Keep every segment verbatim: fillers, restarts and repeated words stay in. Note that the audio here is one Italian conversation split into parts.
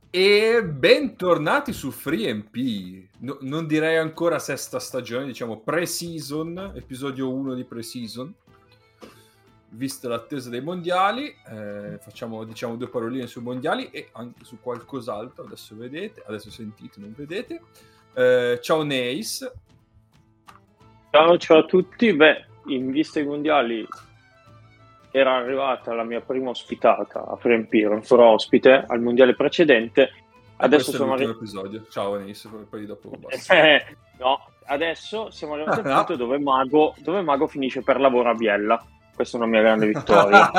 E bentornati su FreeMP. No, non direi ancora sesta stagione, diciamo pre-season, episodio uno di pre-season. Vista l'attesa dei mondiali, eh, facciamo diciamo due paroline sui mondiali e anche su qualcos'altro. Adesso vedete, adesso sentite, non vedete. Eh, ciao Neis. Ciao, ciao a tutti. Beh, in vista dei mondiali era arrivata la mia prima ospitata a FreeMP, ero ancora ospite al mondiale precedente. Adesso siamo siamo arrivati episodio. Ciao Neis, poi dopo basta. No, adesso siamo arrivati al no. punto dove Mago, dove Mago finisce per lavoro a Biella. Questa è una mia grande vittoria.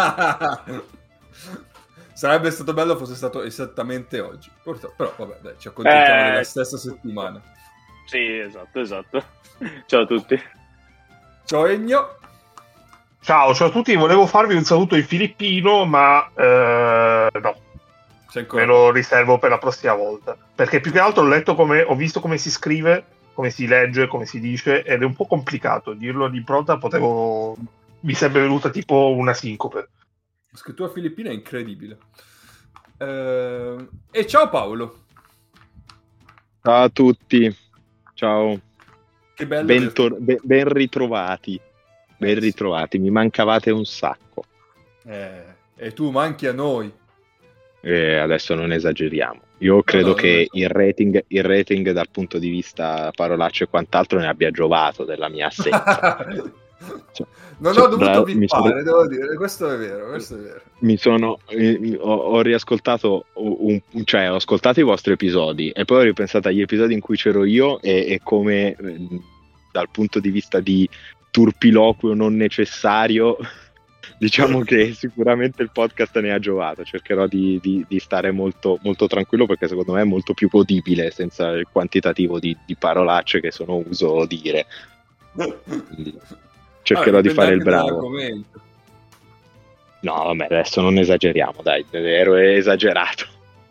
Sarebbe stato bello fosse stato esattamente oggi. Però vabbè, dai, ci accontentiamo Eh, della stessa settimana. Sì, esatto, esatto. Ciao a tutti. Ciao Egno. Ciao, ciao a tutti, volevo farvi un saluto in filippino, ma eh, no, me lo riservo per la prossima volta, perché più che altro ho letto come, ho visto come si scrive, come si legge, come si dice, ed è un po' complicato dirlo di pronta, potevo, mi sarebbe venuta tipo una sincope. La scrittura filippina è incredibile. Eh, e ciao Paolo. Ciao a tutti, ciao. Che bello. Ben, tor- ben, ben ritrovati. Ben ritrovati, mi mancavate un sacco. Eh, e tu manchi a noi. Eh, adesso non esageriamo. Io credo no, no, che il rating, il rating dal punto di vista parolacce e quant'altro ne abbia giovato della mia assenza. Cioè, non cioè, ho dovuto vippare, sono... devo dire, questo è vero, questo è vero. Mi sono, eh, ho, ho riascoltato, un, cioè ho ascoltato i vostri episodi e poi ho ripensato agli episodi in cui c'ero io e, e come eh, dal punto di vista di turpiloquio non necessario, diciamo che sicuramente il podcast ne ha giovato. Cercherò di, di, di stare molto, molto tranquillo, perché secondo me è molto più godibile senza il quantitativo di, di parolacce che sono uso dire. Quindi cercherò ah, di fare il bravo. No, vabbè, adesso non esageriamo, dai, ero esagerato.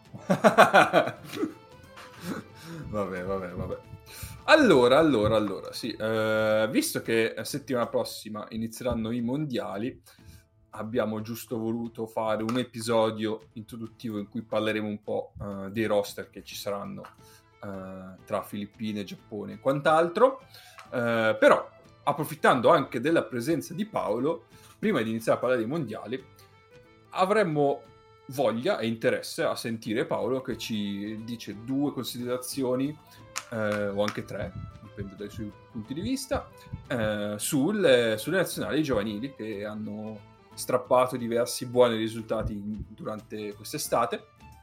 vabbè, vabbè, vabbè. Allora, allora, allora, sì, eh, visto che la settimana prossima inizieranno i mondiali, abbiamo giusto voluto fare un episodio introduttivo in cui parleremo un po' eh, dei roster che ci saranno eh, tra Filippine, Giappone e quant'altro, eh, però approfittando anche della presenza di Paolo, prima di iniziare a parlare dei mondiali, avremmo voglia e interesse a sentire Paolo che ci dice due considerazioni eh, o anche tre, dipende dai suoi punti di vista, eh, sul, sulle nazionali giovanili che hanno strappato diversi buoni risultati in, durante quest'estate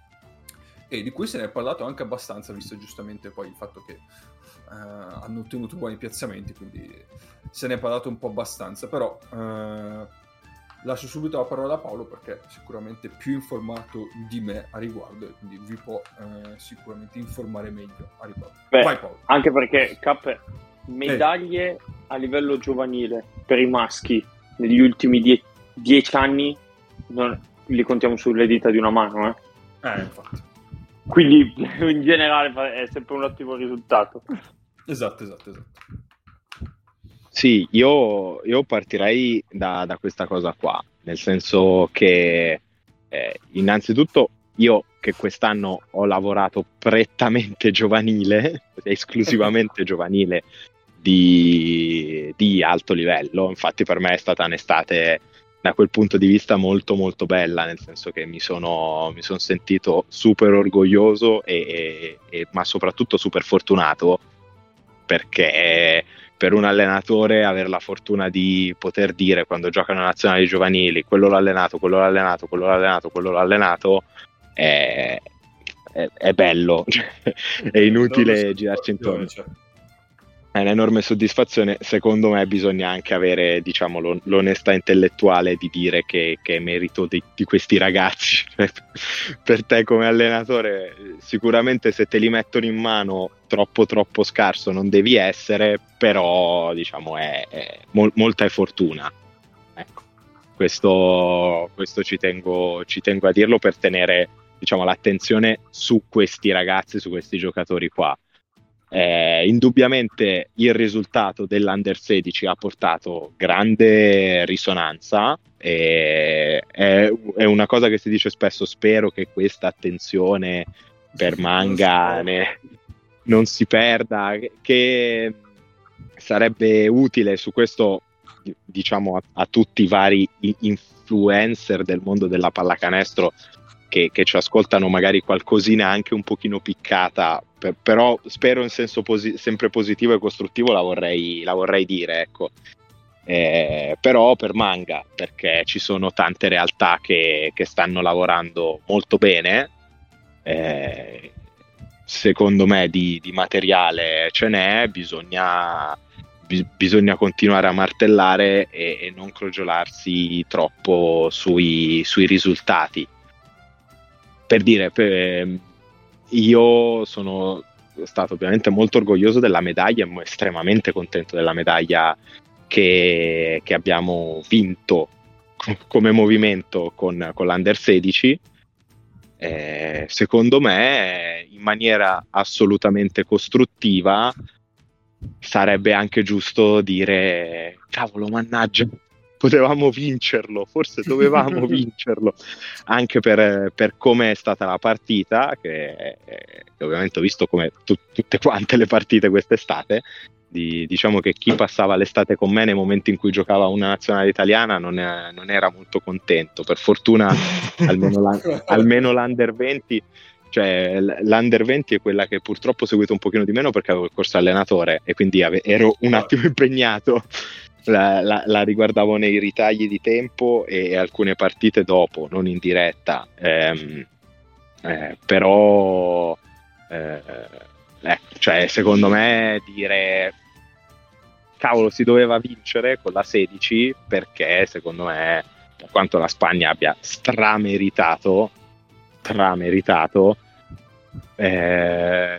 e di cui se ne è parlato anche abbastanza, visto giustamente poi il fatto che eh, hanno ottenuto buoni piazzamenti, quindi se ne è parlato un po' abbastanza, però eh, lascio subito la parola a Paolo perché è sicuramente più informato di me a riguardo e quindi vi può eh, sicuramente informare meglio a riguardo. Beh, vai Paolo. Anche perché Cap, medaglie eh. a livello giovanile per i maschi negli ultimi die- dieci anni non, li contiamo sulle dita di una mano, eh? Eh, infatti. Quindi in generale è sempre un ottimo risultato. Esatto, esatto, esatto. Sì, io, io partirei da, da questa cosa qua, nel senso che eh, innanzitutto io che quest'anno ho lavorato prettamente giovanile, esclusivamente giovanile di, di alto livello, infatti per me è stata un'estate da quel punto di vista molto molto bella, nel senso che mi sono, mi sono sentito super orgoglioso e, e, e, ma soprattutto super fortunato, perché per un allenatore avere la fortuna di poter dire quando giocano nazionali giovanili quello l'ha allenato, quello l'ha allenato, quello l'ha allenato, quello l'ha allenato è, è, è bello, è inutile girarci intorno. È un'enorme soddisfazione. Secondo me bisogna anche avere, diciamo, l'on- l'onestà intellettuale di dire che, che è merito di, di questi ragazzi. Per te come allenatore sicuramente se te li mettono in mano troppo troppo scarso non devi essere, però diciamo è, è mol- molta è fortuna, ecco. Questo, questo ci tengo, ci tengo a dirlo per tenere, diciamo, l'attenzione su questi ragazzi, su questi giocatori qua. Eh, indubbiamente il risultato dell'Under sedici ha portato grande risonanza e è, è una cosa che si dice spesso. Spero che questa attenzione per Manga ne, non si perda, che sarebbe utile su questo, diciamo, a, a tutti i vari influencer del mondo della pallacanestro che, che ci ascoltano, magari qualcosina anche un pochino piccata, per, però spero in senso posi- sempre positivo e costruttivo la vorrei, la vorrei dire, ecco. Eh, però per Manga, perché ci sono tante realtà che, che stanno lavorando molto bene, eh, secondo me di, di materiale ce n'è, bisogna, bi- bisogna continuare a martellare e, e non crogiolarsi troppo sui, sui risultati. Per dire, per, io sono stato ovviamente molto orgoglioso della medaglia, estremamente contento della medaglia che, che abbiamo vinto come movimento con, con l'Under sedici. Eh, secondo me, in maniera assolutamente costruttiva, sarebbe anche giusto dire: cavolo, mannaggia, potevamo vincerlo, forse dovevamo vincerlo, anche per, per come è stata la partita, che, che ovviamente ho visto come tu, tutte quante le partite quest'estate. Di, diciamo che chi passava l'estate con me nei momenti in cui giocava una nazionale italiana non, è, non era molto contento. Per fortuna almeno, la, almeno l'Under venti, cioè l'Under venti è quella che purtroppo ho seguito un pochino di meno perché avevo il corso allenatore e quindi ave, ero un attimo impegnato, la, la, la riguardavo nei ritagli di tempo e, e alcune partite dopo, non in diretta, ehm, eh, però eh, ecco, cioè secondo me dire cavolo, si doveva vincere con la sedici, perché secondo me, per quanto la Spagna abbia strameritato strameritato eh,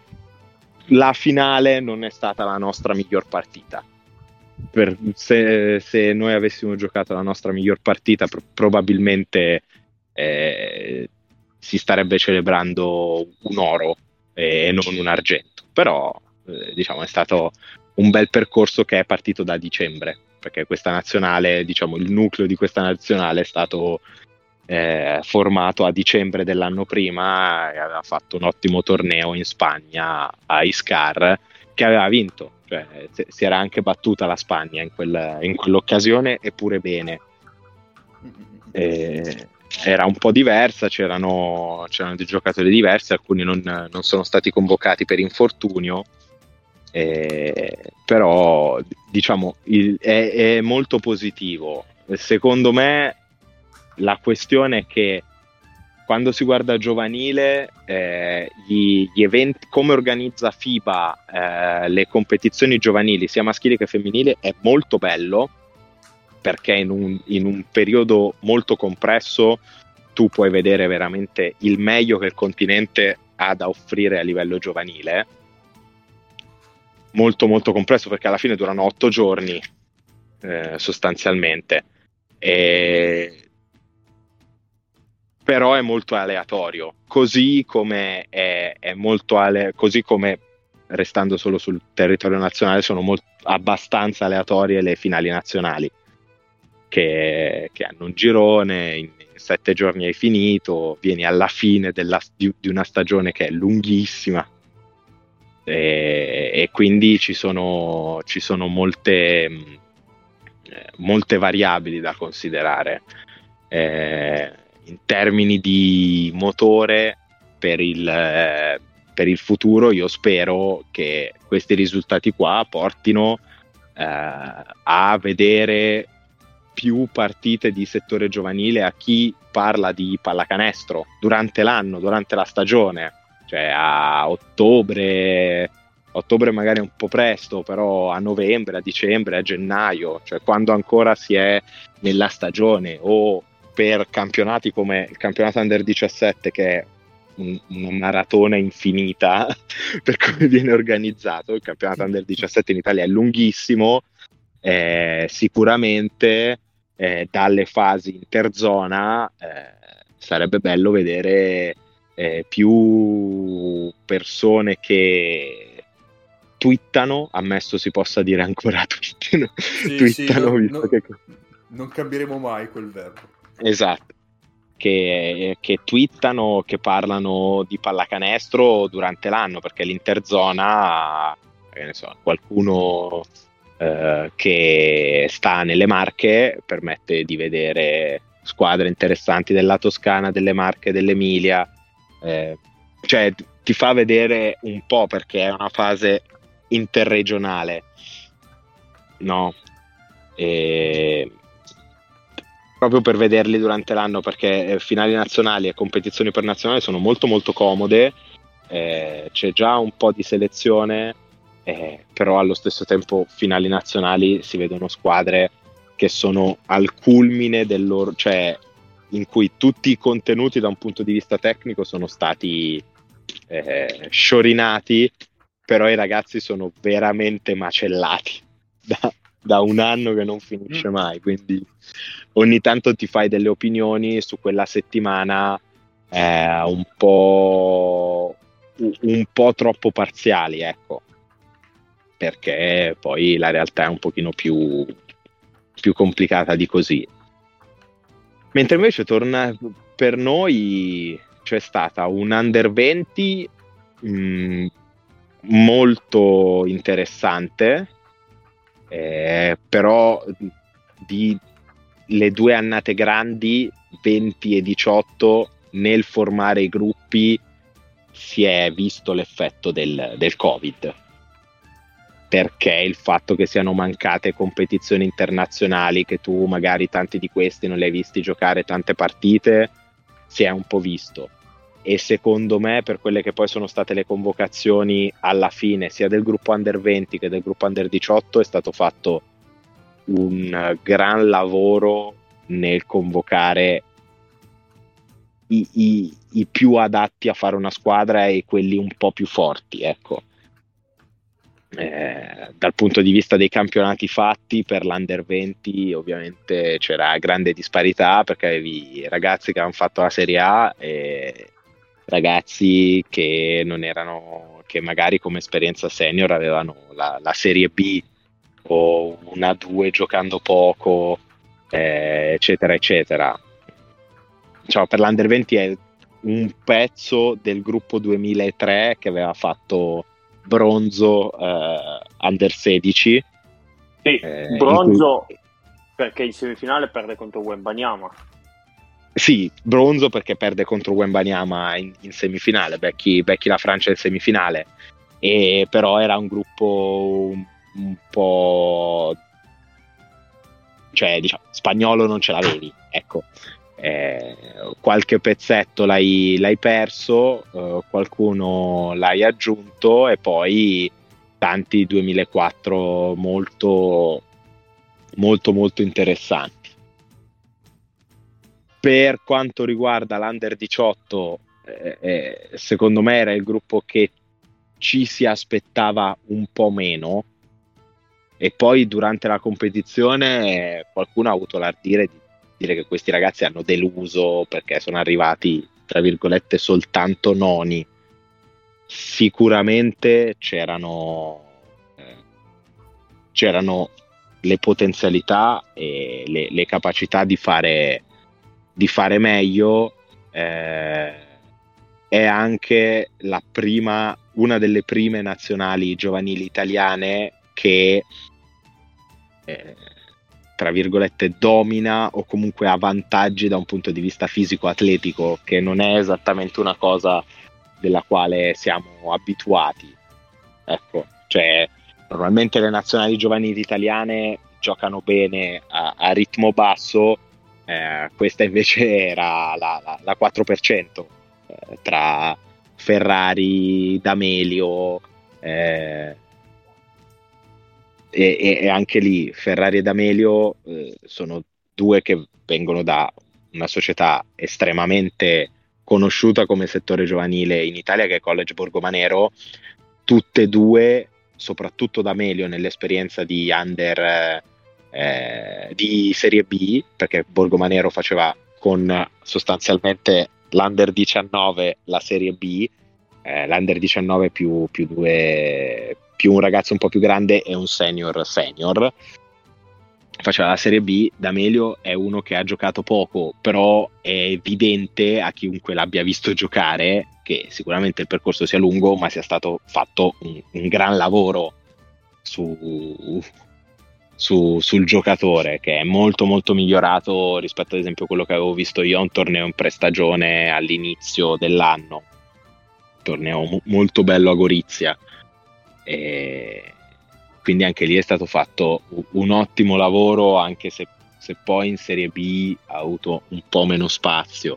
la finale non è stata la nostra miglior partita. Per, se, se noi avessimo giocato la nostra miglior partita pro- probabilmente eh, si starebbe celebrando un oro e non un argento, però eh, diciamo è stato un bel percorso che è partito da dicembre, perché questa nazionale, diciamo il nucleo di questa nazionale è stato eh, formato a dicembre dell'anno prima e aveva fatto un ottimo torneo in Spagna a Iscar, che aveva vinto, cioè si era anche battuta la Spagna in, quel, in quell'occasione, eppure bene. E era un po' diversa, c'erano, c'erano dei giocatori diversi, alcuni non, non sono stati convocati per infortunio, eh, però diciamo il, è, è molto positivo. Secondo me la questione è che quando si guarda giovanile, eh, gli, gli eventi, come organizza FIBA eh, le competizioni giovanili sia maschili che femminili, è molto bello, perché in un, in un periodo molto compresso tu puoi vedere veramente il meglio che il continente ha da offrire a livello giovanile, molto molto compresso, perché alla fine durano otto giorni eh, sostanzialmente, e però è molto aleatorio, così come è, è molto ale- così come, restando solo sul territorio nazionale, sono molt- abbastanza aleatorie le finali nazionali, che, che hanno un girone, in, in sette giorni hai finito, vieni alla fine della, di, di una stagione che è lunghissima, e, e quindi ci sono, ci sono molte, molte variabili da considerare. Eh, in termini di motore per il, eh, per il futuro, io spero che questi risultati qua portino eh, a vedere più partite di settore giovanile a chi parla di pallacanestro durante l'anno, durante la stagione, cioè a ottobre, ottobre magari un po' presto, però a novembre, a dicembre, a gennaio, cioè quando ancora si è nella stagione, o per campionati come il campionato Under diciassette, che è un, una maratona infinita per come viene organizzato. Il campionato Under diciassette in Italia è lunghissimo, eh, sicuramente eh, dalle fasi interzona eh, sarebbe bello vedere eh, più persone che twittano, ammesso si possa dire ancora twittano, sì, twittano sì, visto no, che... non cambieremo mai quel verbo. Esatto, che, che twittano, che parlano di pallacanestro durante l'anno, perché l'Interzona, che ne so, qualcuno eh, che sta nelle Marche permette di vedere squadre interessanti della Toscana, delle Marche, dell'Emilia, eh, cioè ti fa vedere un po', perché è una fase interregionale, no? E proprio per vederli durante l'anno, perché finali nazionali e competizioni per nazionali sono molto molto comode, eh, c'è già un po' di selezione, eh, però allo stesso tempo finali nazionali si vedono squadre che sono al culmine del loro, cioè in cui tutti i contenuti da un punto di vista tecnico sono stati eh, sciorinati, però i ragazzi sono veramente macellati da, da un anno che non finisce mai, quindi ogni tanto ti fai delle opinioni su quella settimana eh, un po' un po' troppo parziali, ecco, perché poi la realtà è un pochino più più complicata di così. Mentre invece torna per noi c'è stata un under venti mh, molto interessante, eh, però di le due annate grandi venti e diciotto nel formare i gruppi si è visto l'effetto del, del Covid, perché il fatto che siano mancate competizioni internazionali, che tu magari tanti di questi non li hai visti giocare tante partite, si è un po' visto. E secondo me, per quelle che poi sono state le convocazioni alla fine sia del gruppo under venti che del gruppo under diciotto, è stato fatto un gran lavoro nel convocare i, i, i più adatti a fare una squadra e quelli un po' più forti, ecco. Eh, dal punto di vista dei campionati fatti per l'Under venti ovviamente c'era grande disparità, perché avevi ragazzi che avevano fatto la Serie A e ragazzi che non erano, che magari come esperienza senior avevano la, la Serie B o una due giocando poco, eh, eccetera eccetera. Cioè, per l'Under venti è un pezzo del gruppo duemilatré che aveva fatto bronzo eh, under sedici, sì, eh, bronzo cui... perché in semifinale perde contro Wembanyama. Sì, bronzo perché perde contro Wembanyama in, in semifinale, becchi, becchi la Francia in semifinale, e però era un gruppo un, un po', cioè diciamo spagnolo non ce l'avevi, ecco. Eh, qualche pezzetto l'hai, l'hai perso, eh, qualcuno l'hai aggiunto, e poi tanti duemilaquattro molto molto molto interessanti. Per quanto riguarda l'Under diciotto, eh, eh, secondo me era il gruppo che ci si aspettava un po' meno, e poi durante la competizione eh, qualcuno ha avuto l'ardire di dire che questi ragazzi hanno deluso perché sono arrivati tra virgolette soltanto noni. Sicuramente c'erano eh, c'erano le potenzialità e le, le capacità di fare di fare meglio, eh, è anche la prima una delle prime nazionali giovanili italiane che eh, tra virgolette domina o comunque ha vantaggi da un punto di vista fisico-atletico, che non è esattamente una cosa della quale siamo abituati, ecco. Cioè normalmente le nazionali giovanili italiane giocano bene a, a ritmo basso, eh, questa invece era la, la, la quattro per cento, eh, tra Ferrari, D'Amelio, eh, E, e anche lì Ferrari e D'Amelio eh, sono due che vengono da una società estremamente conosciuta come settore giovanile in Italia, che è College Borgomanero. Tutte e due, soprattutto D'Amelio nell'esperienza di under eh, di Serie B, perché Borgomanero faceva con sostanzialmente l'Under diciannove la Serie B, eh, l'Under diciannove più, più due più un ragazzo un po' più grande e un senior senior. faceva la Serie B. D'Amelio è uno che ha giocato poco, però è evidente a chiunque l'abbia visto giocare che sicuramente il percorso sia lungo, ma sia stato fatto un, un gran lavoro su, su, sul giocatore, che è molto molto migliorato rispetto ad esempio a quello che avevo visto io a un torneo in prestagione all'inizio dell'anno, torneo mo- molto bello a Gorizia, e quindi anche lì è stato fatto un ottimo lavoro, anche se, se poi in Serie B ha avuto un po' meno spazio.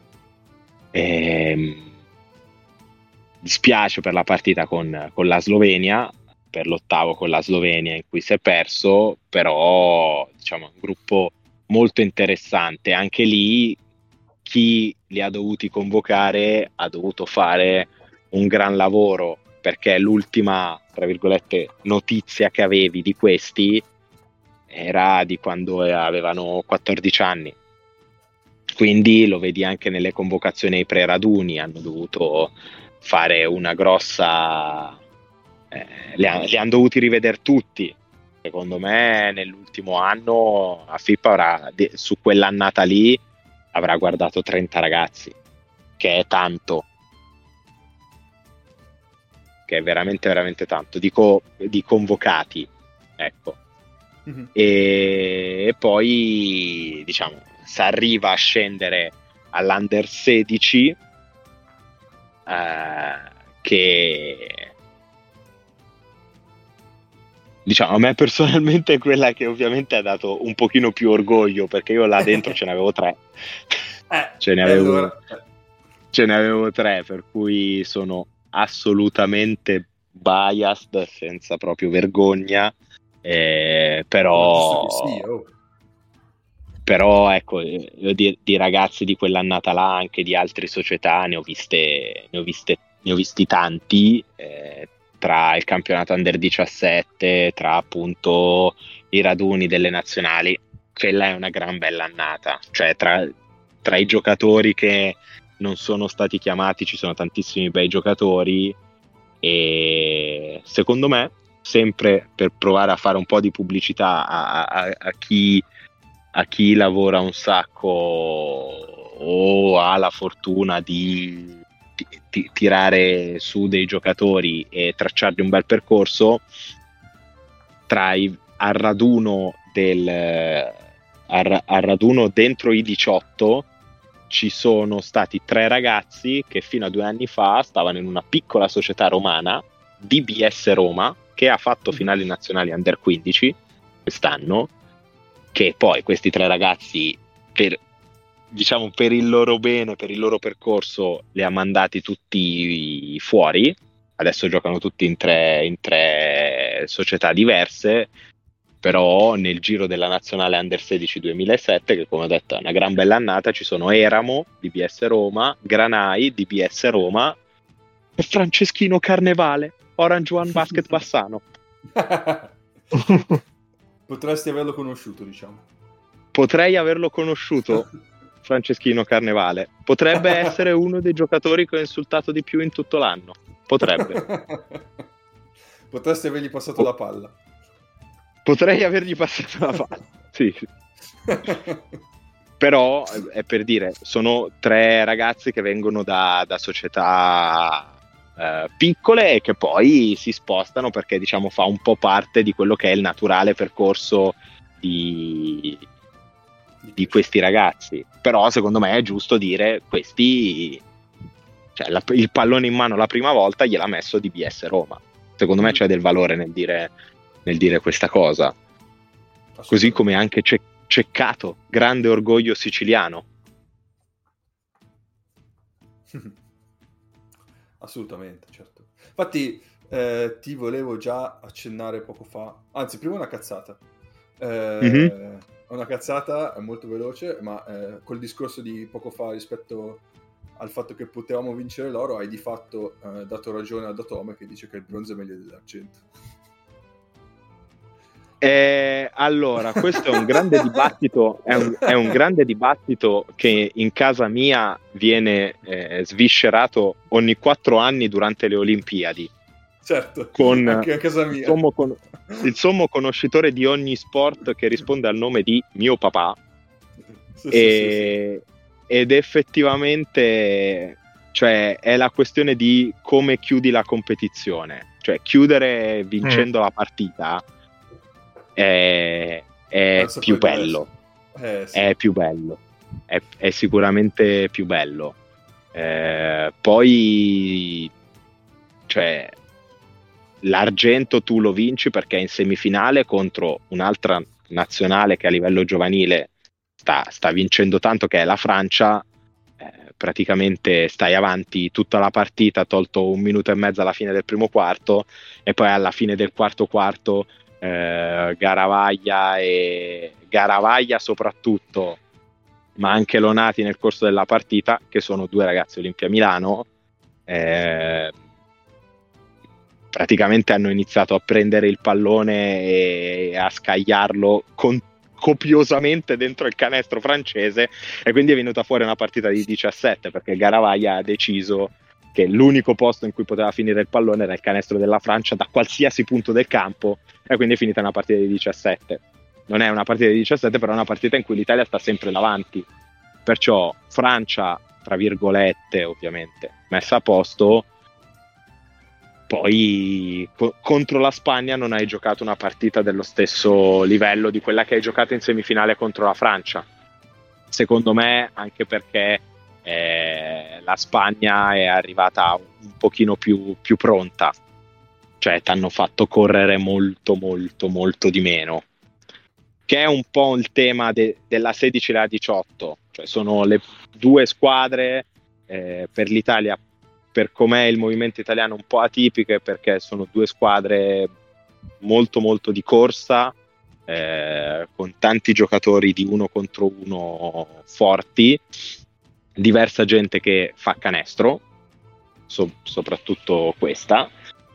E dispiace per la partita con, con la Slovenia, per l'ottavo con la Slovenia in cui si è perso, però diciamo un gruppo molto interessante. Anche lì chi li ha dovuti convocare ha dovuto fare un gran lavoro, perché l'ultima, tra virgolette, notizia che avevi di questi era di quando avevano quattordici anni, quindi lo vedi anche nelle convocazioni ai pre-raduni, hanno dovuto fare una grossa eh, li, ha, li hanno dovuti rivedere tutti. Secondo me nell'ultimo anno a F I P avrà, su quell'annata lì avrà guardato trenta ragazzi, che è tanto, che è veramente veramente tanto, dico di convocati, ecco. Mm-hmm. e, e poi diciamo si arriva a scendere all'Under sedici, eh, che diciamo a me personalmente è quella che ovviamente ha dato un pochino più orgoglio, perché io là dentro ce ne avevo tre eh, ce ne avevo allora... ce ne avevo tre, per cui sono assolutamente biased senza proprio vergogna, eh, però sì, oh. però ecco, io di, di ragazzi di quell'annata là, anche di altre società, ne ho viste ne ho viste ne ho visti tanti, eh, tra il campionato under diciassette, tra appunto i raduni delle nazionali. Quella è una gran bella annata, cioè tra, tra i giocatori che non sono stati chiamati ci sono tantissimi bei giocatori, e secondo me, sempre per provare a fare un po' di pubblicità a, a, a chi a chi lavora un sacco o ha la fortuna di, di, di tirare su dei giocatori e tracciargli un bel percorso, tra i, al raduno del al, al raduno dentro i diciotto ci sono stati tre ragazzi che fino a due anni fa stavano in una piccola società romana, D B S Roma, che ha fatto finali nazionali under quindici quest'anno, che poi questi tre ragazzi, per diciamo per il loro bene, per il loro percorso, li ha mandati tutti fuori. Adesso giocano tutti in tre, in tre società diverse, però nel giro della nazionale under sedici duemilasette, che come ho detto è una gran bella annata, ci sono Eramo, D B S Roma, Granai, D B S Roma e Franceschino Carnevale, Orange One Basket Bassano. Potresti averlo conosciuto, diciamo. Potrei averlo conosciuto, Franceschino Carnevale. Potrebbe essere uno dei giocatori che ho insultato di più in tutto l'anno. Potrebbe. Potresti avergli passato la palla. Potrei avergli passato la palla, sì. Però è per dire, sono tre ragazzi che vengono da, da società Uh, piccole e che poi si spostano, perché diciamo fa un po' parte di quello che è il naturale percorso di, di questi ragazzi. Però secondo me è giusto dire questi, cioè la, il pallone in mano la prima volta gliel'ha messo D B S Roma. Secondo me c'è del valore nel dire, nel dire questa cosa, così come anche Ce- Ceccato, grande orgoglio siciliano. Assolutamente, certo. Infatti eh, ti volevo già accennare poco fa, anzi prima una cazzata. Eh, mm-hmm. Una cazzata molto veloce, ma eh, col discorso di poco fa rispetto al fatto che potevamo vincere l'oro, hai di fatto eh, dato ragione ad Atome che dice che il bronzo è meglio dell'argento. Eh, allora, questo è un grande dibattito, è un, è un grande dibattito che in casa mia viene eh, sviscerato ogni quattro anni durante le Olimpiadi. certo, con anche a casa mia. Il sommo, con- il sommo conoscitore di ogni sport che risponde al nome di mio papà. Sì, e, sì, sì, sì. Ed effettivamente, cioè, è la questione di come chiudi la competizione, cioè chiudere vincendo mm. la partita è, è più bello, eh, sì. è più bello, è, è sicuramente più bello. Eh, poi, cioè, l'argento tu lo vinci perché è in semifinale contro un'altra nazionale che a livello giovanile sta, sta vincendo tanto, che è la Francia. Eh, praticamente stai avanti tutta la partita, tolto un minuto e mezzo alla fine del primo quarto, e poi alla fine del quarto quarto eh, Garavaglia e Garavaglia soprattutto, ma anche Lonati nel corso della partita, che sono due ragazzi Olimpia Milano, eh, praticamente hanno iniziato a prendere il pallone e a scagliarlo con, copiosamente dentro il canestro francese, e quindi è venuta fuori una partita di diciassette, perché Garavaglia ha deciso che l'unico posto in cui poteva finire il pallone era il canestro della Francia da qualsiasi punto del campo, e quindi è finita una partita di diciassette. Non è una partita di diciassette, però è una partita in cui l'Italia sta sempre davanti, perciò Francia, tra virgolette ovviamente, messa a posto. Poi co- contro la Spagna non hai giocato una partita dello stesso livello di quella che hai giocato in semifinale contro la Francia, secondo me, anche perché eh, la Spagna è arrivata un pochino più, più pronta, cioè ti hanno fatto correre molto molto molto di meno, che è un po' il tema de- della sedici e la diciotto, cioè sono le due squadre eh, per l'Italia, per com'è il movimento italiano, un po' atipiche, perché sono due squadre molto molto di corsa, eh, con tanti giocatori di uno contro uno forti, diversa gente che fa canestro, so- soprattutto questa,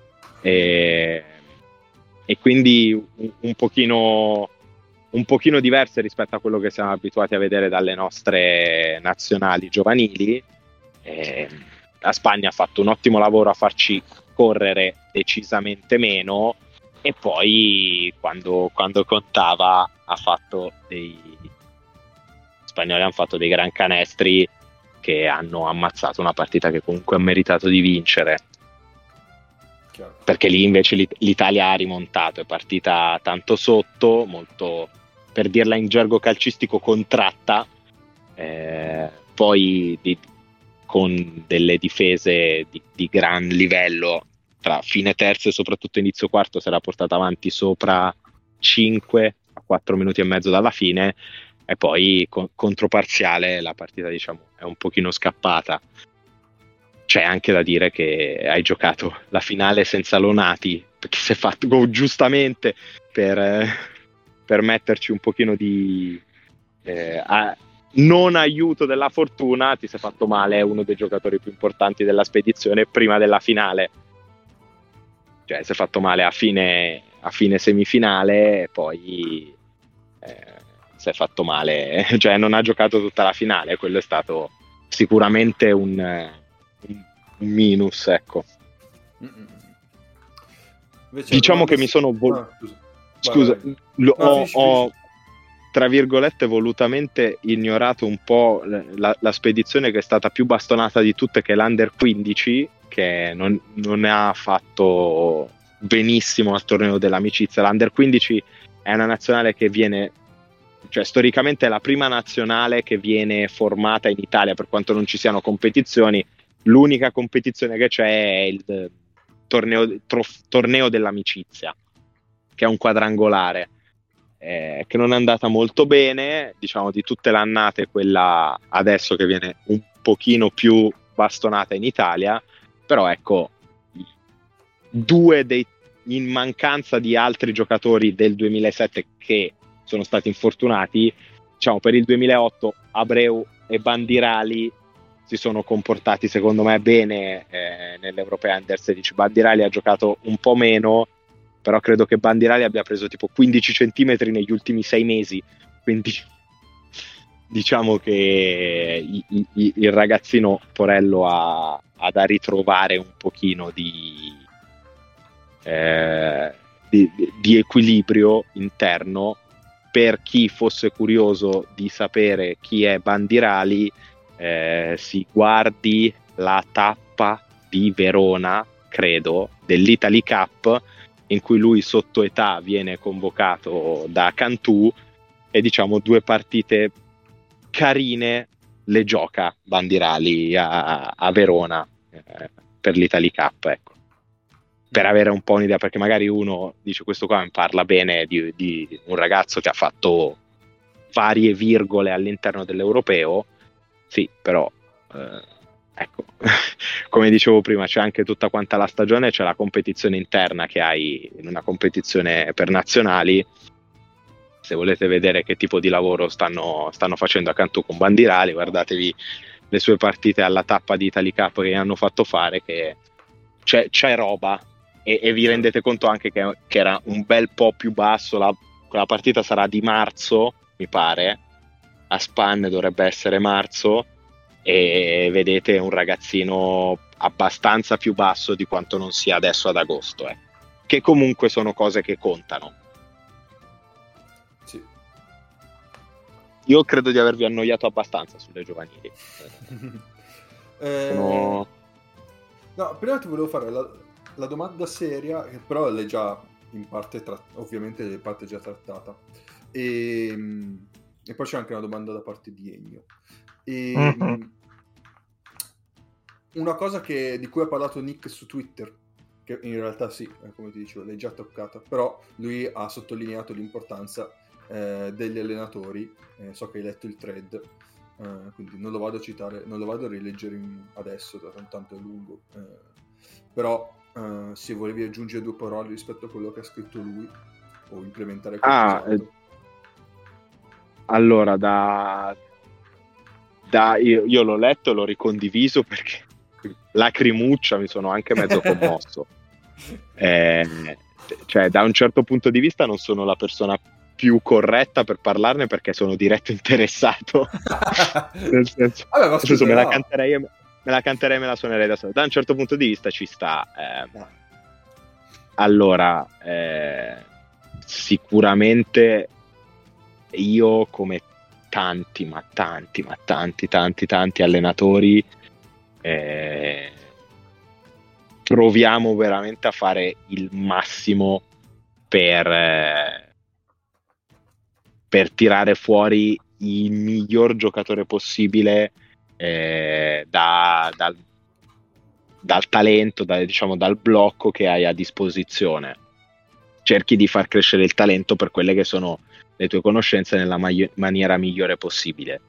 e, e quindi un, un pochino un pochino diverse rispetto a quello che siamo abituati a vedere dalle nostre nazionali giovanili. E la Spagna ha fatto un ottimo lavoro a farci correre decisamente meno, e poi quando, quando contava ha fatto dei gli spagnoli hanno fatto dei gran canestri che hanno ammazzato una partita che comunque ha meritato di vincere. Chiaro. Perché lì invece l'Italia ha rimontato, è partita tanto sotto, molto, per dirla in gergo calcistico, contratta, eh, poi di, con delle difese di, di gran livello, tra fine terzo e soprattutto inizio quarto si era portata avanti sopra cinque a quattro minuti e mezzo dalla fine, e poi con, controparziale la partita, diciamo, è un pochino scappata. C'è anche da dire che hai giocato la finale senza Lonati, perché si è fatto giustamente per, eh, per metterci un pochino di eh, a, non aiuto della fortuna. Ti sei fatto male, è uno dei giocatori più importanti della spedizione prima della finale, cioè si è fatto male a fine, a fine semifinale, e poi eh, si è fatto male, cioè non ha giocato tutta la finale. Quello è stato sicuramente un, un, un minus, ecco. Invece, diciamo che mi sono vol- ah, scusa, scusa vai, vai. Lo, no, ho, finisci, ho finisci. tra virgolette volutamente ignorato un po' la, la spedizione che è stata più bastonata di tutte, che è l'Under quindici, che non, non ha fatto benissimo al torneo dell'amicizia. L'Under quindici è una nazionale che viene, cioè storicamente è la prima nazionale che viene formata in Italia, per quanto non ci siano competizioni. L'unica competizione che c'è è il torneo, trof, torneo dell'amicizia, che è un quadrangolare, eh, che non è andata molto bene, diciamo, di tutte le annate quella adesso che viene un pochino più bastonata in Italia. Però ecco, due dei, in mancanza di altri giocatori del duemilasette che sono stati infortunati, diciamo, per il duemilaotto Abreu e Bandirali si sono comportati secondo me bene eh, nell'Europea Under sedici. Bandirali ha giocato un po' meno, però credo che Bandirali abbia preso tipo quindici centimetri negli ultimi sei mesi, quindi diciamo che il, il, il ragazzino Porello ha, ha da ritrovare un pochino di, eh, di, di equilibrio interno. Per chi fosse curioso di sapere chi è Bandirali, eh, si guardi la tappa di Verona, credo, dell'Italy Cup, in cui lui sotto età viene convocato da Cantù, e diciamo due partite carine le gioca Bandirali a, a Verona eh, per l'Italy Cup, ecco. Per avere un po' un'idea, perché magari uno dice questo qua mi parla bene di, di un ragazzo che ha fatto varie virgole all'interno dell'europeo, sì, però eh, ecco, come dicevo prima, c'è anche tutta quanta la stagione, c'è la competizione interna che hai in una competizione per nazionali. Se volete vedere che tipo di lavoro stanno, stanno facendo a Cantù con Bandirali, guardatevi le sue partite alla tappa di Italy Cup che hanno fatto fare, che c'è, c'è roba. E, e vi rendete conto anche che, che era un bel po' più basso. La, quella partita sarà di marzo, mi pare, a Span dovrebbe essere marzo, e vedete un ragazzino abbastanza più basso di quanto non sia adesso ad agosto, eh. Che comunque sono cose che contano. Sì. Io credo di avervi annoiato abbastanza sulle giovanili. eh... sono... No, prima ti volevo fare la... la domanda seria, che però l'hai già in parte tra... ovviamente in parte già trattata, e... e poi c'è anche una domanda da parte di Ennio. E... mm-hmm. Una cosa che... di cui ha parlato Nick su Twitter, che in realtà sì, come ti dicevo, l'hai già toccata, però lui ha sottolineato l'importanza eh, degli allenatori. Eh, so che hai letto il thread, eh, quindi non lo vado a citare, non lo vado a rileggere in... adesso, tanto è lungo, eh, però Uh, se volevi aggiungere due parole rispetto a quello che ha scritto lui o implementare ah, eh, allora da, da io, io l'ho letto, l'ho ricondiviso perché lacrimuccia, mi sono anche mezzo commosso. eh, cioè da un certo punto di vista non sono la persona più corretta per parlarne, perché sono diretto interessato. Nel senso, Vabbè, ma nel senso me la canterei e me la canterei e me la suonerei da solo. Da un certo punto di vista ci sta. Eh. Allora, eh, sicuramente io, come tanti, ma tanti, ma tanti, tanti, tanti allenatori, eh, proviamo veramente a fare il massimo per, eh, per tirare fuori il miglior giocatore possibile Eh, da, dal, dal talento, da, diciamo dal blocco che hai a disposizione. Cerchi di far crescere il talento per quelle che sono le tue conoscenze nella ma- maniera migliore possibile.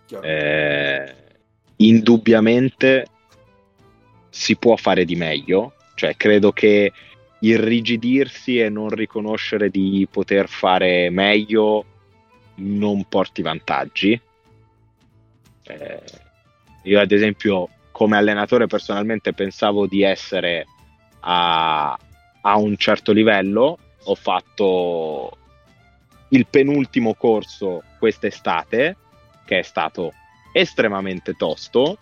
Eh, indubbiamente si può fare di meglio, cioè credo che irrigidirsi e non riconoscere di poter fare meglio non porti vantaggi. eh, Io ad esempio come allenatore personalmente pensavo di essere a, a un certo livello, ho fatto il penultimo corso quest'estate, che è stato estremamente tosto,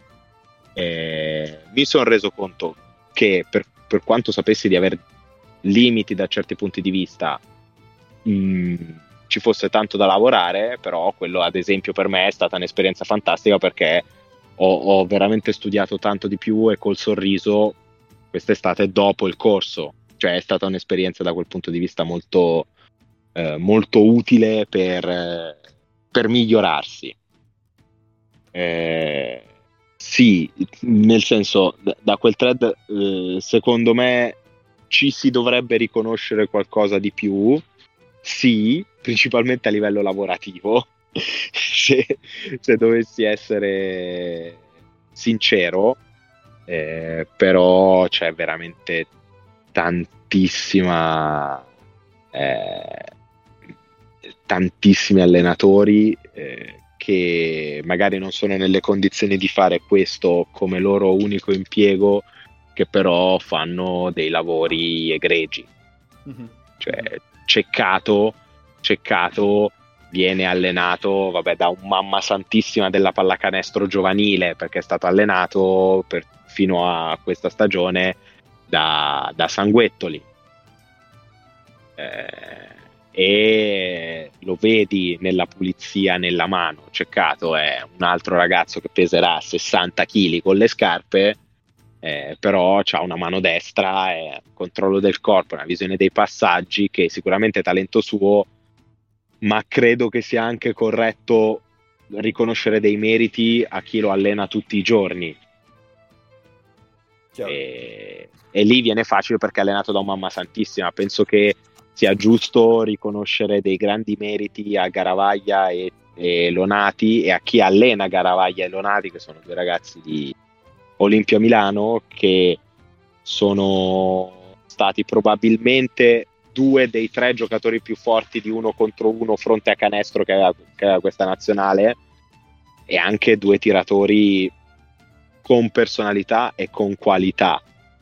e mi sono reso conto che per, per quanto sapessi di avere limiti da certi punti di vista, mh, ci fosse tanto da lavorare, però quello ad esempio per me è stata un'esperienza fantastica, perché Ho, ho veramente studiato tanto di più, e col sorriso quest'estate dopo il corso, cioè è stata un'esperienza da quel punto di vista molto, eh, molto utile per, eh, per migliorarsi. Eh, sì, nel senso, da, da quel thread eh, secondo me ci si dovrebbe riconoscere qualcosa di più, sì, principalmente a livello lavorativo. Se, se dovessi essere sincero, eh, però c'è veramente tantissima eh, tantissimi allenatori eh, che magari non sono nelle condizioni di fare questo come loro unico impiego, che però fanno dei lavori egregi. Mm-hmm. Cioè Ceccato Ceccato viene allenato, vabbè, da un mamma santissima della pallacanestro giovanile, perché è stato allenato per, fino a questa stagione da, da Sanguettoli. eh, e lo vedi nella pulizia nella mano. Ceccato è un altro ragazzo che peserà sessanta chili con le scarpe, eh, però ha una mano destra, e un controllo del corpo, una visione dei passaggi che sicuramente è talento suo, ma credo che sia anche corretto riconoscere dei meriti a chi lo allena tutti i giorni. E, e lì viene facile perché è allenato da un mamma santissima. Penso che sia giusto riconoscere dei grandi meriti a Garavaglia e, e Lonati, e a chi allena Garavaglia e Lonati, che sono due ragazzi di Olimpia Milano, che sono stati probabilmente due dei tre giocatori più forti di uno contro uno fronte a canestro che aveva, che aveva questa nazionale, e anche due tiratori con personalità e con qualità.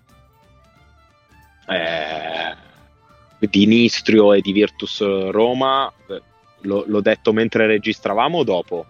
Eh, di Nistrio e di Virtus Roma, lo, l'ho detto mentre registravamo o dopo?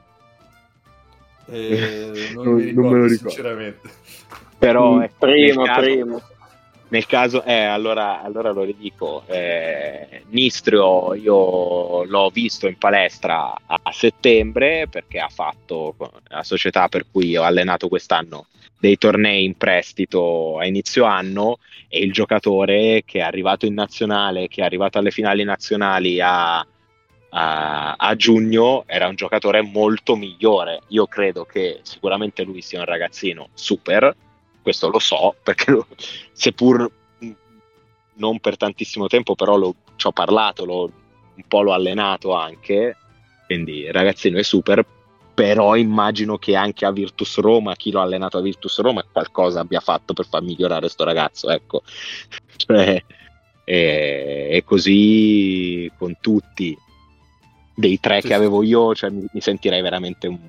Eh, non, non, mi ricordo, non me lo ricordo sinceramente. Però ecco, primo, nel caso, primo. Nel caso, eh, allora, allora lo ridico. Eh, Nistrio io l'ho visto in palestra a, a settembre, perché ha fatto la società per cui ho allenato quest'anno dei tornei in prestito a inizio anno, e il giocatore che è arrivato in nazionale, che è arrivato alle finali nazionali a, a, a giugno, era un giocatore molto migliore. Io credo che sicuramente lui sia un ragazzino super, questo lo so perché lo, seppur non per tantissimo tempo, però lo, ci ho parlato, lo, un po' l'ho allenato anche, quindi il ragazzino è super. Però immagino che anche a Virtus Roma, chi l'ha allenato a Virtus Roma, qualcosa abbia fatto per far migliorare sto ragazzo, ecco. Cioè, è, è così con tutti. Dei tre sì, che avevo io, cioè, mi, mi sentirei veramente un,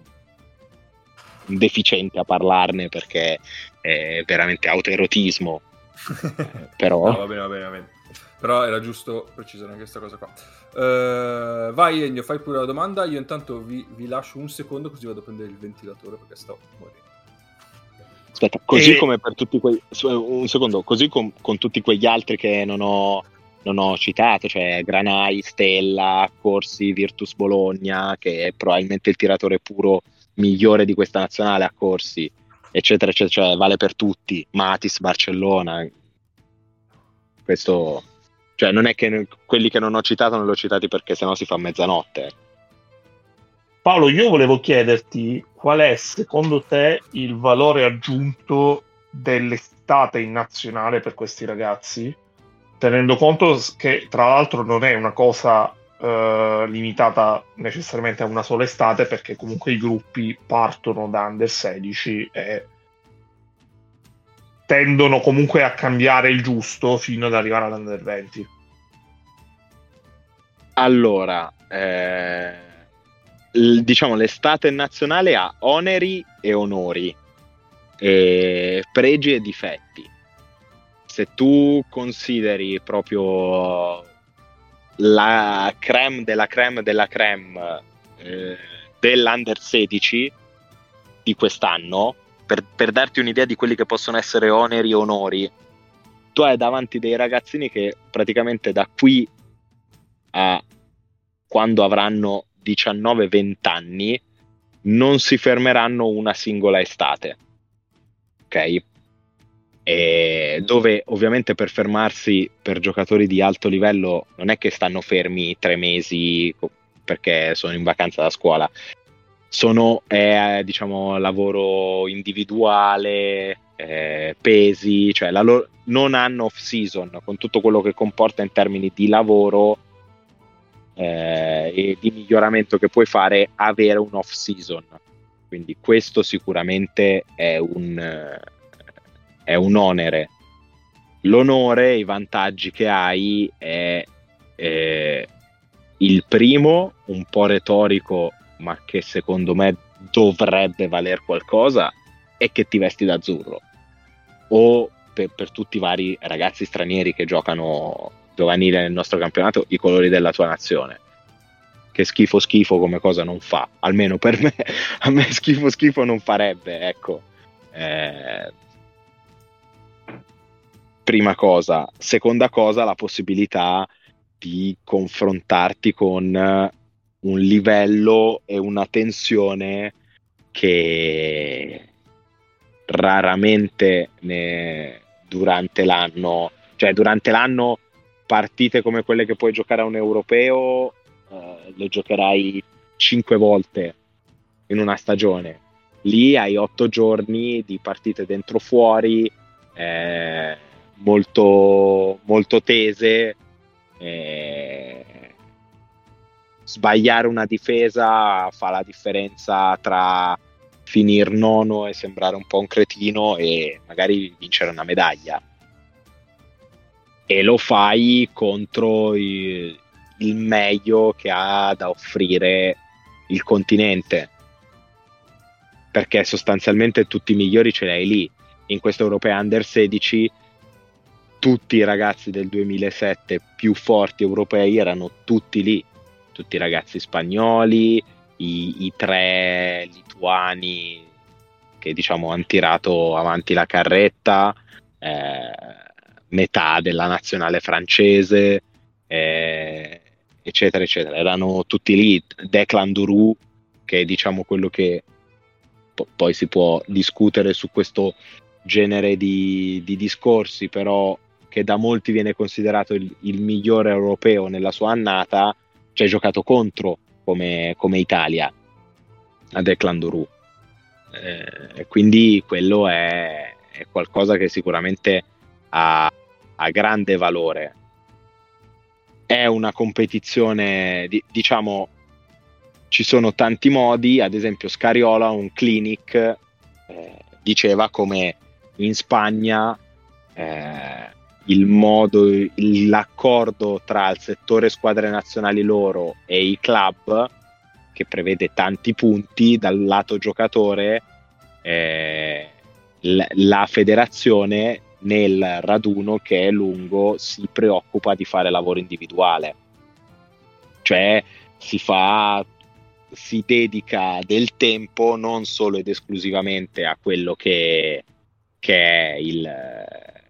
un deficiente a parlarne, perché è veramente autoerotismo. eh, però no, va bene, va bene, va bene. Però era giusto precisare questa cosa qua. Uh, vai Ennio, fai pure la domanda. Io intanto vi, vi lascio un secondo, così vado a prendere il ventilatore perché sto morendo. Aspetta, così e... come per tutti quei un secondo, così con, con tutti quegli altri che non ho, non ho citato, cioè Granai, Stella, Corsi, Virtus Bologna, che è probabilmente il tiratore puro migliore di questa nazionale a Corsi, eccetera, eccetera, cioè vale per tutti. Matis, Barcellona, questo. Cioè, non è che quelli che non ho citato non li ho citati perché sennò si fa mezzanotte. Paolo, io volevo chiederti qual è secondo te il valore aggiunto dell'estate in nazionale per questi ragazzi, tenendo conto che tra l'altro non è una cosa eh, limitata necessariamente a una sola estate, perché comunque i gruppi partono da under sedici e tendono comunque a cambiare il giusto fino ad arrivare all'Under venti. Allora, eh, l- diciamo l'estate nazionale ha oneri e onori, e pregi e difetti. Se tu consideri proprio la creme della creme della creme eh, dell'Under sedici di quest'anno, Per, per darti un'idea di quelli che possono essere oneri e onori, tu hai davanti dei ragazzini che praticamente da qui a quando avranno diciannove venti anni non si fermeranno una singola estate, ok? E dove ovviamente per fermarsi per giocatori di alto livello non è che stanno fermi tre mesi perché sono in vacanza da scuola. Sono eh, diciamo lavoro individuale, eh, pesi, cioè la loro, non hanno off season, con tutto quello che comporta in termini di lavoro eh, e di miglioramento che puoi fare avere un off season. Quindi questo sicuramente è un eh, è un onere. L'onore, i vantaggi che hai è eh, il primo, un po' retorico, ma che secondo me dovrebbe valer qualcosa, è che ti vesti d'azzurro, o per, per tutti i vari ragazzi stranieri che giocano giovanile nel nostro campionato, i colori della tua nazione, che schifo schifo come cosa non fa, almeno per me. A me schifo schifo non farebbe, ecco. Eh, prima cosa. Seconda cosa, la possibilità di confrontarti con un livello e una tensione che raramente ne, durante l'anno, cioè durante l'anno partite come quelle che puoi giocare a un europeo eh, le giocherai cinque volte in una stagione. Lì hai otto giorni di partite dentro fuori eh, molto molto tese. Eh, sbagliare una difesa fa la differenza tra finir nono e sembrare un po' un cretino e magari vincere una medaglia, e lo fai contro il, il meglio che ha da offrire il continente, perché sostanzialmente tutti i migliori ce li hai lì. In questa Europea Under sedici tutti i ragazzi del duemilasette più forti europei erano tutti lì, tutti i ragazzi spagnoli, i, i tre lituani che diciamo hanno tirato avanti la carretta, eh, metà della nazionale francese, eh, eccetera eccetera, erano tutti lì. Declan Duru, che è diciamo quello che po- poi si può discutere su questo genere di, di discorsi, però che da molti viene considerato il, il migliore europeo nella sua annata, ci ha giocato contro come, come Italia a Declan Duru, eh, quindi quello è, è qualcosa che sicuramente ha, ha grande valore. È una competizione, di, diciamo, ci sono tanti modi. Ad esempio Scariola, un clinic, eh, diceva come in Spagna eh, il modo, il, l'accordo tra il settore squadre nazionali loro e i club, che prevede tanti punti dal lato giocatore, eh, l- la federazione nel raduno che è lungo si preoccupa di fare lavoro individuale, cioè si fa si dedica del tempo non solo ed esclusivamente a quello che, che è il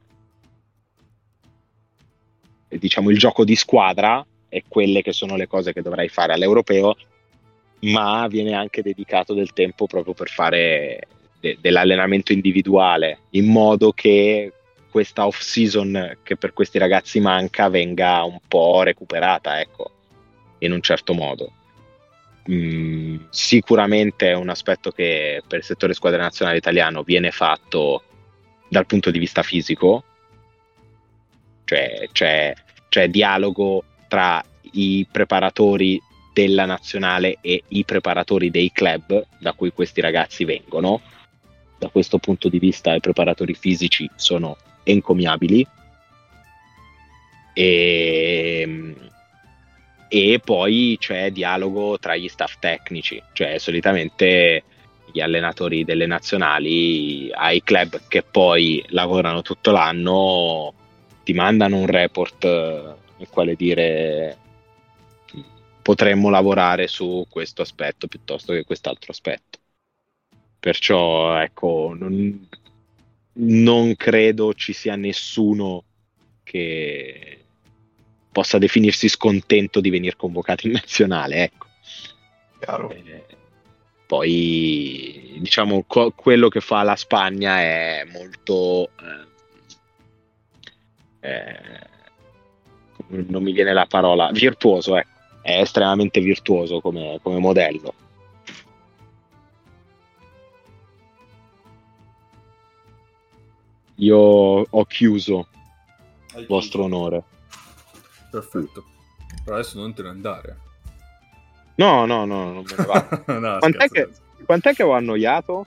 diciamo il gioco di squadra e quelle che sono le cose che dovrai fare all'europeo, ma viene anche dedicato del tempo proprio per fare de- dell'allenamento individuale, in modo che questa off season che per questi ragazzi manca venga un po' recuperata, ecco, in un certo modo. Mm, sicuramente è un aspetto che per il settore squadra nazionale italiano viene fatto dal punto di vista fisico, cioè c'è, c'è dialogo tra i preparatori della nazionale e i preparatori dei club da cui questi ragazzi vengono. Da questo punto di vista i preparatori fisici sono encomiabili, e, e poi c'è dialogo tra gli staff tecnici, cioè solitamente gli allenatori delle nazionali ai club che poi lavorano tutto l'anno ti mandano un report nel quale dire potremmo lavorare su questo aspetto piuttosto che quest'altro aspetto. Perciò ecco, non, non credo ci sia nessuno che possa definirsi scontento di venire convocato in nazionale, ecco. Chiaro. Eh, poi diciamo co- quello che fa la Spagna è molto eh, eh, non mi viene la parola, virtuoso, ecco. È estremamente virtuoso come, come modello. Io ho chiuso, Hai vostro chiuso. Onore. Perfetto. Però adesso non te ne andare. No, no, no, non me ne vado. no, quant'è, che, quant'è che ho annoiato?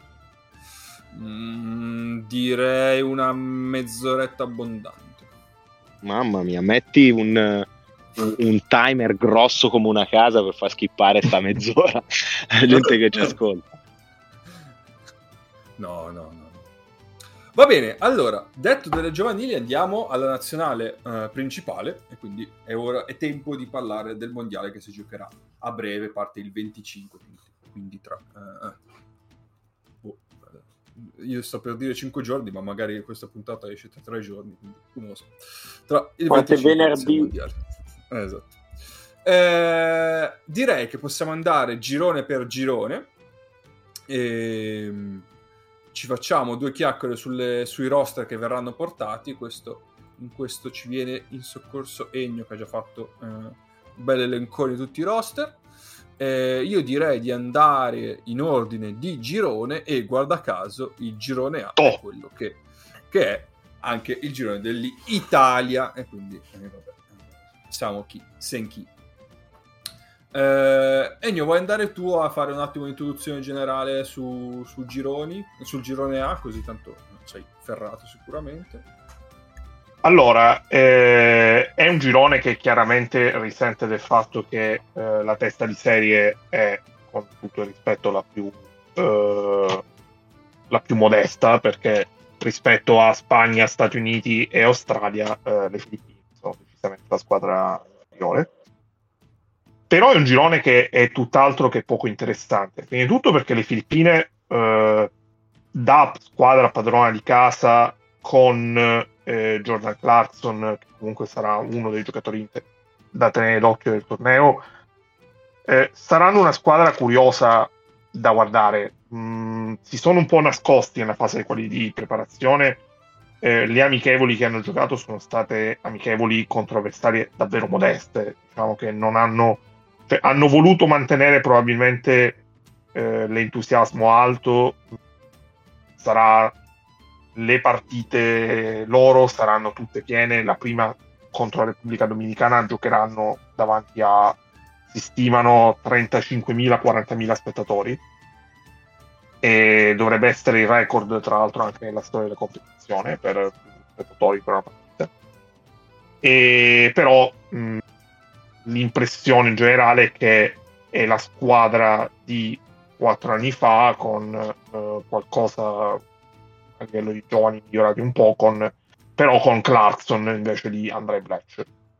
Mm, direi una mezz'oretta abbondante. Mamma mia, metti un, un, un timer grosso come una casa per far skippare sta mezz'ora alla gente che ci ascolta. No, no, no. Va bene, allora, detto delle giovanili andiamo alla nazionale uh, principale, e quindi è, ora, è tempo di parlare del mondiale che si giocherà a breve, parte il venticinque, quindi, quindi tra... Uh, oh, io sto per dire cinque giorni, ma magari questa puntata esce tra tre giorni, quindi non lo so. Tra il Qualche venticinque venerdì, mondiale. Esatto. Eh, direi che possiamo andare girone per girone e ci facciamo due chiacchiere sulle, sui roster che verranno portati. Questo, in questo ci viene in soccorso Ennio, che ha già fatto eh, un bel elencone di tutti i roster. Eh, io direi di andare in ordine di girone e guarda caso il girone A è quello che, che è anche il girone dell'Italia e quindi eh, vabbè, siamo chi, sen chi. Eh, Ennio, vuoi andare tu a fare un attimo di introduzione generale su, su gironi, sul girone A, così tanto sei ferrato sicuramente. Allora, eh, è un girone che chiaramente risente del fatto che eh, la testa di serie è, con tutto il rispetto, la più, eh, la più modesta, perché rispetto a Spagna, Stati Uniti e Australia, eh, le Filippine sono decisamente la squadra migliore. Però è un girone che è tutt'altro che poco interessante. Prima di tutto perché le Filippine, eh, da squadra padrona di casa, con eh, Jordan Clarkson, che comunque sarà uno dei giocatori inter- da tenere d'occhio del torneo, eh, saranno una squadra curiosa da guardare. Mm, si sono un po' nascosti nella fase di, quelli di preparazione. Eh, le amichevoli che hanno giocato sono state amichevoli contro avversarie davvero modeste, diciamo che non hanno, cioè, hanno voluto mantenere probabilmente eh, l'entusiasmo alto. Sarà le partite loro saranno tutte piene. La prima contro la Repubblica Dominicana giocheranno davanti a, si stimano, trentacinquemila quarantamila spettatori, e dovrebbe essere il record tra l'altro anche nella storia della competizione per spettatori per una partita. E però mh, l'impressione in generale è che è la squadra di quattro anni fa, con eh, qualcosa a livello di giovani migliorati un po', con, però con Clarkson invece di Andrei Bletch.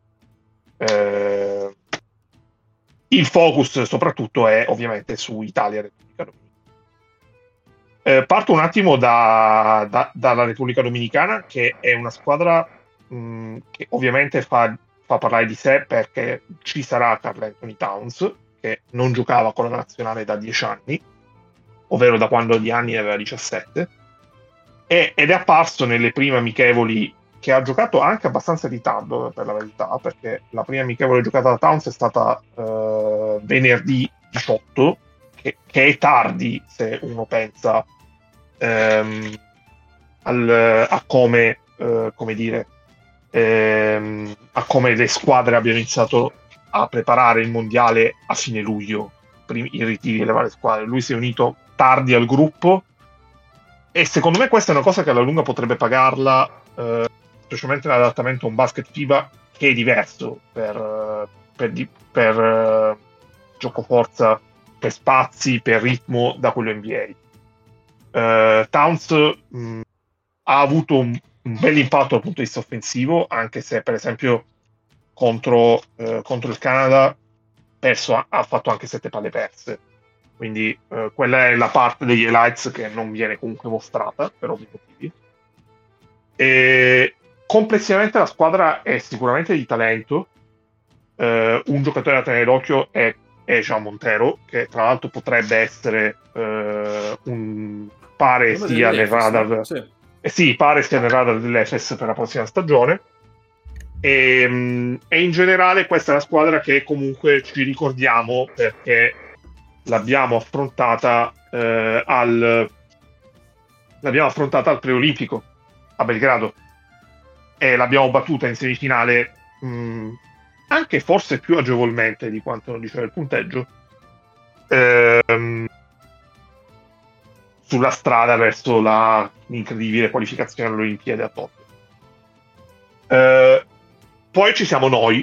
Eh, il focus soprattutto è ovviamente su Italia e Repubblica Dominicana. Eh, parto un attimo da, da, dalla Repubblica Dominicana, che è una squadra mh, che ovviamente fa, fa parlare di sé, perché ci sarà Karl Anthony Towns, che non giocava con la nazionale da dieci anni, ovvero da quando di anni aveva diciassette, e, ed è apparso nelle prime amichevoli, che ha giocato anche abbastanza in ritardo per la verità, perché la prima amichevole giocata da Towns è stata uh, venerdì diciotto, che, che è tardi se uno pensa um, al, a come uh, come dire um, a come le squadre abbiano iniziato a preparare il mondiale a fine luglio, i ritiri delle varie squadre. Lui si è unito tardi al gruppo e secondo me questa è una cosa che alla lunga potrebbe pagarla, eh, specialmente nell'adattamento a un basket FIBA che è diverso per, per, per uh, gioco forza, per spazi, per ritmo da quello N B A. Uh, Towns mh, ha avuto un, un bel impatto dal punto di vista offensivo, anche se per esempio contro, uh, contro il Canada perso, ha, ha fatto anche sette palle perse. Quindi uh, quella è la parte degli highlights che non viene comunque mostrata per ovvi motivi. E complessivamente la squadra è sicuramente di talento. Uh, un giocatore da tenere d'occhio è, è Jean Montero, che tra l'altro potrebbe essere uh, un pare Come sia nel radar, no? Sì. Eh sì, pare sia nel radar dell'E F E S per la prossima stagione. E, um, e in generale questa è una squadra che comunque ci ricordiamo perché l'abbiamo affrontata eh, al l'abbiamo affrontata al preolimpico a Belgrado e l'abbiamo battuta in semifinale mh, anche forse più agevolmente di quanto non diceva il punteggio, ehm, sulla strada verso la incredibile qualificazione alle Olimpiadi a Tokyo. Eh, poi ci siamo noi,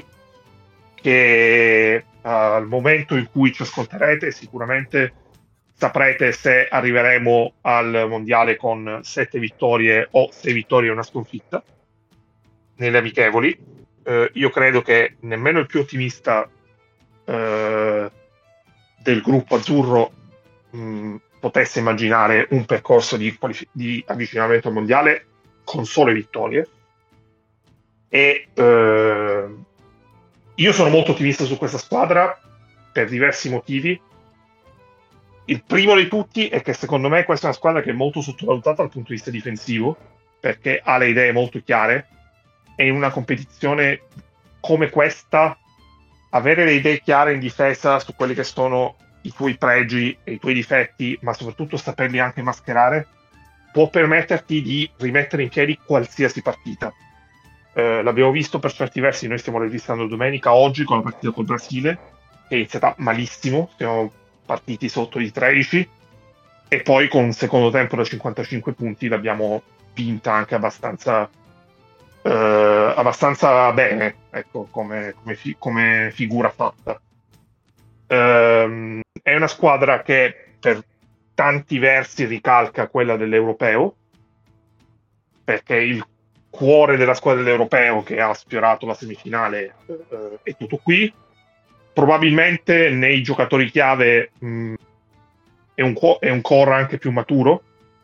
che uh, al momento in cui ci ascolterete sicuramente saprete se arriveremo al mondiale con sette vittorie o sei vittorie e una sconfitta nelle amichevoli. Uh, io credo che nemmeno il più ottimista uh, del gruppo azzurro mh, potesse immaginare un percorso di, qualif- di avvicinamento al mondiale con sole vittorie. E uh, io sono molto ottimista su questa squadra per diversi motivi. Il primo di tutti è che secondo me questa è una squadra che è molto sottovalutata dal punto di vista difensivo, perché ha le idee molto chiare, e in una competizione come questa avere le idee chiare in difesa su quelli che sono i tuoi pregi e i tuoi difetti, ma soprattutto saperli anche mascherare, può permetterti di rimettere in piedi qualsiasi partita. Eh, l'abbiamo visto per certi versi, noi stiamo registrando domenica, oggi con la partita col Brasile, che è iniziata malissimo, siamo partiti sotto di tredici, e poi con un secondo tempo da cinquantacinque punti l'abbiamo vinta anche abbastanza eh, abbastanza bene, ecco, come, come, fi- come figura fatta. Um, è una squadra che per tanti versi ricalca quella dell'Europeo, perché il cuore della squadra dell'Europeo, che ha sfiorato la semifinale, uh, è tutto qui. Probabilmente nei giocatori chiave mh, è, un co- è un core anche più maturo,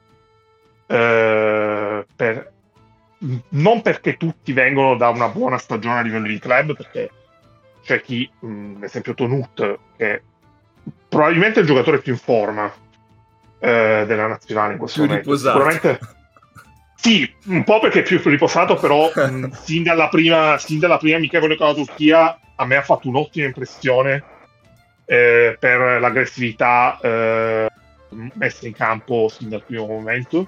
uh, per, non perché tutti vengono da una buona stagione a livello di club, perché c'è chi, mh, ad esempio Tonut, che è probabilmente il giocatore più in forma eh, della nazionale in questo più momento. Riposato. Sicuramente sì, un po' perché è più riposato, però mh, sin dalla prima sin dalla prima amichevole con la Turchia a me ha fatto un'ottima impressione eh, per l'aggressività eh, messa in campo sin dal primo momento.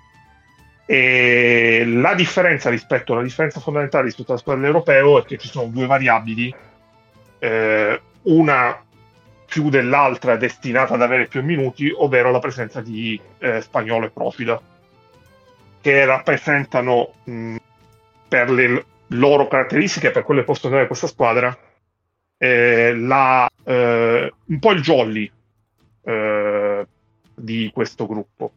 E la differenza rispetto alla differenza fondamentale rispetto alla squadra dell'Europeo è che ci sono due variabili, eh, una più dell'altra destinata ad avere più minuti, ovvero la presenza di eh, Spagnolo e Profida, che rappresentano mh, per le loro caratteristiche, per quelle che possono avere questa squadra, eh, la, eh, un po' il jolly eh, di questo gruppo.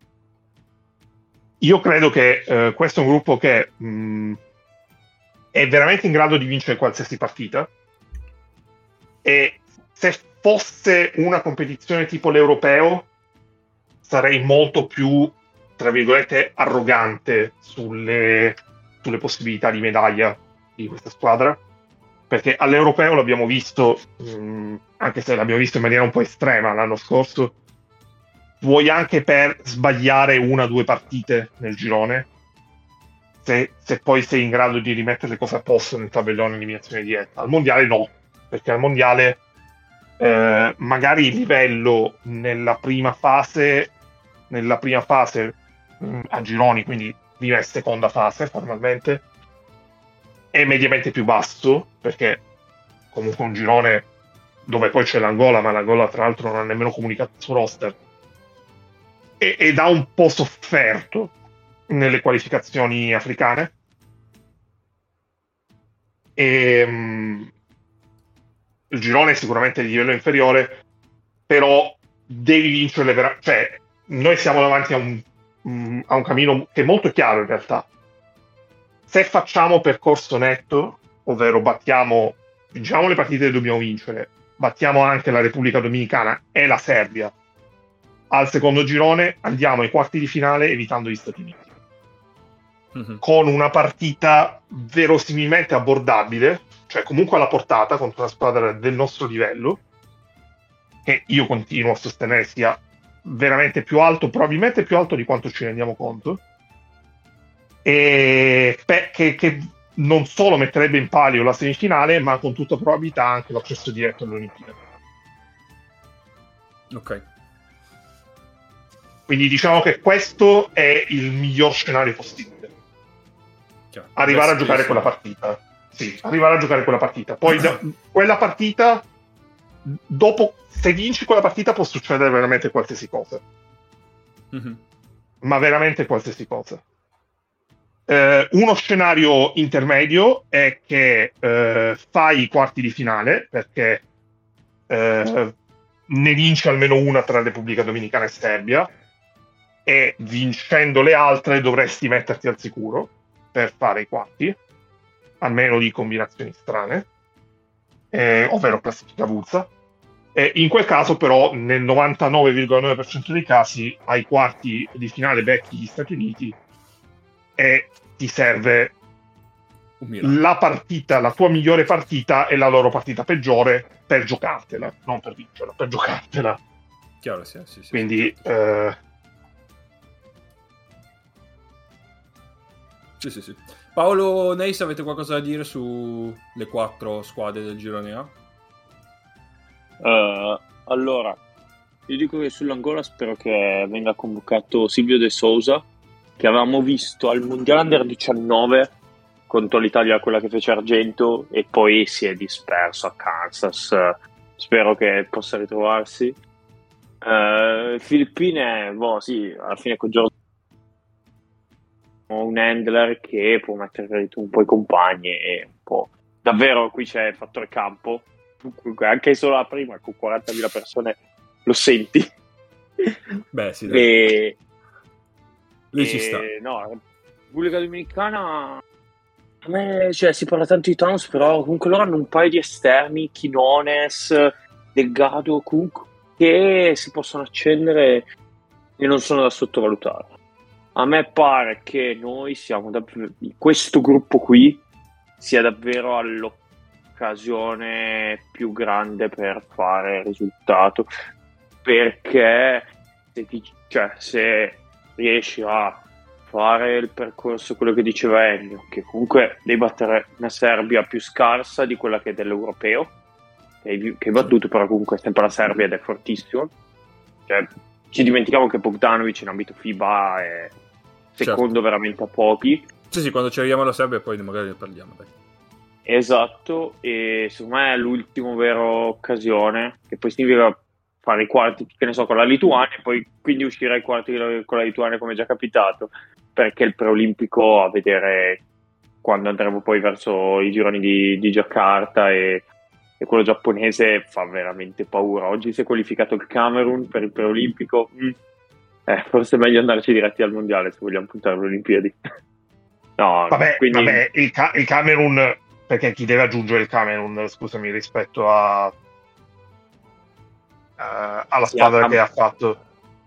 Io credo che eh, questo è un gruppo che mh, è veramente in grado di vincere qualsiasi partita, e se fosse una competizione tipo l'Europeo sarei molto più, tra virgolette, arrogante sulle, sulle possibilità di medaglia di questa squadra, perché all'Europeo l'abbiamo visto, mh, anche se l'abbiamo visto in maniera un po' estrema l'anno scorso, vuoi anche per sbagliare una o due partite nel girone, se, se poi sei in grado di rimettere le cose a posto nel tabellone eliminazione diretta. Al mondiale no, perché al mondiale eh, magari il livello nella prima fase nella prima fase mh, a gironi, quindi prima e seconda fase formalmente, è mediamente più basso, perché comunque un girone dove poi c'è l'Angola, ma l'Angola tra l'altro non ha nemmeno comunicato il suo roster, e, ed ha un po' sofferto nelle qualificazioni africane, e mh, il girone è sicuramente di livello inferiore, però devi vincere vera- cioè noi siamo davanti a un, um, a un cammino che è molto chiaro in realtà. Se facciamo percorso netto, ovvero battiamo, vinciamo le partite che dobbiamo vincere, battiamo anche la Repubblica Dominicana e la Serbia al secondo girone, andiamo ai quarti di finale evitando gli Stati Uniti, mm-hmm. con una partita verosimilmente abbordabile, cioè comunque alla portata contro una squadra del nostro livello, che io continuo a sostenere sia veramente più alto, probabilmente più alto di quanto ci rendiamo conto, e pe- che, che non solo metterebbe in palio la semifinale, ma con tutta probabilità anche l'accesso diretto alle Olimpiadi. Ok. Quindi diciamo che questo è il miglior scenario possibile. Chiaro. Arrivare a giocare quella partita. Sì, arrivare a giocare quella partita. Poi da, quella partita, dopo, se vinci quella partita può succedere veramente qualsiasi cosa. Mm-hmm. Ma veramente qualsiasi cosa. Eh, uno scenario intermedio è che eh, fai i quarti di finale, perché eh, ne vinci almeno una tra Repubblica Dominicana e Serbia, e vincendo le altre dovresti metterti al sicuro per fare i quarti, almeno di combinazioni strane, eh, ovvero classifica Vulsa. E in quel caso però nel novantanove virgola nove per cento dei casi ai quarti di finale becchi gli Stati Uniti e ti serve la partita, la tua migliore partita è la loro partita peggiore per giocartela, non per vincerla, per giocartela. Chiaro, sì, sì, sì. Quindi eh... sì, sì, sì. Paolo, Neis, avete qualcosa da dire sulle quattro squadre del girone A? Uh, allora, io dico che sull'Angola spero che venga convocato Silvio De Sousa, che avevamo visto al Mondiale Under diciannove contro l'Italia, quella che fece argento, e poi si è disperso a Kansas. Spero che possa ritrovarsi. Uh, Filippine, boh, sì, alla fine con Giorgio un handler che può mettere un po' i compagni e un po'. Davvero qui c'è il fattore campo, anche solo la prima con quarantamila persone lo senti. Beh, sì, dai. E lì e, ci sta. No, Repubblica Dominicana, a me, cioè, si parla tanto di Towns, però comunque loro hanno un paio di esterni, Quinones, Delgado, comunque, che si possono accendere e non sono da sottovalutare. A me pare che noi siamo davvero, questo gruppo qui sia davvero all'occasione più grande per fare risultato, perché se, ti, cioè, se riesci a fare il percorso, quello che diceva Ennio, che comunque devi battere una Serbia più scarsa di quella che è dell'europeo, che hai, che hai battuto, però comunque è sempre la Serbia ed è fortissimo, cioè, ci dimentichiamo che Bogdanovic in ambito FIBA è secondo certo. veramente a pochi. Sì, sì, quando ci arriviamo alla Serbia poi magari ne parliamo. Dai. Esatto, e secondo me è l'ultima vera occasione, che poi significa fare i quarti, che ne so, con la Lituania, e poi quindi uscire ai quarti con la Lituania come già capitato, perché il preolimpico, a vedere quando andremo poi verso i gironi di, di Giacarta e, e quello giapponese, fa veramente paura. Oggi si è qualificato il Camerun per il preolimpico. Mm. Eh, forse è meglio andarci diretti al mondiale se vogliamo puntare alle Olimpiadi. No, vabbè, quindi... vabbè il, Ca- il Camerun, perché chi deve aggiungere il Camerun, scusami, rispetto a uh, alla sì, squadra a... che ha fatto,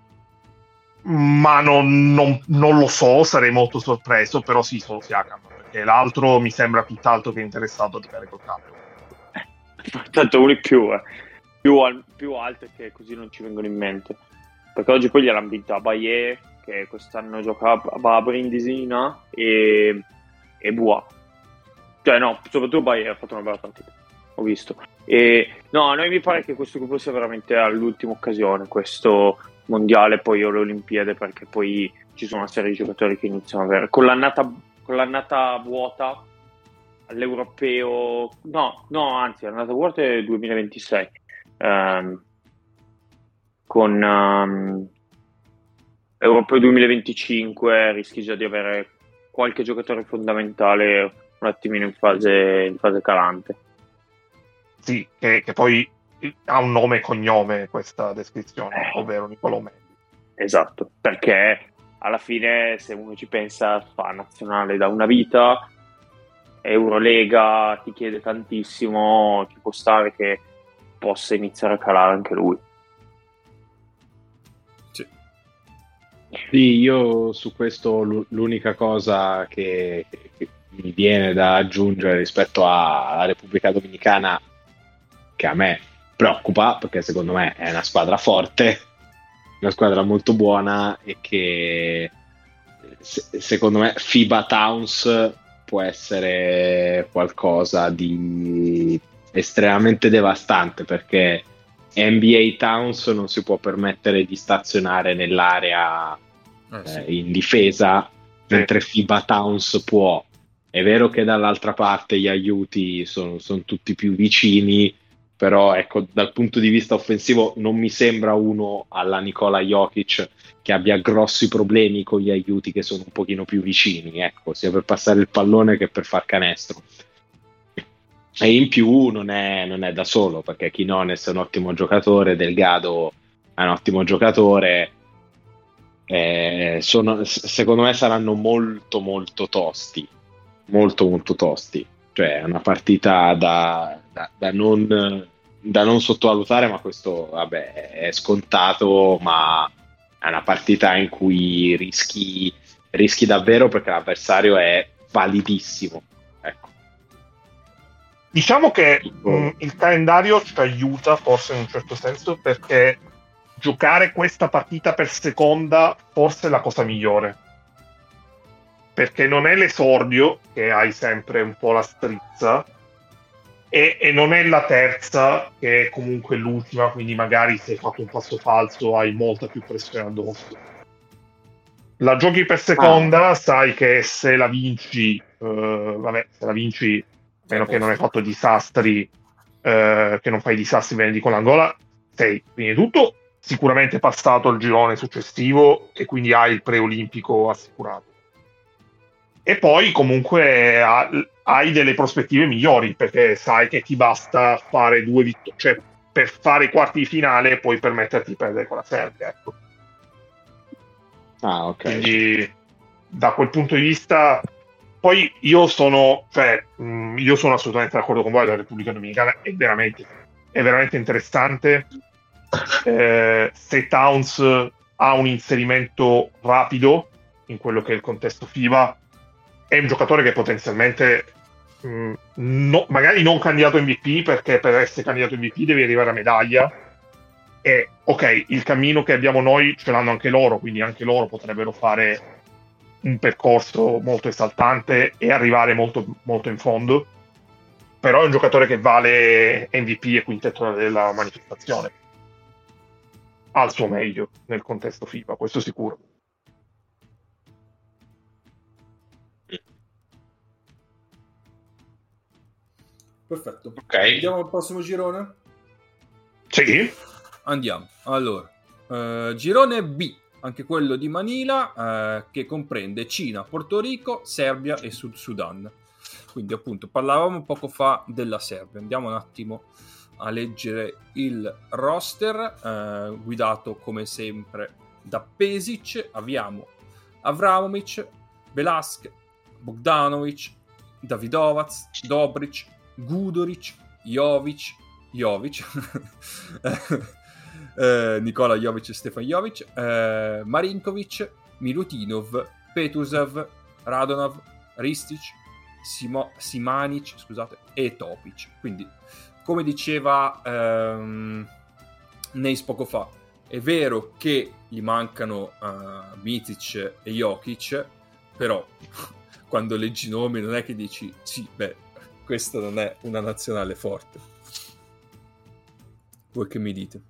ma non, non, non lo so, sarei molto sorpreso, però sì, solo Siakam, perché l'altro mi sembra tutt'altro che interessato a giocare col Camerun. Tanto uno in più, eh. più, al- più alte che così non ci vengono in mente. Perché oggi poi gliel'hanno vinta a Bayer, che quest'anno gioca a Brindisina, e, e Bois. Cioè no, soprattutto Bayer ha fatto una bella partita, ho visto. E no, a noi mi pare che questo gruppo sia veramente all'ultima occasione, questo mondiale, poi alle Olimpiadi, perché poi ci sono una serie di giocatori che iniziano a avere. Con l'annata, con l'annata vuota all'europeo, no, no, anzi, l'annata vuota è duemilaventisei. Um, con um, Europeo duemilaventicinque rischi già di avere qualche giocatore fondamentale un attimino in fase, in fase calante. Sì, che, che poi ha un nome e cognome questa descrizione, eh. ovvero Nicolò Mendy. Esatto, perché alla fine se uno ci pensa fa nazionale da una vita, Eurolega ti chiede tantissimo, ci può stare che possa iniziare a calare anche lui. Sì, io su questo l'unica cosa che, che mi viene da aggiungere rispetto alla Repubblica Dominicana, che a me preoccupa perché secondo me è una squadra forte, una squadra molto buona, e che se, secondo me FIBA Towns può essere qualcosa di estremamente devastante, perché N B A Towns non si può permettere di stazionare nell'area eh, sì. eh, in difesa, sì. mentre FIBA Towns può. È vero che dall'altra parte gli aiuti sono, sono tutti più vicini, però ecco, dal punto di vista offensivo non mi sembra uno alla Nikola Jokic che abbia grossi problemi con gli aiuti che sono un pochino più vicini, ecco, sia per passare il pallone che per far canestro. E in più non è, non è da solo, perché Quinones è un ottimo giocatore, Delgado è un ottimo giocatore, eh, sono, secondo me saranno molto molto tosti, molto molto tosti, cioè è una partita da, da, da, non, da non sottovalutare, ma questo vabbè è scontato, ma è una partita in cui rischi, rischi davvero, perché l'avversario è validissimo, ecco. Diciamo che mh, il calendario ci aiuta forse in un certo senso, perché giocare questa partita per seconda forse è la cosa migliore, perché non è l'esordio che hai sempre un po' la strizza e, e non è la terza che è comunque l'ultima, quindi magari se hai fatto un passo falso hai molta più pressione addosso. La giochi per seconda, ah. sai che se la vinci, uh, vabbè, se la vinci, a meno che non hai fatto disastri, uh, che non fai disastri venerdì con l'Angola, sei prima di tutto sicuramente passato il girone successivo e quindi hai il preolimpico assicurato. E poi comunque ha, hai delle prospettive migliori, perché sai che ti basta fare due vittorie, cioè per fare i quarti di finale puoi permetterti di perdere con la Serbia, ecco. Ah, ok. Quindi da quel punto di vista, poi io sono, cioè, mh, io sono assolutamente d'accordo con voi. La Repubblica Dominicana è veramente, è veramente interessante. Eh, se Towns ha un inserimento rapido in quello che è il contesto FIBA, è un giocatore che potenzialmente, mh, no, magari non candidato M V P, perché per essere candidato M V P devi arrivare a medaglia. E ok, il cammino che abbiamo noi ce l'hanno anche loro, quindi anche loro potrebbero fare un percorso molto esaltante e arrivare molto, molto in fondo. Però è un giocatore che vale M V P e quintetto della manifestazione al suo meglio nel contesto FIBA, questo sicuro. Perfetto. Ok. Andiamo al prossimo girone? Sì. Andiamo. Allora, eh, girone B, anche quello di Manila, eh, che comprende Cina, Porto Rico, Serbia e Sud Sudan. Quindi appunto parlavamo poco fa della Serbia. Andiamo un attimo a leggere il roster, eh, guidato come sempre da Pesic. Abbiamo Avramovic, Velasquez, Bogdanovic, Davidovac, Dobric, Guduric, Jovic, Jovic, eh, Nikola Jovic e Stefan Jovic, eh, Marinkovic, Milutinov, Petusev, Radonov, Ristic, Simo- Simanic, scusate, e Topic. Quindi, come diceva ehm, Neis poco fa, è vero che gli mancano uh, Mitic e Jokic, però quando leggi i nomi non è che dici sì, beh, questa non è una nazionale forte. Voi che mi dite?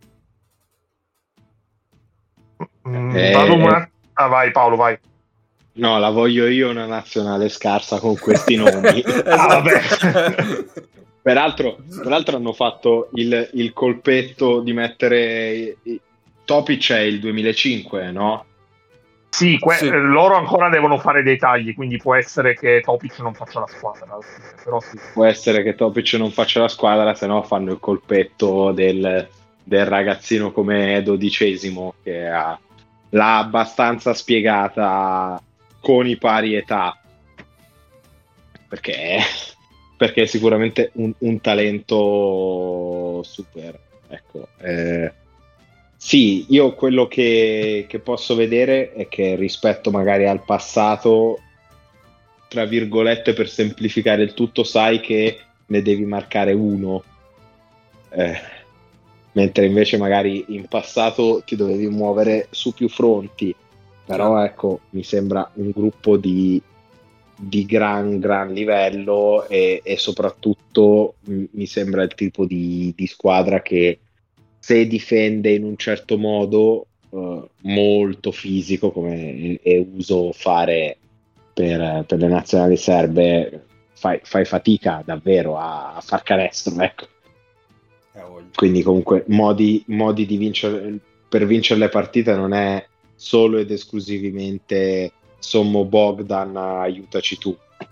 Mm, eh, vado una... Ah, vai Paolo, vai. No, la voglio io una nazionale scarsa con questi nomi. Esatto. Ah, vabbè. Peraltro, peraltro hanno fatto il, il colpetto di mettere Topic è il duemilacinque, no? Sì, que- sì, loro ancora devono fare dei tagli, quindi può essere che Topic non faccia la squadra. Però sì. Può essere che Topic non faccia la squadra, se no fanno il colpetto del, del ragazzino come dodicesimo, che ha, l'ha abbastanza spiegata con i pari età, perché, perché è sicuramente un, un talento super. Ecco, eh, sì, io quello che, che posso vedere è che rispetto magari al passato, tra virgolette, per semplificare il tutto, sai che ne devi marcare uno, eh, mentre invece magari in passato ti dovevi muovere su più fronti. Però ecco, mi sembra un gruppo di, di gran gran livello e, e soprattutto mi sembra il tipo di, di squadra che, se difende in un certo modo, uh, molto fisico, come è uso fare per, per le nazionali serbe, fai, fai fatica davvero a, a far canestro, ecco. Quindi comunque modi, modi di vincere, per vincere le partite non è solo ed esclusivamente sommo Bogdan, aiutaci tu.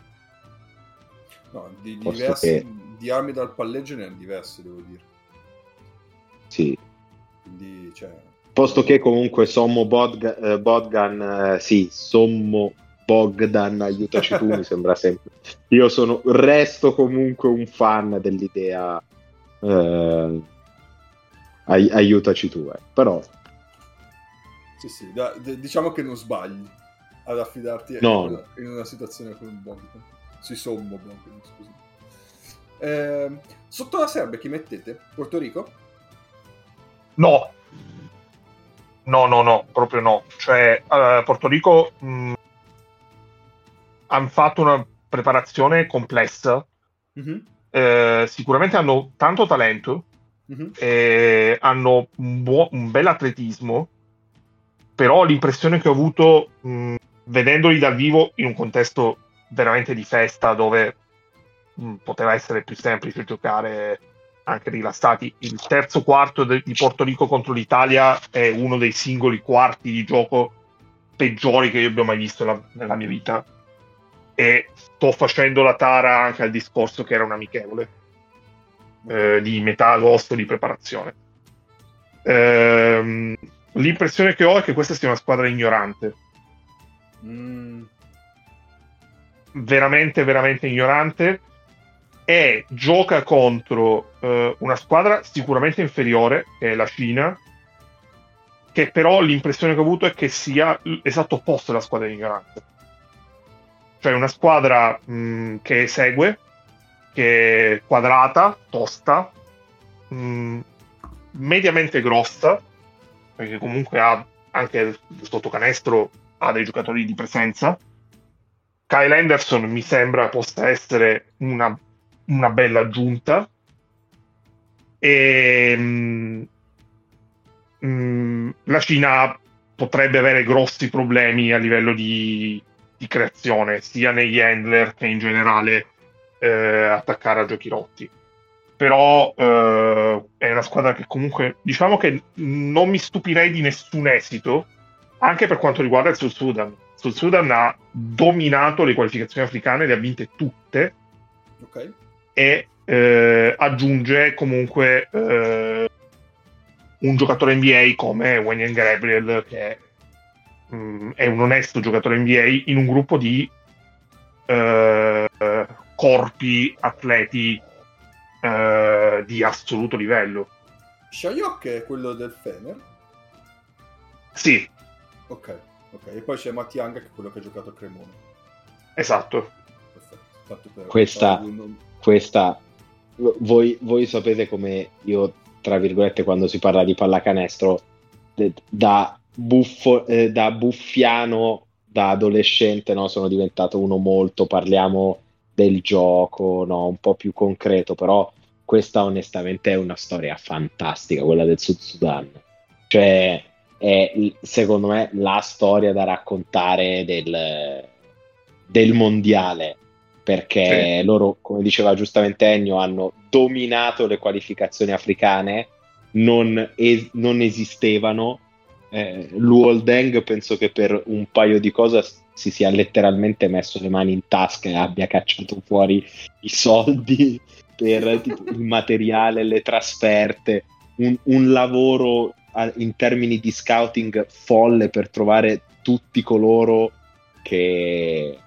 No, di, di, diversi, che... di armi dal palleggio ne hanno diverse, devo dire. Sì. Quindi, cioè... Posto che comunque sommo Bodga, eh, Bogdan, eh, sì, sommo Bogdan, aiutaci tu, mi sembra sempre. Io sono, resto comunque un fan dell'idea eh, ai, aiutaci tu, eh. Però sì, sì, da, d- diciamo che non sbagli ad affidarti no. in, una, in una situazione con Bogdan. Si sommo Bogdan, scusa. Eh, sotto la Serbia chi mettete? Porto Rico? No. No, no, no, proprio no. Cioè, uh, Porto Rico mh, hanno fatto una preparazione complessa. Mm-hmm. Eh, sicuramente hanno tanto talento, mm-hmm. eh, hanno un, buo- un bel atletismo, però l'impressione che ho avuto mh, vedendoli dal vivo in un contesto veramente di festa, dove mh, poteva essere più semplice giocare anche rilassati. Il terzo quarto de- di Porto Rico contro l'Italia è uno dei singoli quarti di gioco peggiori che io abbia mai visto la- nella mia vita, e sto facendo la tara anche al discorso che era un amichevole eh, di metà agosto di preparazione. Ehm, l'impressione che ho è che questa sia una squadra ignorante, mm. veramente veramente ignorante, e gioca contro eh, una squadra sicuramente inferiore, che è la Cina, che però l'impressione che ho avuto è che sia l'esatto opposto della squadra ignorante. Cioè una squadra mh, che segue, che è quadrata, tosta, mh, mediamente grossa, perché comunque ha anche sotto canestro ha dei giocatori di presenza. Kyle Anderson mi sembra possa essere una, una bella aggiunta, e mh, mh, la Cina potrebbe avere grossi problemi a livello di, di creazione, sia negli handler che in generale eh, attaccare a giochi rotti. Però eh, è una squadra che comunque, diciamo che non mi stupirei di nessun esito, anche per quanto riguarda il Sud Sudan. Il Sud Sudan ha dominato le qualificazioni africane, le ha vinte tutte, okay. E eh, aggiunge comunque eh, un giocatore N B A come Wenyen Gabriel, che mh, è un onesto giocatore N B A in un gruppo di eh, corpi atleti eh, di assoluto livello. Shayok è quello del Fener? Sì. Ok, ok. E poi c'è Matti Anga, che è quello che ha giocato a Cremona. Esatto. Perfetto. Per questa, questa voi, voi sapete come io, tra virgolette, quando si parla di pallacanestro, da buffo, eh, da buffiano, da adolescente, no, sono diventato uno molto, parliamo del gioco, no, un po' più concreto, però questa onestamente è una storia fantastica, quella del Sud Sudan. Cioè è, secondo me, la storia da raccontare del, del mondiale, perché sì. Loro, come diceva giustamente Ennio, hanno dominato le qualificazioni africane, non, es- non esistevano. Eh, Luol Deng penso che per un paio di cose si sia letteralmente messo le mani in tasca e abbia cacciato fuori i soldi per tipo, il materiale, le trasferte, un, un lavoro a, in termini di scouting folle per trovare tutti coloro che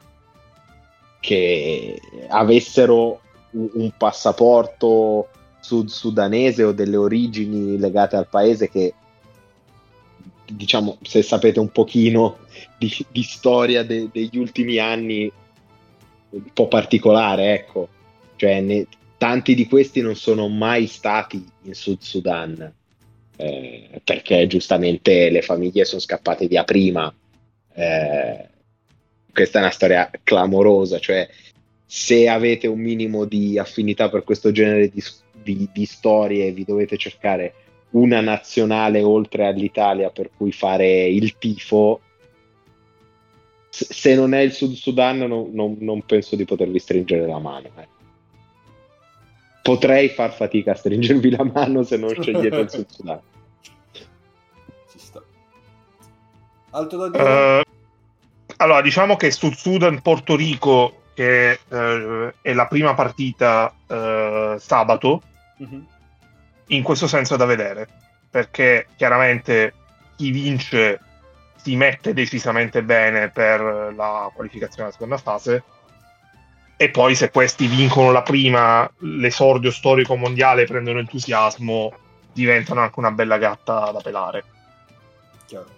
che avessero un, un passaporto sud sudanese o delle origini legate al paese, che, diciamo, se sapete un pochino di, di storia de, degli ultimi anni, un po' particolare, ecco. Cioè, ne, tanti di questi non sono mai stati in Sud Sudan, eh, perché giustamente le famiglie sono scappate via prima. Eh, questa è una storia clamorosa, cioè se avete un minimo di affinità per questo genere di, di, di storie, vi dovete cercare una nazionale oltre all'Italia per cui fare il tifo. Se non è il Sud Sudan, no, no, non penso di potervi stringere la mano. Eh. Potrei far fatica a stringervi la mano se non scegliete il Sud Sudan. Ci sta. Altro da dire? Uh, allora, diciamo che Sud Sudan Porto Rico, che uh, è la prima partita uh, sabato, mm-hmm. in questo senso è da vedere, perché chiaramente chi vince si mette decisamente bene per la qualificazione alla seconda fase, e poi se questi vincono la prima, l'esordio storico mondiale, prendono entusiasmo, diventano anche una bella gatta da pelare. Chiaro.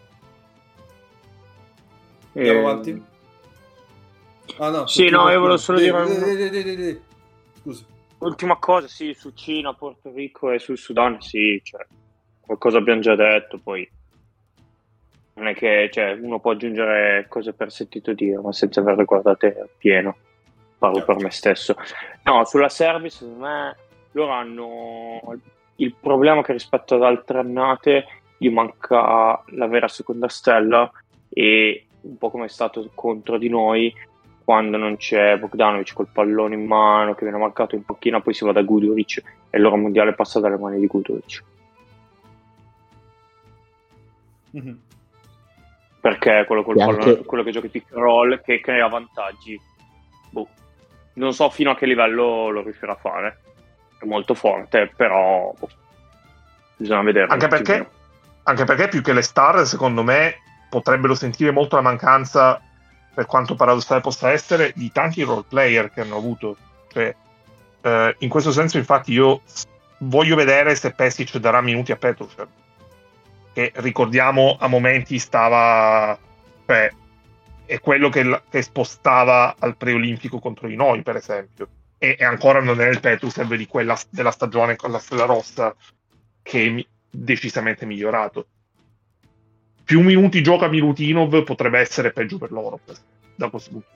Andiamo e... avanti? Ah no, sì, no, io volevo solo dire... Scusa. Ultima cosa, sì, su Cina, Porto Rico e sul Sudan, sì, cioè, qualcosa abbiamo già detto, poi non è che cioè, uno può aggiungere cose per sentito dire, ma senza averle guardate pieno, parlo certo. Per me stesso. No, sulla Serbia, secondo me, loro hanno il problema che rispetto ad altre annate gli manca la vera seconda stella, e un po' come è stato contro di noi, quando non c'è Bogdanovic col pallone in mano che viene marcato in panchina, poi si va da Guduric e il loro mondiale passa dalle mani di Guduric. Mm-hmm. Perché quello col pallone, anche... quello che gioca i pick and roll, che crea vantaggi, boh, non so fino a che livello lo riuscirà a fare. È molto forte, però boh, bisogna vedere. Anche perché, anche perché più che le star, secondo me, potrebbero sentire molto la mancanza, per quanto paradossale possa essere, di tanti role player che hanno avuto. Cioè, eh, in questo senso, infatti, io voglio vedere se Pesic darà minuti a Petrušev, che ricordiamo a momenti stava, cioè, è quello che, che spostava al preolimpico contro di noi, per esempio, e, e ancora non è il Petrušev di quella della stagione con la Stella Rossa, che è mi, decisamente migliorato. Più minuti gioca Milutinov potrebbe essere peggio per loro da questo punto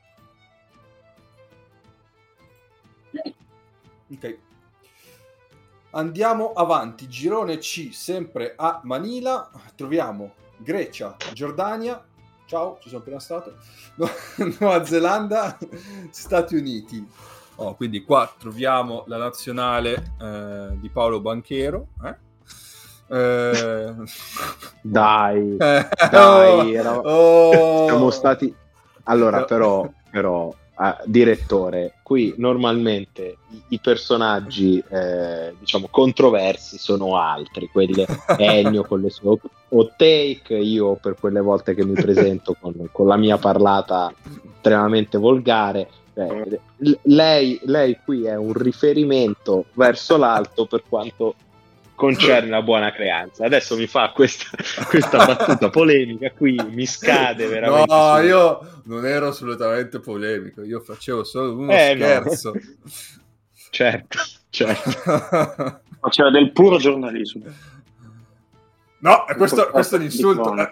di vista. Ok, andiamo avanti. Girone C, sempre a Manila, troviamo Grecia, Giordania, ciao, ci sono appena stato, Nuova Zelanda, Stati Uniti. Oh, quindi qua troviamo la nazionale eh, di Paolo Banchero, eh? Eh... dai dai era... oh. Siamo stati allora però però eh, direttore, qui normalmente i, i personaggi eh, diciamo controversi sono altri, quelli Ennio con le sue hot take, io per quelle volte che mi presento con, con la mia parlata estremamente volgare. eh, lei, lei qui è un riferimento verso l'alto per quanto concerne la buona creanza. Adesso mi fa questa, questa battuta polemica qui, mi scade veramente. No, su... io non ero assolutamente polemico, io facevo solo uno eh, scherzo. No. Certo, certo. Faceva del puro giornalismo. No, questo, questo è un insulto. No,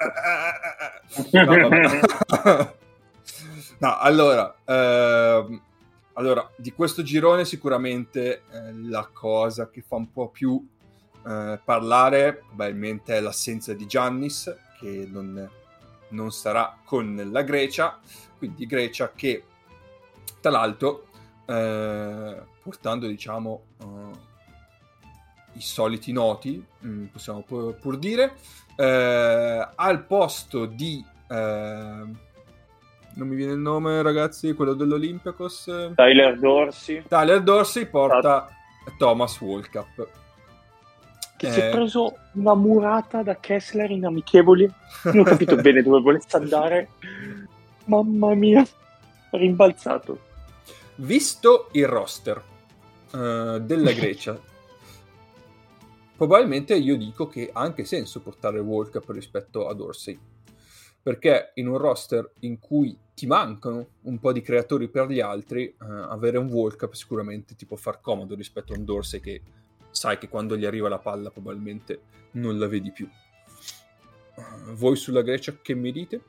no, allora, ehm, allora, di questo girone sicuramente eh, la cosa che fa un po' più Uh, parlare probabilmente è l'assenza di Giannis, che non, non sarà con la Grecia, quindi Grecia che tra l'altro uh, portando diciamo uh, i soliti noti, mh, possiamo pur, pur dire, uh, al posto di uh, non mi viene il nome, ragazzi, quello dell'Olympiakos, Tyler Dorsey Tyler Dorsey porta ah. Thomas Walkup, che eh... si è preso una murata da Kessler in amichevoli. Non ho capito bene dove volesse andare. Mamma mia, rimbalzato. Visto il roster uh, della Grecia, probabilmente io dico che ha anche senso portare Walkup rispetto a Dorsey, perché in un roster in cui ti mancano un po' di creatori per gli altri, uh, avere un Walkup sicuramente ti può far comodo rispetto a un Dorsey che sai che quando gli arriva la palla probabilmente non la vedi più. Uh, voi sulla Grecia che mi dite?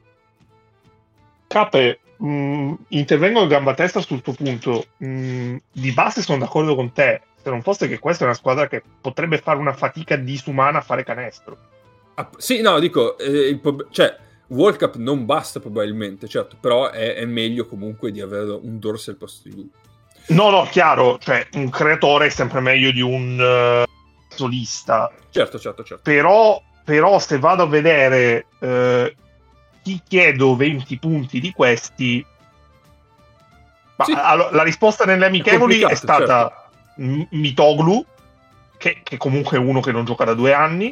Cape, mh, intervengo a gamba testa sul tuo punto. Mh, di base sono d'accordo con te, se non fosse che questa è una squadra che potrebbe fare una fatica disumana a fare canestro. Ah, sì, no, dico, eh, il prob- cioè, World Cup non basta probabilmente, certo, però è, è meglio comunque di avere un Dorsey al posto di lui. No, no, chiaro, cioè un creatore è sempre meglio di un uh, solista. Certo, certo, certo. Però, però se vado a vedere uh, chi chiedo venti punti di questi, ma, sì. Allora, la risposta nelle amichevoli è, è stata certo. Mitoglu, che, che comunque è uno che non gioca da due anni,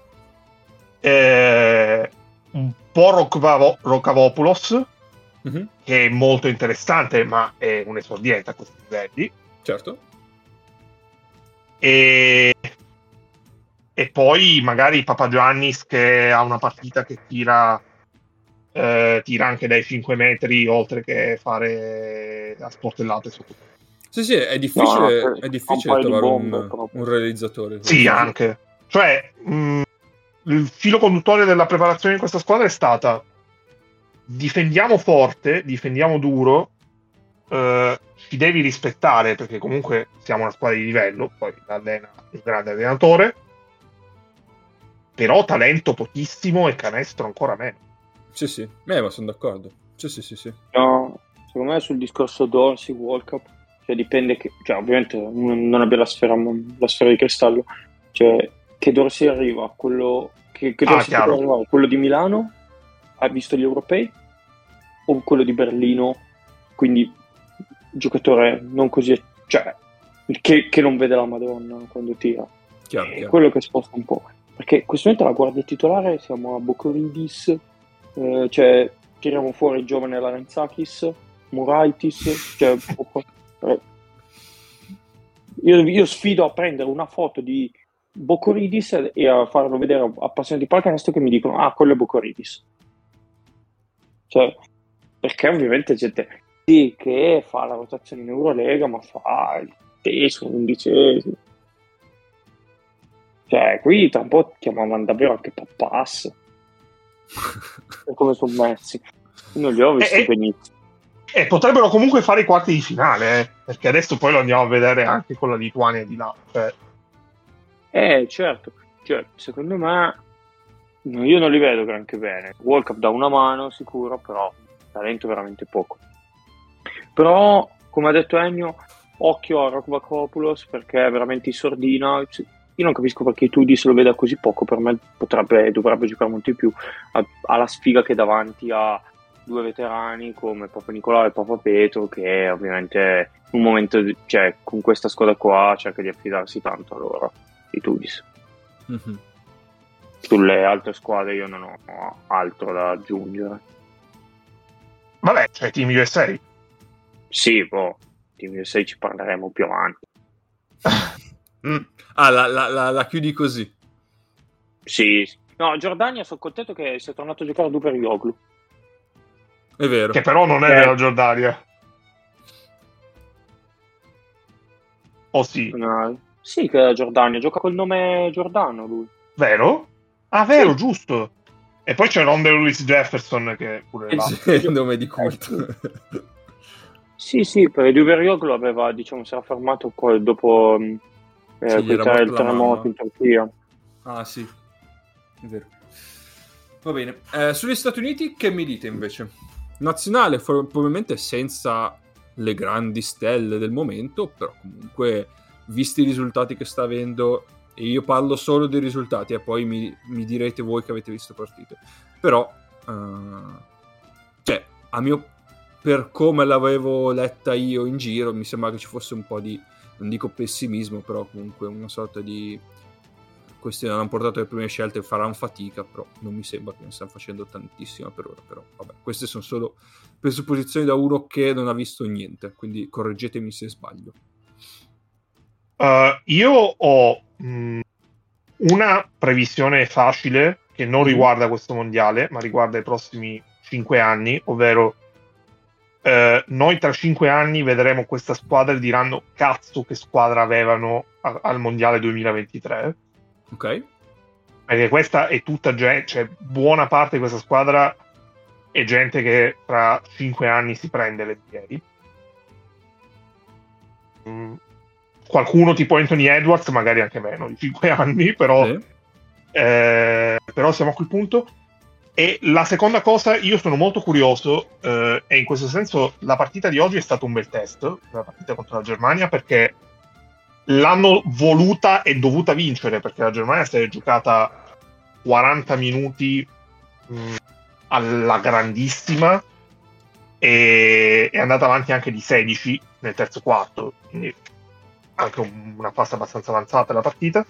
eh, un po' Rokvavo- Rokavopoulos, mm-hmm. che è molto interessante, ma è un esordiente a questi livelli. Certo. E, e poi magari Papagiannis, che ha una partita che tira eh, tira anche dai cinque metri, oltre che fare a sportellate sotto. Sì, sì, è difficile, no, no, è difficile un trovare bombe, un, un realizzatore. Sì, anche. Cioè, mh, il filo conduttore della preparazione di questa squadra è stata difendiamo forte, difendiamo duro, eh, ci devi rispettare perché comunque siamo una squadra di livello, poi allena un grande allenatore, però talento pochissimo e canestro ancora meno. Sì, sì, eh, ma sono d'accordo. Sì, sì, sì, sì. No, secondo me sul discorso Dorsey, World Cup, cioè dipende che, cioè ovviamente non abbia la sfera, la sfera di cristallo, cioè che Dorsey arriva, quello che, che Dorsey ah, arriva, quello di Milano, ha visto gli europei, o quello di Berlino, quindi giocatore non così, cioè che, che non vede la Madonna quando tira. Chiaro, è chiaro. Quello che sposta un po', perché in questo momento la guardia titolare siamo a Bokoridis, eh, cioè tiriamo fuori il giovane Larenzakis, Moraitis, cioè eh, io, io sfido a prendere una foto di Bokoridis e a farlo vedere a appassionati di pallacanestro che mi dicono ah, quello è Bokoridis, cioè perché ovviamente gente sì, che fa la rotazione in Eurolega ma fa il teso, undicesimo, cioè qui tra un po' chiamavano davvero anche Pappas come sono messi, non li ho visti e, benissimo e potrebbero comunque fare i quarti di finale, eh, perché adesso poi lo andiamo a vedere anche con la Lituania di là, cioè. eh certo, cioè secondo me io non li vedo granché bene. World Cup da una mano sicuro, però talento veramente poco. Però come ha detto Ennio, occhio a Rockbacopoulos perché è veramente in sordina. Io non capisco perché Tudi se lo veda così poco, per me potrebbe, dovrebbe giocare molto di più. Ha, ha la sfiga che davanti a due veterani come Papa Nicolau e Papa Petro, che ovviamente in un momento, cioè con questa squadra qua cerca di affidarsi tanto a loro, i Tudis. Mm-hmm. Sulle altre squadre io non ho altro da aggiungere. Vabbè, c'è Team U S A. Sì, boh, Team U S A ci parleremo più avanti. mm. Ah, la, la, la, la chiudi così? Sì. No, Giordania sono contento che sia tornato a giocare a Duperioglu. È vero. Che però non è eh. della Giordania. O sì? No, sì che è della Giordania, gioca col nome Giordano lui. Vero? Ah, vero, sì. Giusto. E poi c'è Ronda Lewis Jefferson che è pure là. È il nome di culto. Eh, sì, sì, perché Duperioglu aveva, diciamo, si era fermato poi dopo eh, sì, il terremoto in Turchia. Ah, sì. È vero. Va bene. Eh, sugli Stati Uniti che mi dite invece? Nazionale probabilmente senza le grandi stelle del momento, però comunque visti i risultati che sta avendo, e io parlo solo dei risultati e poi mi, mi direte voi che avete visto partite, però uh, cioè a mio, per come l'avevo letta io in giro mi sembra che ci fosse un po' di, non dico pessimismo, però comunque una sorta di questi non hanno portato le prime scelte, faranno fatica, però non mi sembra che ne stanno facendo tantissima per ora. Però vabbè, queste sono solo presupposizioni da uno che non ha visto niente, quindi correggetemi se sbaglio. Uh, io ho mh, una previsione facile che non mm-hmm. riguarda questo mondiale, ma riguarda i prossimi cinque anni, ovvero uh, noi tra cinque anni vedremo questa squadra e diranno cazzo che squadra avevano a- al mondiale duemilaventitré. Ok. Perché questa è tutta gente, cioè buona parte di questa squadra è gente che tra cinque anni si prende l'N B A. Mm. Qualcuno tipo Anthony Edwards, magari anche meno di cinque anni, però, sì. eh, però siamo a quel punto. E la seconda cosa, io sono molto curioso, eh, e in questo senso la partita di oggi è stato un bel test, la partita contro la Germania, perché l'hanno voluta e dovuta vincere, perché la Germania si è giocata quaranta minuti mh, alla grandissima e è andata avanti anche di sedici nel terzo quarto, quindi anche un, una fase abbastanza avanzata la partita.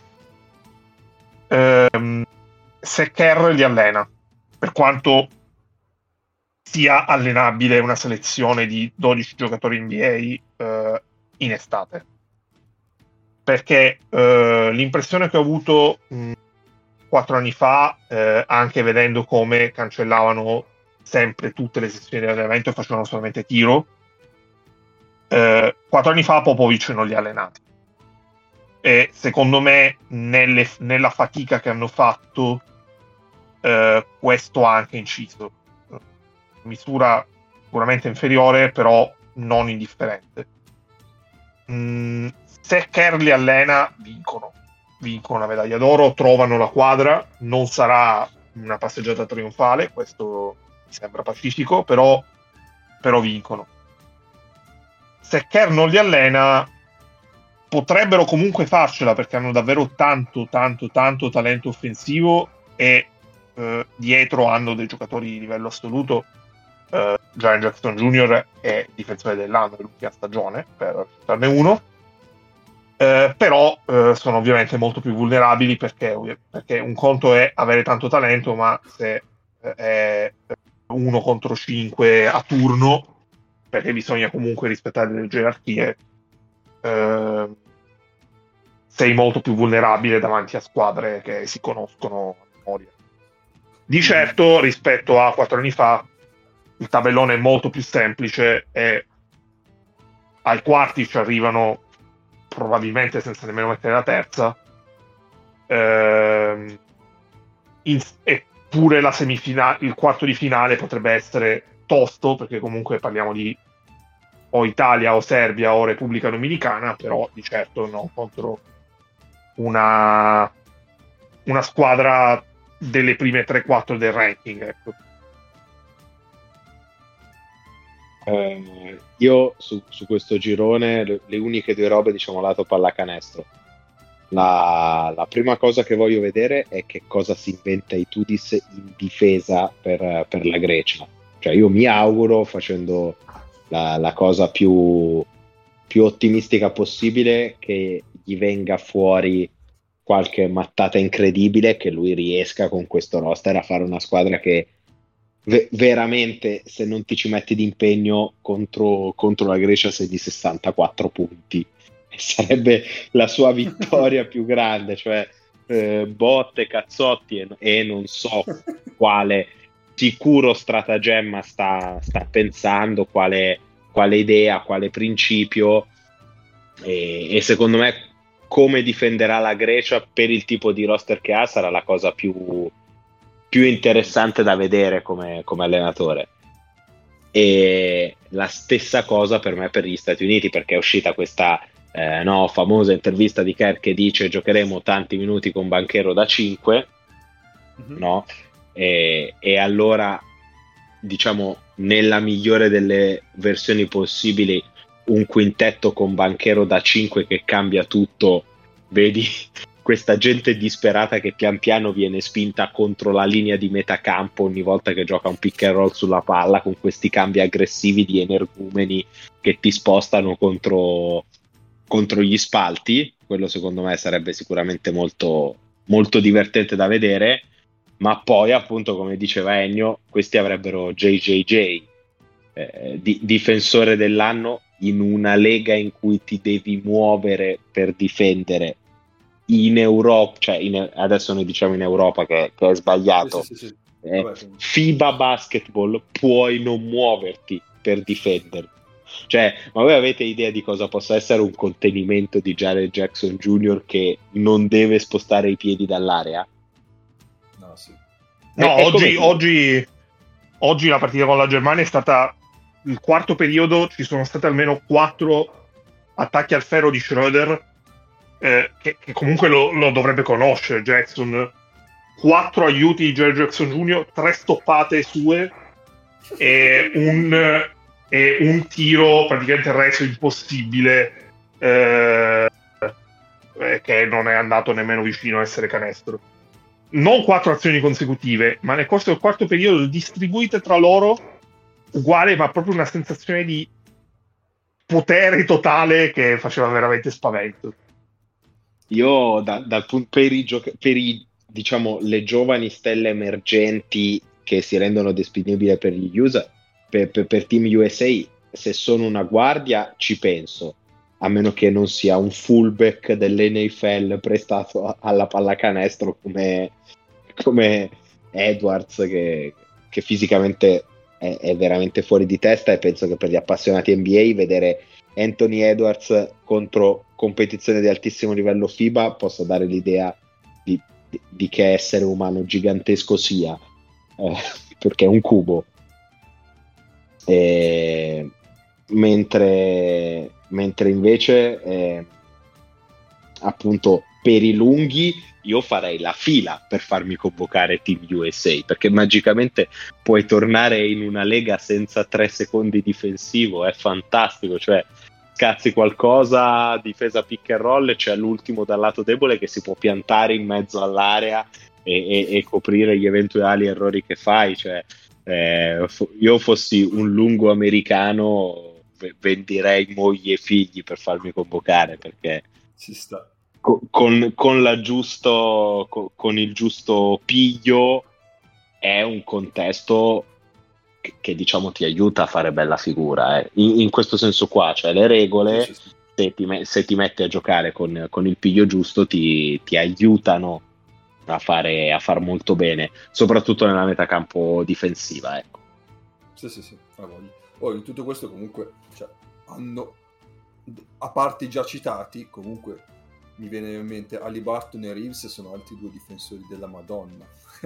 Ehm, se Kerr li allena, per quanto sia allenabile una selezione di dodici giocatori N B A eh, in estate, perché eh, l'impressione che ho avuto mh, quattro anni fa, eh, anche vedendo come cancellavano sempre tutte le sessioni di allenamento e facevano solamente tiro, eh, quattro anni fa Popovic non li ha allenati. E secondo me nelle, nella fatica che hanno fatto eh, questo ha anche inciso. Misura sicuramente inferiore, però non indifferente. Mm, se Kerr li allena, vincono. Vincono la medaglia d'oro, trovano la quadra. Non sarà una passeggiata trionfale, questo mi sembra pacifico, però, però vincono. Se Kerr non li allena, potrebbero comunque farcela, perché hanno davvero tanto, tanto, tanto talento offensivo e eh, dietro hanno dei giocatori di livello assoluto. Uh, Jaren Jackson Junior è difensore dell'anno dell'ultima stagione, per citarne uno, uh, però uh, sono ovviamente molto più vulnerabili perché, perché un conto è avere tanto talento, ma se uh, è uno contro cinque a turno, perché bisogna comunque rispettare le gerarchie, uh, sei molto più vulnerabile davanti a squadre che si conoscono a memoria. Di certo, rispetto a quattro anni fa, il tabellone è molto più semplice e ai quarti ci arrivano probabilmente senza nemmeno mettere la terza, ehm, in, eppure la semifinale, il quarto di finale potrebbe essere tosto, perché comunque parliamo di o Italia o Serbia o Repubblica Dominicana, però di certo non contro una, una squadra delle prime tre quattro del ranking, ecco. Eh, io su, su questo girone le, le uniche due robe, diciamo, lato pallacanestro, la, la prima cosa che voglio vedere è che cosa si inventa Itoudis in difesa per, per la Grecia. Cioè io mi auguro, facendo la, la cosa più, più ottimistica possibile, che gli venga fuori qualche mattata incredibile, che lui riesca con questo roster a fare una squadra che veramente, se non ti ci metti d'impegno contro, contro la Grecia, sei di sessantaquattro punti. Sarebbe la sua vittoria più grande, cioè eh, botte, cazzotti e, e non so quale sicuro stratagemma sta, sta pensando, quale, quale idea, quale principio, e, e secondo me come difenderà la Grecia per il tipo di roster che ha sarà la cosa più più interessante da vedere come, come allenatore. E la stessa cosa per me per gli Stati Uniti, perché è uscita questa eh, no, famosa intervista di Kerr che dice giocheremo tanti minuti con Banchero da cinque, mm-hmm. no? E, e allora, diciamo, nella migliore delle versioni possibili, un quintetto con Banchero da cinque che cambia tutto, vedi questa gente disperata che pian piano viene spinta contro la linea di metacampo ogni volta che gioca un pick and roll sulla palla, con questi cambi aggressivi di energumeni che ti spostano contro, contro gli spalti. Quello secondo me sarebbe sicuramente molto, molto divertente da vedere, ma poi appunto, come diceva Ennio, questi avrebbero J J J, eh, di, difensore dell'anno in una lega in cui ti devi muovere per difendere in Europa, cioè in, adesso noi diciamo in Europa che, che è sbagliato, sì, sì, sì. Eh, Vabbè, FIBA Basketball puoi non muoverti per difendere, cioè, ma voi avete idea di cosa possa essere un contenimento di Jaren Jackson Junior che non deve spostare i piedi dall'area? No, sì. no è, oggi, è oggi, oggi la partita con la Germania è stata il quarto periodo, ci sono state almeno quattro attacchi al ferro di Schroeder, Eh, che, che comunque lo, lo dovrebbe conoscere Jackson. Quattro aiuti di Jaren Jackson Junior, tre stoppate sue e un, e un tiro praticamente reso impossibile, eh, che non è andato nemmeno vicino a essere canestro. Non quattro azioni consecutive, ma nel corso del quarto periodo distribuite tra loro uguale, ma proprio una sensazione di potere totale che faceva veramente spavento. Io da, dal punto per i, gioca- per i diciamo le giovani stelle emergenti che si rendono disponibili per gli user, per, per, per Team U S A, se sono una guardia ci penso, a meno che non sia un fullback dell'N F L prestato alla pallacanestro come, come Edwards, che, che fisicamente è, è veramente fuori di testa, e penso che per gli appassionati N B A vedere Anthony Edwards contro competizione di altissimo livello FIBA possa dare l'idea di, di, di che essere umano gigantesco sia, eh, perché è un cubo. E, mentre, mentre invece eh, appunto per i lunghi io farei la fila per farmi convocare Team U S A, perché magicamente puoi tornare in una lega senza tre secondi difensivo, è fantastico, cioè scazzi qualcosa, difesa pick and roll, e c'è l'ultimo dal lato debole che si può piantare in mezzo all'area e, e, e coprire gli eventuali errori che fai, cioè eh, fo- io fossi un lungo americano v- venderei moglie e figli per farmi convocare, perché ci sta. Con, con, la giusto, con, con il giusto piglio è un contesto che, che diciamo ti aiuta a fare bella figura, eh. in, in questo senso qua, cioè le regole sì, sì. Se, ti, se ti metti a giocare con, con il piglio giusto ti, ti aiutano a fare a far molto bene, soprattutto nella metacampo difensiva, ecco. Sì sì sì, a voglia. Oh, in tutto questo comunque, cioè, hanno, a parte i già citati, comunque mi viene in mente Haliburton e Reeves sono altri due difensori della Madonna.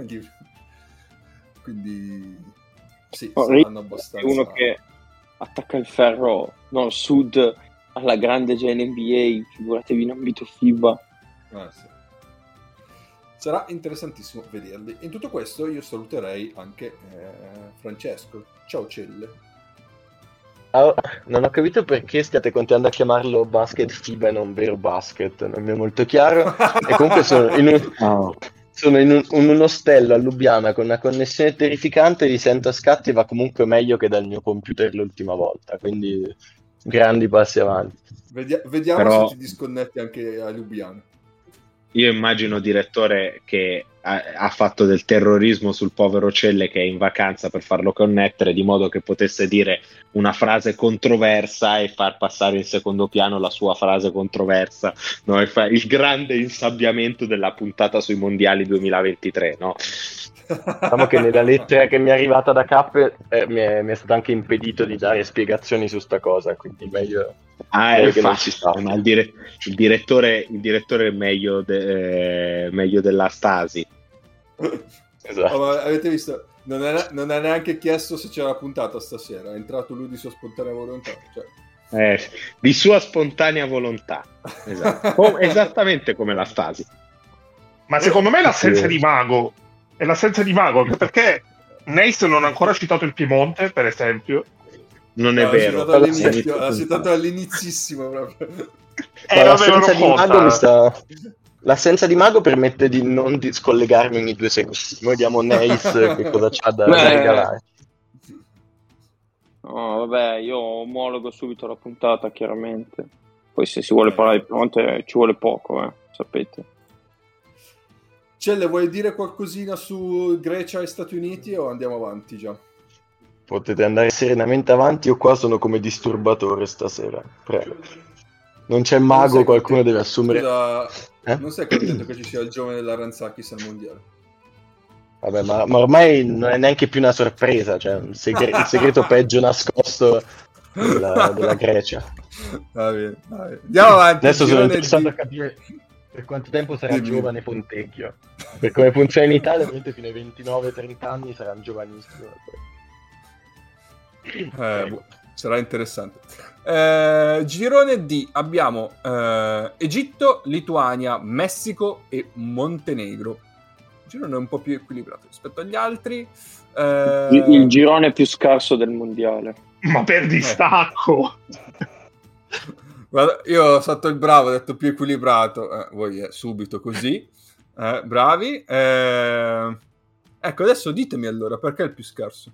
Quindi sì, oh, saranno abbastanza... uno che attacca il ferro nord sud alla grande già in N B A, figuratevi in ambito FIBA. Ah, sì. Sarà interessantissimo vederli. In tutto questo io saluterei anche eh, Francesco. Ciao Celle. Oh, non ho capito perché stiate continuando a chiamarlo basket FIBA e non vero basket, non mi è molto chiaro. E comunque sono in, un, oh. sono in, un, in un ostello a Lubiana con una connessione terrificante, li sento a scatti e va comunque meglio che dal mio computer l'ultima volta, quindi grandi passi avanti. Vedi- vediamo Però... se ti disconnetti anche a Lubiana. Io immagino direttore che ha, ha fatto del terrorismo sul povero Celle che è in vacanza per farlo connettere, di modo che potesse dire una frase controversa e far passare in secondo piano la sua frase controversa, no? E fa il grande insabbiamento della puntata sui mondiali duemilaventitré, no? Diciamo che nella lettera che mi è arrivata da Cap eh, mi, è, mi è stato anche impedito di dare spiegazioni su sta cosa, quindi meglio, ah, meglio è che non facile, si sta. Ma il, dire, il direttore il direttore è meglio, de, eh, meglio della Stasi. Esatto. Oh, ma avete visto? Non ha, non ha neanche chiesto se c'era puntata stasera, è entrato lui di sua spontanea volontà, cioè. Eh, di sua spontanea volontà, esatto. Com- esattamente come la Stasi. Ma secondo me l'assenza di Mago è l'assenza di Mago, anche perché Nace non ha ancora citato il Piemonte, per esempio. Non è no, vero, l'ha citato, l'ha citato all'inizissimo proprio. Eh, l'assenza, di Mago mi sta... l'assenza di Mago permette di non di scollegarmi ogni due secondi. Noi vediamo Nace che cosa c'ha da, da regalare. No, vabbè, io omologo subito la puntata, chiaramente. Poi se si vuole parlare di Piemonte ci vuole poco, eh, sapete. Celle, vuoi dire qualcosina su Grecia e Stati Uniti o andiamo avanti già? Potete andare serenamente avanti, io qua sono come disturbatore stasera, prego. Non c'è Mago, non qualcuno contento. Deve assumere... Scusa, eh? non sei contento che ci sia il giovane dell'Aranzacchis al mondiale? Vabbè, ma, ma ormai non è neanche più una sorpresa, cioè un segre- il segreto peggio nascosto della, della Grecia. Va bene, va bene. Andiamo avanti. Adesso sono interessato di... a capire per quanto tempo sarà Dimmi. giovane Pontecchio. Per come funziona in Italia, ovviamente fino ai ventinove trenta anni sarà giovanissimo. Eh, sarà interessante. Eh, girone D abbiamo eh, Egitto, Lituania, Messico e Montenegro. Il girone è un po' più equilibrato rispetto agli altri. Eh... Il, il girone più scarso del mondiale. Ma per distacco. Guarda, io ho fatto il bravo, ho detto più equilibrato. Eh, voi è subito così. Eh, bravi. Eh... Ecco, adesso ditemi allora perché è il più scarso.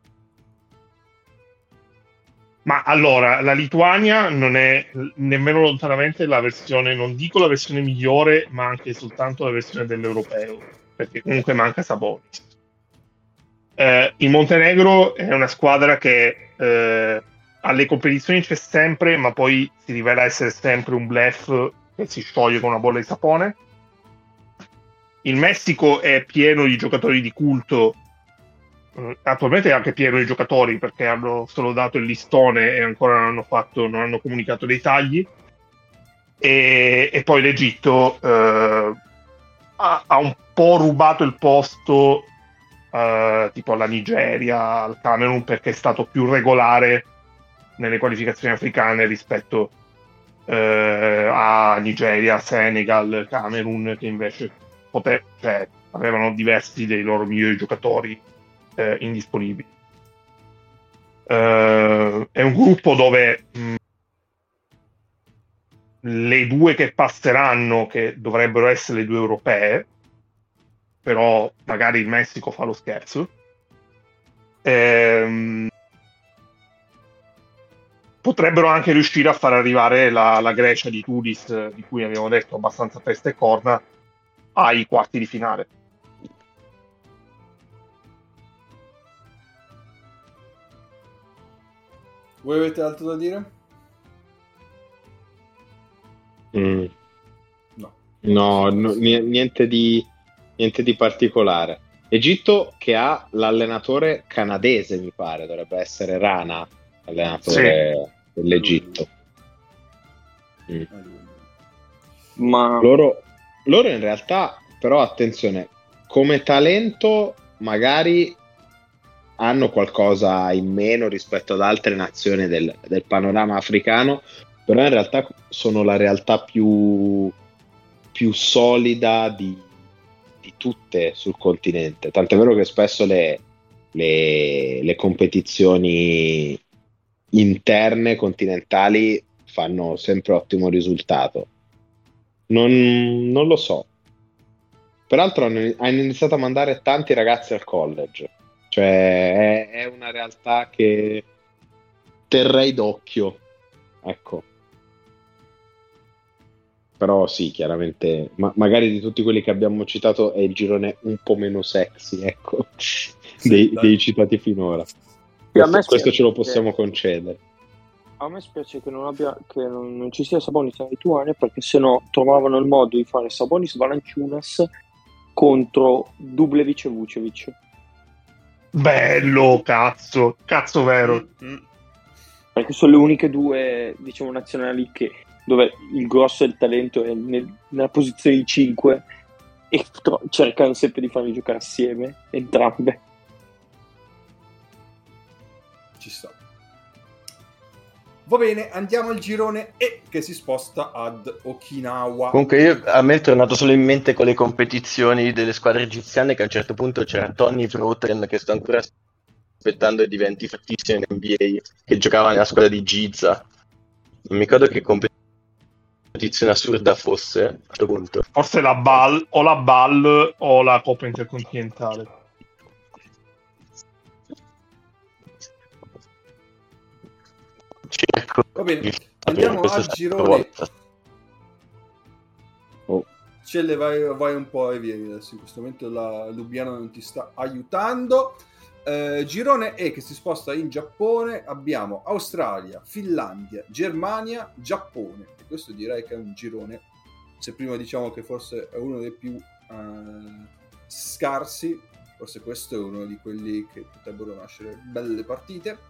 Ma allora, la Lituania non è nemmeno lontanamente la versione, non dico la versione migliore, ma anche soltanto la versione dell'europeo, perché comunque manca Sabonis. Eh, il Montenegro è una squadra che eh, alle competizioni c'è sempre, ma poi si rivela essere sempre un bluff che si scioglie con una bolla di sapone. Il Messico è pieno di giocatori di culto attualmente è anche pieno di giocatori, perché hanno solo dato il listone e ancora non hanno fatto, non hanno comunicato dei tagli. E, e poi l'Egitto eh, ha, ha un po' rubato il posto eh, tipo alla Nigeria, al Camerun, perché è stato più regolare nelle qualificazioni africane rispetto eh, a Nigeria, Senegal, Camerun, che invece pote- cioè, avevano diversi dei loro migliori giocatori eh, indisponibili. Eh, è un gruppo dove mh, le due che passeranno, che dovrebbero essere le due europee, però magari il Messico fa lo scherzo, ehm, potrebbero anche riuscire a far arrivare la, la Grecia di Tudis, di cui abbiamo detto abbastanza testa e corna, ai quarti di finale. Voi avete altro da dire? Mm. No. No, no, niente di niente di particolare. Egitto che ha l'allenatore canadese, mi pare, dovrebbe essere Rana, allenatore sì. dell'Egitto. Mm. Ma Loro, loro in realtà, però attenzione, come talento magari hanno qualcosa in meno rispetto ad altre nazioni del, del panorama africano, però in realtà sono la realtà più, più solida di, di tutte sul continente. Tant'è vero che spesso le, le, le competizioni interne continentali fanno sempre ottimo risultato. Non, non lo so. Peraltro hanno, hanno iniziato a mandare tanti ragazzi al college. Cioè è, è una realtà che terrei d'occhio, ecco. Però sì, chiaramente, ma magari di tutti quelli che abbiamo citato è il girone un po' meno sexy, ecco, sì, dei, dei citati finora. Questo, questo ce lo possiamo concedere. A me spiace che non abbia che non, non ci sia Sabonis in Lituania, perché sennò trovavano il modo di fare Sabonis Valanciunas contro Dublevic e Vucevic. Bello, cazzo, cazzo vero. Mm-hmm. Perché sono le uniche due, diciamo, nazionali che dove il grosso del talento è nel, nella posizione di cinque e tro- cercano sempre di farli giocare assieme, entrambe. Ci sta. Va bene, andiamo al girone E, che si sposta ad Okinawa. Comunque io, a me è tornato solo in mente con le competizioni delle squadre egiziane che a un certo punto c'era Tony Vroten, che sto ancora aspettando e diventi fattissimo in N B A, che giocava nella squadra di Giza. Non mi ricordo che competizione assurda fosse a questo punto. Forse la B A L o la B A L o la Coppa Intercontinentale. Cerco. Va bene, andiamo al girone. Oh. Celle, vai, vai un po' e vieni adesso. In questo momento la Lubiana non ti sta aiutando. Eh, girone E che si sposta in Giappone. Abbiamo Australia, Finlandia, Germania, Giappone. E questo direi che è un girone, se prima diciamo che forse è uno dei più eh, scarsi, forse questo è uno di quelli che potrebbero nascere belle partite.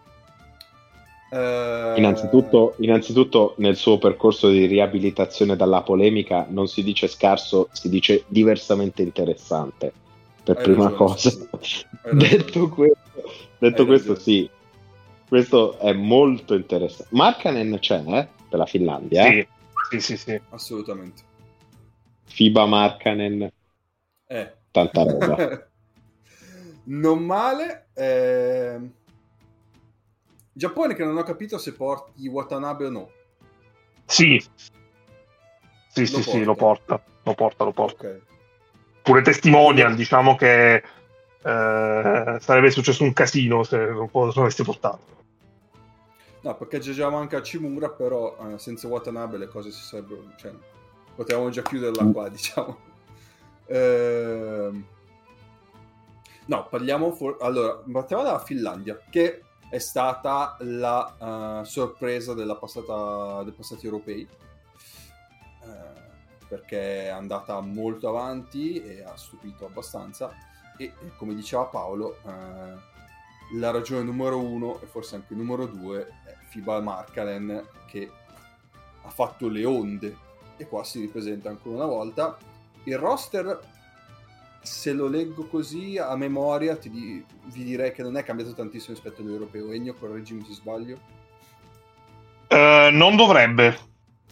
Uh... Innanzitutto, innanzitutto nel suo percorso di riabilitazione dalla polemica non si dice scarso, si dice diversamente interessante, per Hai prima ragione, cosa. Sì. detto questo, detto questo sì, questo è molto interessante. Markkanen c'è eh, per la Finlandia? Sì, sì, sì, sì. Assolutamente. FIBA Markkanen, eh. tanta roba. Non male. Eh... Giappone che non ho capito se porti Watanabe o no. Sì. Sì, lo sì, porta. sì, lo porta. Lo porta, lo porta. Okay. Pure testimonial, Quindi... diciamo che eh, sarebbe successo un casino se non avessi portato. No, perché giocavamo anche a Cimura, però eh, senza Watanabe le cose si sarebbero... Cioè, potevamo già chiuderla qua, diciamo. Eh... No, parliamo... For... Allora, partiamo dalla Finlandia, che... è stata la uh, sorpresa della passata, dei passati europei, uh, perché è andata molto avanti e ha stupito abbastanza. e come diceva Paolo, eh, la ragione numero uno e forse anche numero due è FIBA Markkanen, che ha fatto le onde e qua si ripresenta ancora una volta. Il roster, se lo leggo così a memoria, ti di- vi direi che non è cambiato tantissimo rispetto all'europeo. Ennio, correggimi se sbaglio. Uh, non dovrebbe.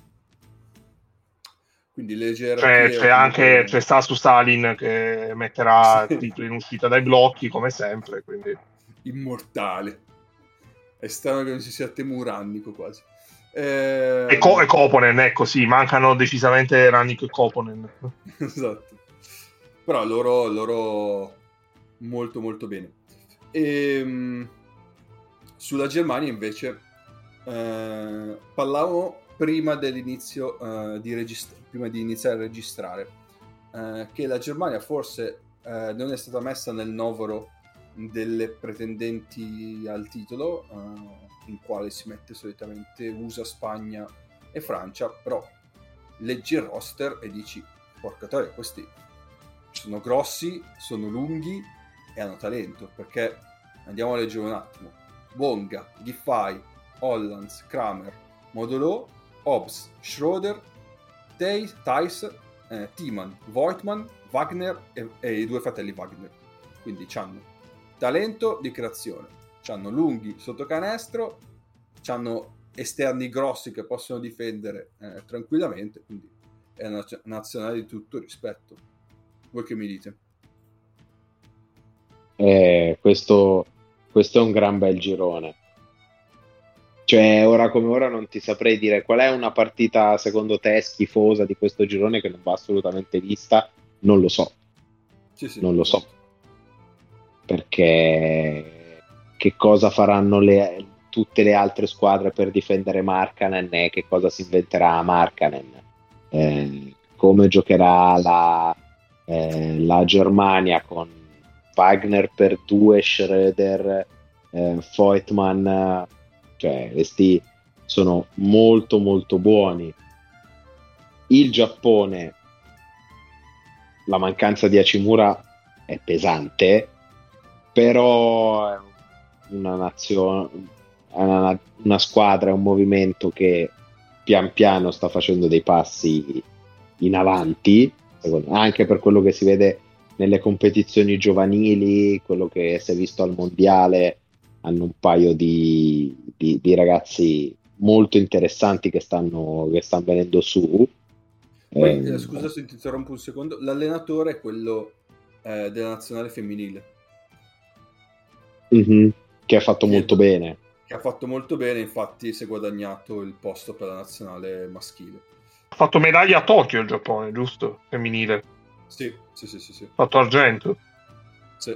Quindi le gerarchie, cioè, c'è anche comunque... c'è sta su Stalin che metterà sì. titoli in uscita dai blocchi come sempre, quindi immortale. È strano che non ci sia Temurannico quasi. Eh... e, Co- e Koponen, ecco, sì, mancano decisamente Rannico e Koponen. Esatto. Però loro, loro molto molto bene. E, sulla Germania invece eh, parlavamo prima dell'inizio eh, di registra- prima di iniziare a registrare eh, che la Germania forse eh, non è stata messa nel novero delle pretendenti al titolo, eh, in quale si mette solitamente U S A, Spagna e Francia, però leggi il roster e dici porca troia, questi sono grossi, sono lunghi e hanno talento, perché andiamo a leggere un attimo: Bonga, Giffey, Hollands, Kramer, Modolo, Hobbs, Schroeder, Thijs, eh, Thiemann, Voigtman, Wagner e, e i due fratelli Wagner. Quindi c'hanno talento di creazione, c'hanno lunghi sotto canestro, c'hanno esterni grossi che possono difendere eh, tranquillamente, quindi è una nazionale di tutto rispetto. Voi che mi dite? Eh, questo, questo è un gran bel girone. Cioè, ora come ora non ti saprei dire qual è una partita secondo te schifosa di questo girone che non va assolutamente vista. Non lo so. Sì, sì, non lo so. Perché che cosa faranno le, tutte le altre squadre per difendere Markkanen e che cosa si inventerà Markkanen. Eh, come giocherà la, eh, la Germania con Wagner per due, Schroeder, eh, Voigtman, cioè questi sono molto molto buoni. Il Giappone, la mancanza di Hachimura è pesante, però è una nazione, una, una squadra, un movimento che pian piano sta facendo dei passi in avanti, anche per quello che si vede nelle competizioni giovanili, quello che si è visto al mondiale. Hanno un paio di, di, di ragazzi molto interessanti che stanno, che stanno venendo su. Poi, eh, eh, scusa se ti interrompo un secondo, l'allenatore è quello eh, della nazionale femminile. Mm-hmm, che ha fatto che molto bene. Che ha fatto molto bene, infatti si è guadagnato il posto per la nazionale maschile. Ha fatto medaglia a Tokyo il Giappone, giusto? Femminile. Sì, sì, sì, sì. sì. Ha fatto argento. Sì.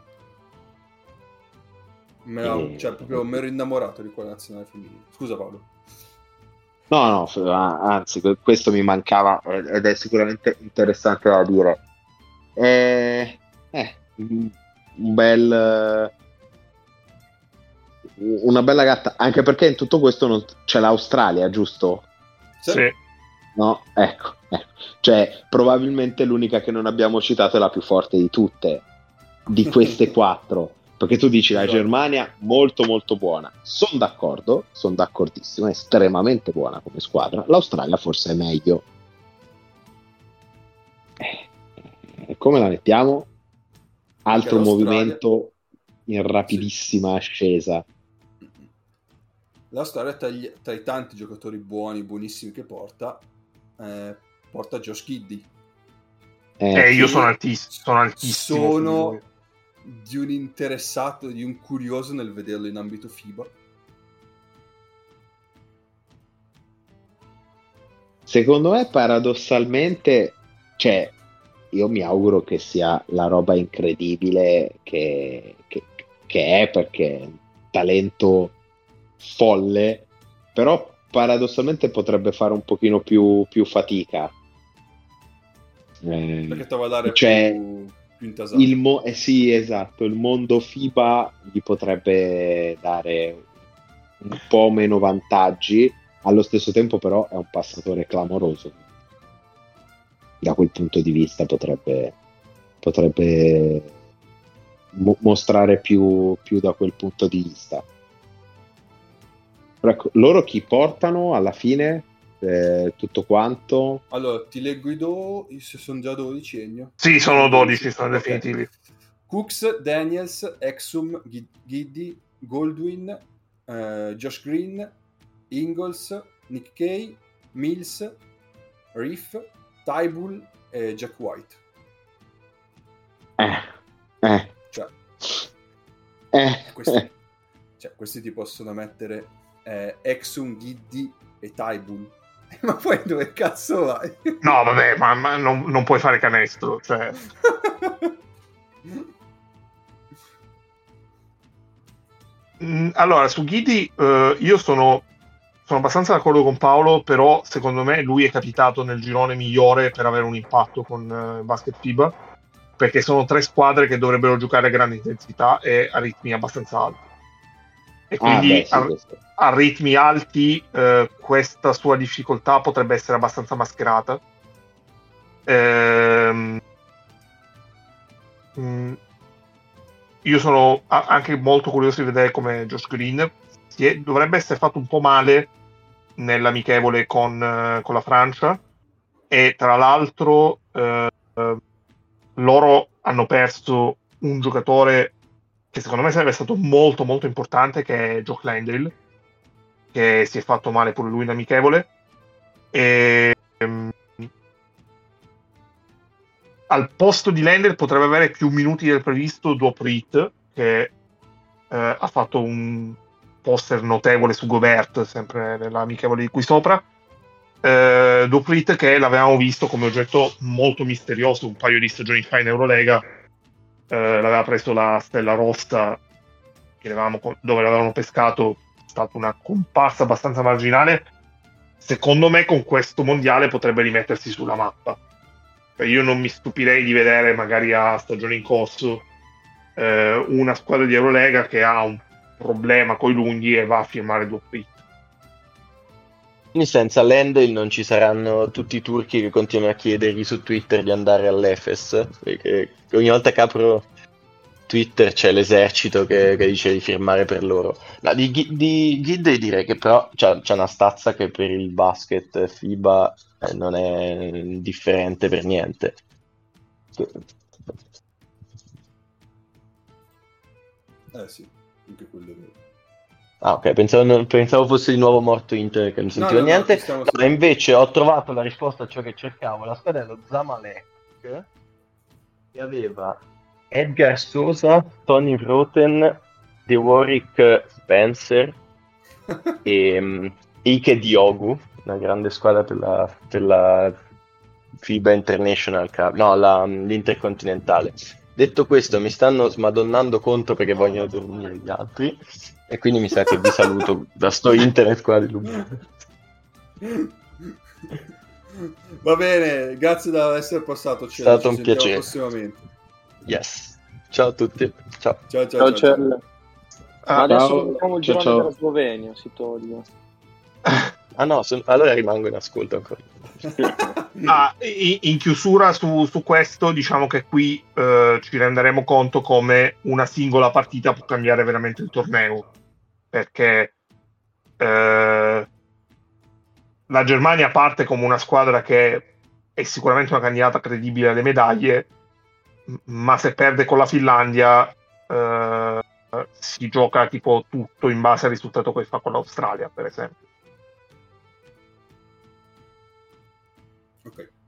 Me la, e... Cioè, proprio mi ero innamorato di quella nazionale femminile. Scusa Paolo. No, no, anzi, questo mi mancava ed è sicuramente interessante da dire. Eh, eh, un bel... una bella gatta, anche perché in tutto questo non c'è l'Australia, giusto? Sì. No, ecco, ecco. Cioè, probabilmente l'unica che non abbiamo citato è la più forte di tutte, di queste quattro. Perché tu dici la Germania molto molto buona, sono d'accordo, sono d'accordissimo, è estremamente buona come squadra. L'Australia forse è meglio. Eh, come la mettiamo? Altro movimento in rapidissima ascesa. L'Australia tra, gli, tra i tanti giocatori buoni, buonissimi che porta, eh, porta Josh Giddey. Eh, eh io sono altissimo, sono altissimo. Sono di un interessato, di un curioso nel vederlo in ambito FIBA. Secondo me paradossalmente, cioè io mi auguro che sia la roba incredibile che, che, che è, perché è un talento folle, però paradossalmente potrebbe fare un pochino più, più fatica. Eh, perché stava a dare cioè, più... Il mo- eh sì, esatto, il mondo FIBA gli potrebbe dare un po' meno vantaggi, allo stesso tempo però è un passatore clamoroso, da quel punto di vista potrebbe potrebbe mo- mostrare più, più da quel punto di vista. Ecco, loro chi portano alla fine eh, tutto quanto? Allora ti leggo i do se sono già dodici, Ennio. Sì, sono dodici, sono okay. definitivi. Cooks, Daniels, Exum, Giddy, Goldwyn, uh, Josh Green, Ingalls, Nick Kay, Mills, Reef, Tybull e Jack White. Eh, eh, cioè, eh, questi, eh. cioè, questi ti possono mettere eh, Exum, Giddy e Tybull. Ma poi dove cazzo vai? No, vabbè, ma, ma non, non puoi fare canestro, cioè. Allora, su Giddy uh, io sono, sono abbastanza d'accordo con Paolo, però secondo me lui è capitato nel girone migliore per avere un impatto con uh, Basket FIBA, perché sono tre squadre che dovrebbero giocare a grande intensità e a ritmi abbastanza alti. E quindi ah, beh, sì, a, a ritmi alti uh, questa sua difficoltà potrebbe essere abbastanza mascherata. Ehm... Mm. Io sono anche molto curioso di vedere come Josh Green si è, dovrebbe essere fatto un po' male nell'amichevole con, uh, con la Francia, e tra l'altro uh, uh, loro hanno perso un giocatore che secondo me sarebbe stato molto molto importante, che è Jock Landale, che si è fatto male pure lui in amichevole, e um, al posto di Landale potrebbe avere più minuti del previsto Duoprit, che eh, ha fatto un poster notevole su Gobert, sempre nell'amichevole di qui sopra. Eh, Duoprit, che l'avevamo visto come oggetto molto misterioso un paio di stagioni fa in Eurolega, eh, l'aveva preso la Stella Rossa, che l'avevamo, dove l'avevano pescato, è stata una comparsa abbastanza marginale. Secondo me con questo mondiale potrebbe rimettersi sulla mappa. Io non mi stupirei di vedere magari a stagione in corso eh, una squadra di Eurolega che ha un problema coi lunghi e va a firmare due P. Quindi senza Landale non ci saranno tutti i turchi che continuano a chiedergli su Twitter di andare all'Efes, perché ogni volta che apro Twitter c'è l'esercito che, che dice di firmare per loro. No, di, di Giddy direi che però c'è, c'è una stazza che per il basket FIBA eh, non è differente per niente. Eh sì, anche quello è vero. Ah ok, pensavo, non, pensavo fosse di nuovo morto Inter, che non sentivo no, no, niente. no, no, invece ho trovato la risposta a ciò che cercavo. La squadra dello Zamalek, che aveva Edgar Sosa, Tony Roten, De Warwick Spencer e um, Ike Diogu, una grande squadra per la, per la FIBA International Cup, no, la, l'Intercontinentale. Detto questo, mi stanno smadonnando contro perché vogliono dormire gli altri, e quindi mi sa che vi saluto da sto internet qua di Lugano. Va bene, grazie di essere passato. È stato un piacere. Prossimamente. Yes. Ciao a tutti. Ciao. ciao, Ciao, ciao, ciao, ciao. ciao. Ah, adesso ciao. facciamo il girone ciao. della Slovenia, si toglie. Ah no, son... allora rimango in ascolto ancora. Ah, in, in chiusura su, su questo, diciamo che qui eh, ci renderemo conto come una singola partita può cambiare veramente il torneo, perché eh, la Germania parte come una squadra che è sicuramente una candidata credibile alle medaglie, ma se perde con la Finlandia eh, si gioca tipo tutto in base al risultato che fa con l'Australia, per esempio. Ok.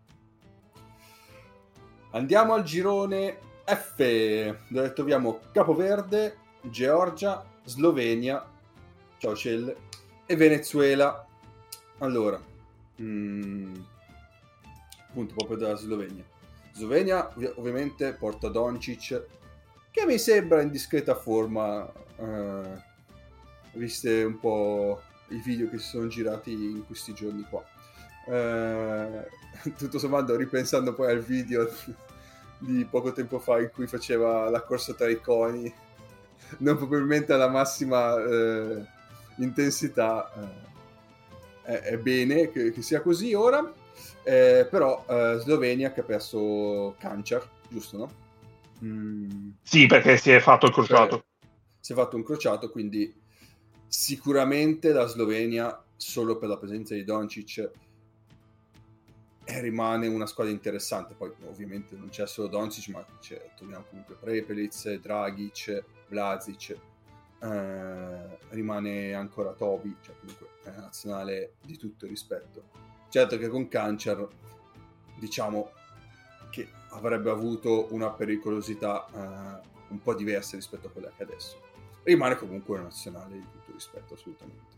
Andiamo al girone F, dove troviamo Capoverde, Georgia, Slovenia, ciao Celle, e Venezuela. Allora, mm, appunto proprio dalla Slovenia. Slovenia ovviamente porta Doncic, che mi sembra in discreta forma, eh, viste un po' i video che si sono girati in questi giorni qua. Eh, tutto sommato, ripensando poi al video di poco tempo fa in cui faceva la corsa tra i coni, non probabilmente alla massima eh, intensità, eh, è, è bene che, che sia così ora, eh, però eh, Slovenia che ha perso Kančar, giusto, no? Mm. Sì, perché si è fatto il crociato. Cioè, si è fatto un crociato, quindi sicuramente la Slovenia, solo per la presenza di Doncic, eh, rimane una squadra interessante. Poi ovviamente non c'è solo Doncic, ma c'è, troviamo comunque Prepelic, Dragic, Vlasic, eh, rimane ancora Tobi, cioè comunque è una nazionale di tutto rispetto. Certo che con Cancer diciamo che avrebbe avuto una pericolosità eh, un po' diversa rispetto a quella che adesso. Rimane comunque una nazionale di tutto rispetto, assolutamente.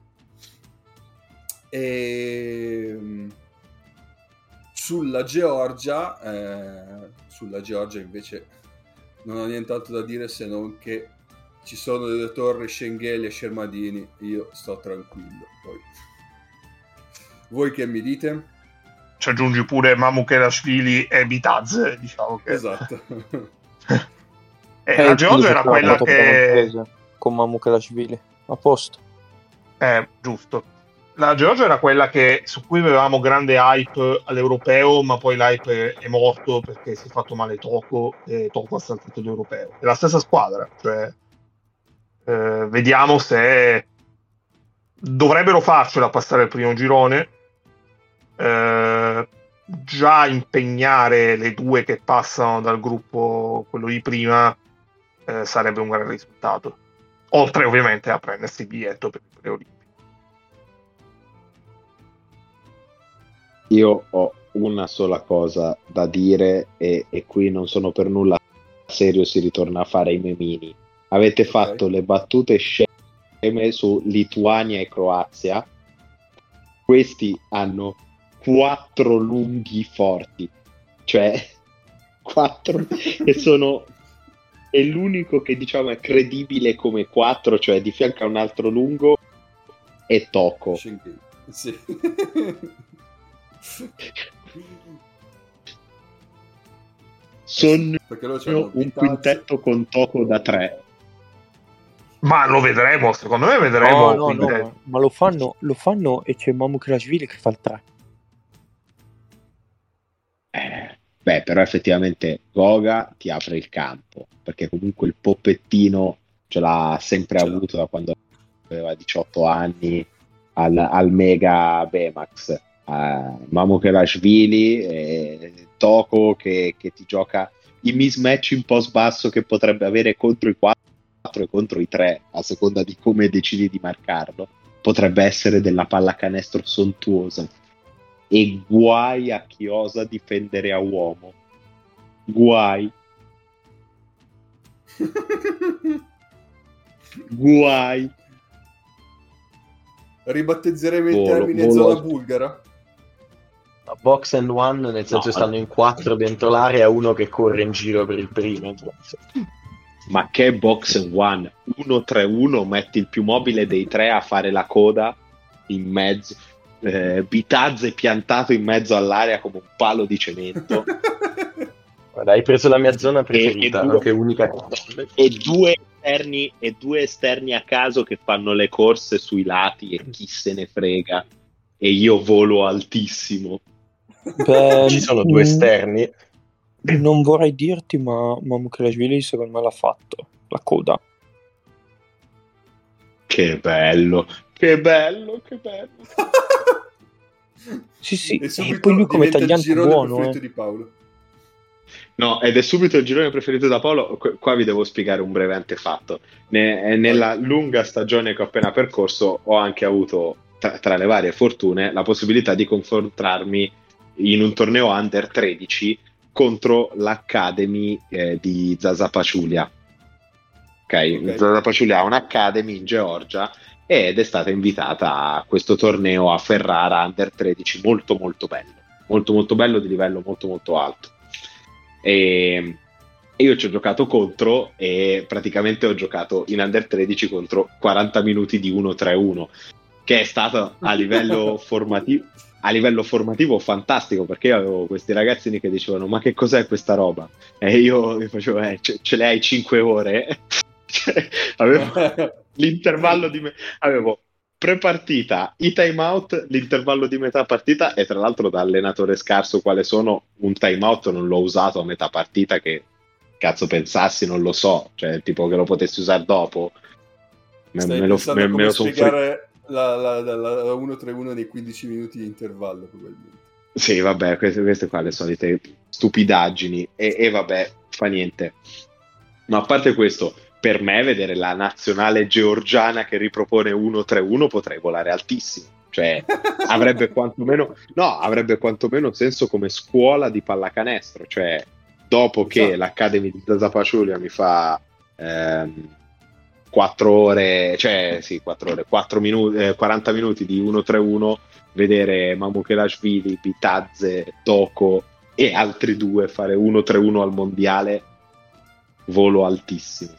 E sulla Georgia, eh, sulla Georgia invece non ho nient'altro da dire se non che ci sono delle torri Schengelli e Shermadini, io sto tranquillo. Poi voi che mi dite? Ci aggiungi pure Mamukhelashvili e Bitadze, diciamo che... Esatto. E eh, la Georgia era quella che... con Mamukhelashvili, a posto. Eh, giusto. La Georgia era quella che, su cui avevamo grande hype all'europeo, ma poi l'hype è morto perché si è fatto male Toko e Toko ha saltato l'europeo. È la stessa squadra, cioè eh, vediamo se dovrebbero farcela passare il primo girone. Eh, già impegnare le due che passano dal gruppo, quello di prima, eh, sarebbe un gran risultato, oltre ovviamente a prendersi il biglietto per le Olimpiadi. Io ho una sola cosa da dire e, e qui non sono per nulla serio, si ritorna a fare i memini. Avete fatto okay. le battute sceme su Lituania e Croazia. Questi hanno quattro lunghi forti, cioè quattro e sono è l'unico che diciamo è credibile come quattro, cioè di fianco a un altro lungo e Toko. Sì. Sono un quintetto con Toko da tre. Ma lo vedremo, secondo me vedremo. No, no, no, ma lo fanno, lo fanno e c'è Mamukhelashvili che fa il tre. Eh, beh, però effettivamente Goga ti apre il campo, perché comunque il poppettino ce l'ha sempre ce avuto l'ha. Da quando aveva diciotto anni al, al Mega Bemax. Uh, Mamukhelashvili e Toko che, che ti gioca i mismatch in post basso che potrebbe avere contro i quattro e contro i tre, a seconda di come decidi di marcarlo. Potrebbe essere della pallacanestro sontuosa. E guai a chi osa difendere a uomo. Guai. Guai. Ribattezzeremo il termine volo. Zona bulgara. Box and one, nel senso no, stanno in quattro dentro l'area, uno che corre in giro per il primo. Ma che box and one? uno tre uno, metti il più mobile dei tre a fare la coda in mezzo. Eh, Bitadze piantato in mezzo all'area come un palo di cemento. Guarda, hai preso la mia zona preferita, e, e due, anche unica. E due esterni e due esterni a caso che fanno le corse sui lati e chi se ne frega. E io volo altissimo. Beh, ci sono due esterni. Non vorrei dirti, ma Mamukhelashvili secondo me l'ha fatto la coda. Che bello, che bello, che bello. Sì, sì, e, e poi lui come tagliante buono, eh. di Paolo. No, ed è subito il girone preferito da Paolo. Qu- qua vi devo spiegare un breve antefatto. Ne- nella lunga stagione che ho appena percorso ho anche avuto, tra, tra le varie fortune, la possibilità di confrontarmi in un torneo under tredici contro l'Academy eh, di Zaza Pachulia. Ok, okay. Zaza Pachulia ha un'Academy in Georgia ed è stata invitata a questo torneo a Ferrara under tredici molto molto bello, molto molto bello, di livello molto molto alto. E io ci ho giocato contro e praticamente ho giocato in under tredici contro quaranta minuti di uno tre uno, che è stato a livello formativo a livello formativo fantastico, perché io avevo questi ragazzini che dicevano ma che cos'è questa roba? E io mi facevo eh, ce, ce le hai cinque ore? Cioè, avevo l'intervallo di me- avevo pre-partita, i time out, l'intervallo di metà partita, e tra l'altro da allenatore scarso quale sono, un time out non l'ho usato a metà partita che, cazzo pensassi non lo so, cioè tipo che lo potessi usare dopo. Me, Stai me lo, pensando me, come me lo son spiegare fri- la, la, la, la uno tre uno nei quindici minuti di intervallo probabilmente. Sì, vabbè, queste, queste qua le solite stupidaggini e, e vabbè, fa niente. Ma a parte questo, per me vedere la nazionale georgiana che ripropone uno tre uno potrei volare altissimo. Cioè, avrebbe quantomeno, no, avrebbe quantomeno senso come scuola di pallacanestro. Cioè, dopo che Esatto. l'Academy di Zaza Pachulia mi fa ehm, quattro ore, cioè sì, quattro ore, quattro minuti, eh, quaranta minuti di uno tre uno, vedere Mamoukelashvili, Bitadze, Toko e altri due fare uno tre uno al mondiale, volo altissimo.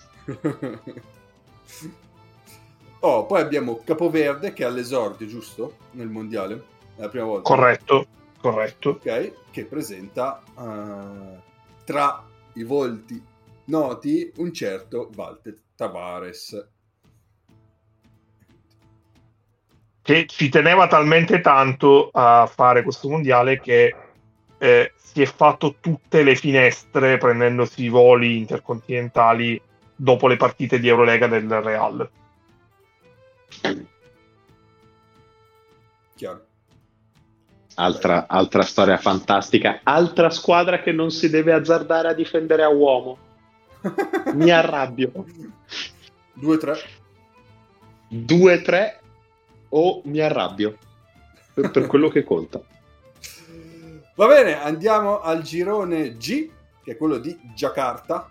Oh, poi abbiamo Capoverde che è all'esordio, giusto? Nel mondiale, è la prima volta. Corretto, corretto. Ok, che presenta uh, tra i volti noti un certo Walter Tavares. Che ci teneva talmente tanto a fare questo mondiale che eh, si è fatto tutte le finestre prendendosi i voli intercontinentali dopo le partite di Eurolega del Real. Chiaro. Altra, altra storia fantastica, altra squadra che non si deve azzardare a difendere a uomo. Mi arrabbio. due tre due tre o mi arrabbio per, per quello che conta. Va bene, andiamo al girone G, che è quello di Giacarta,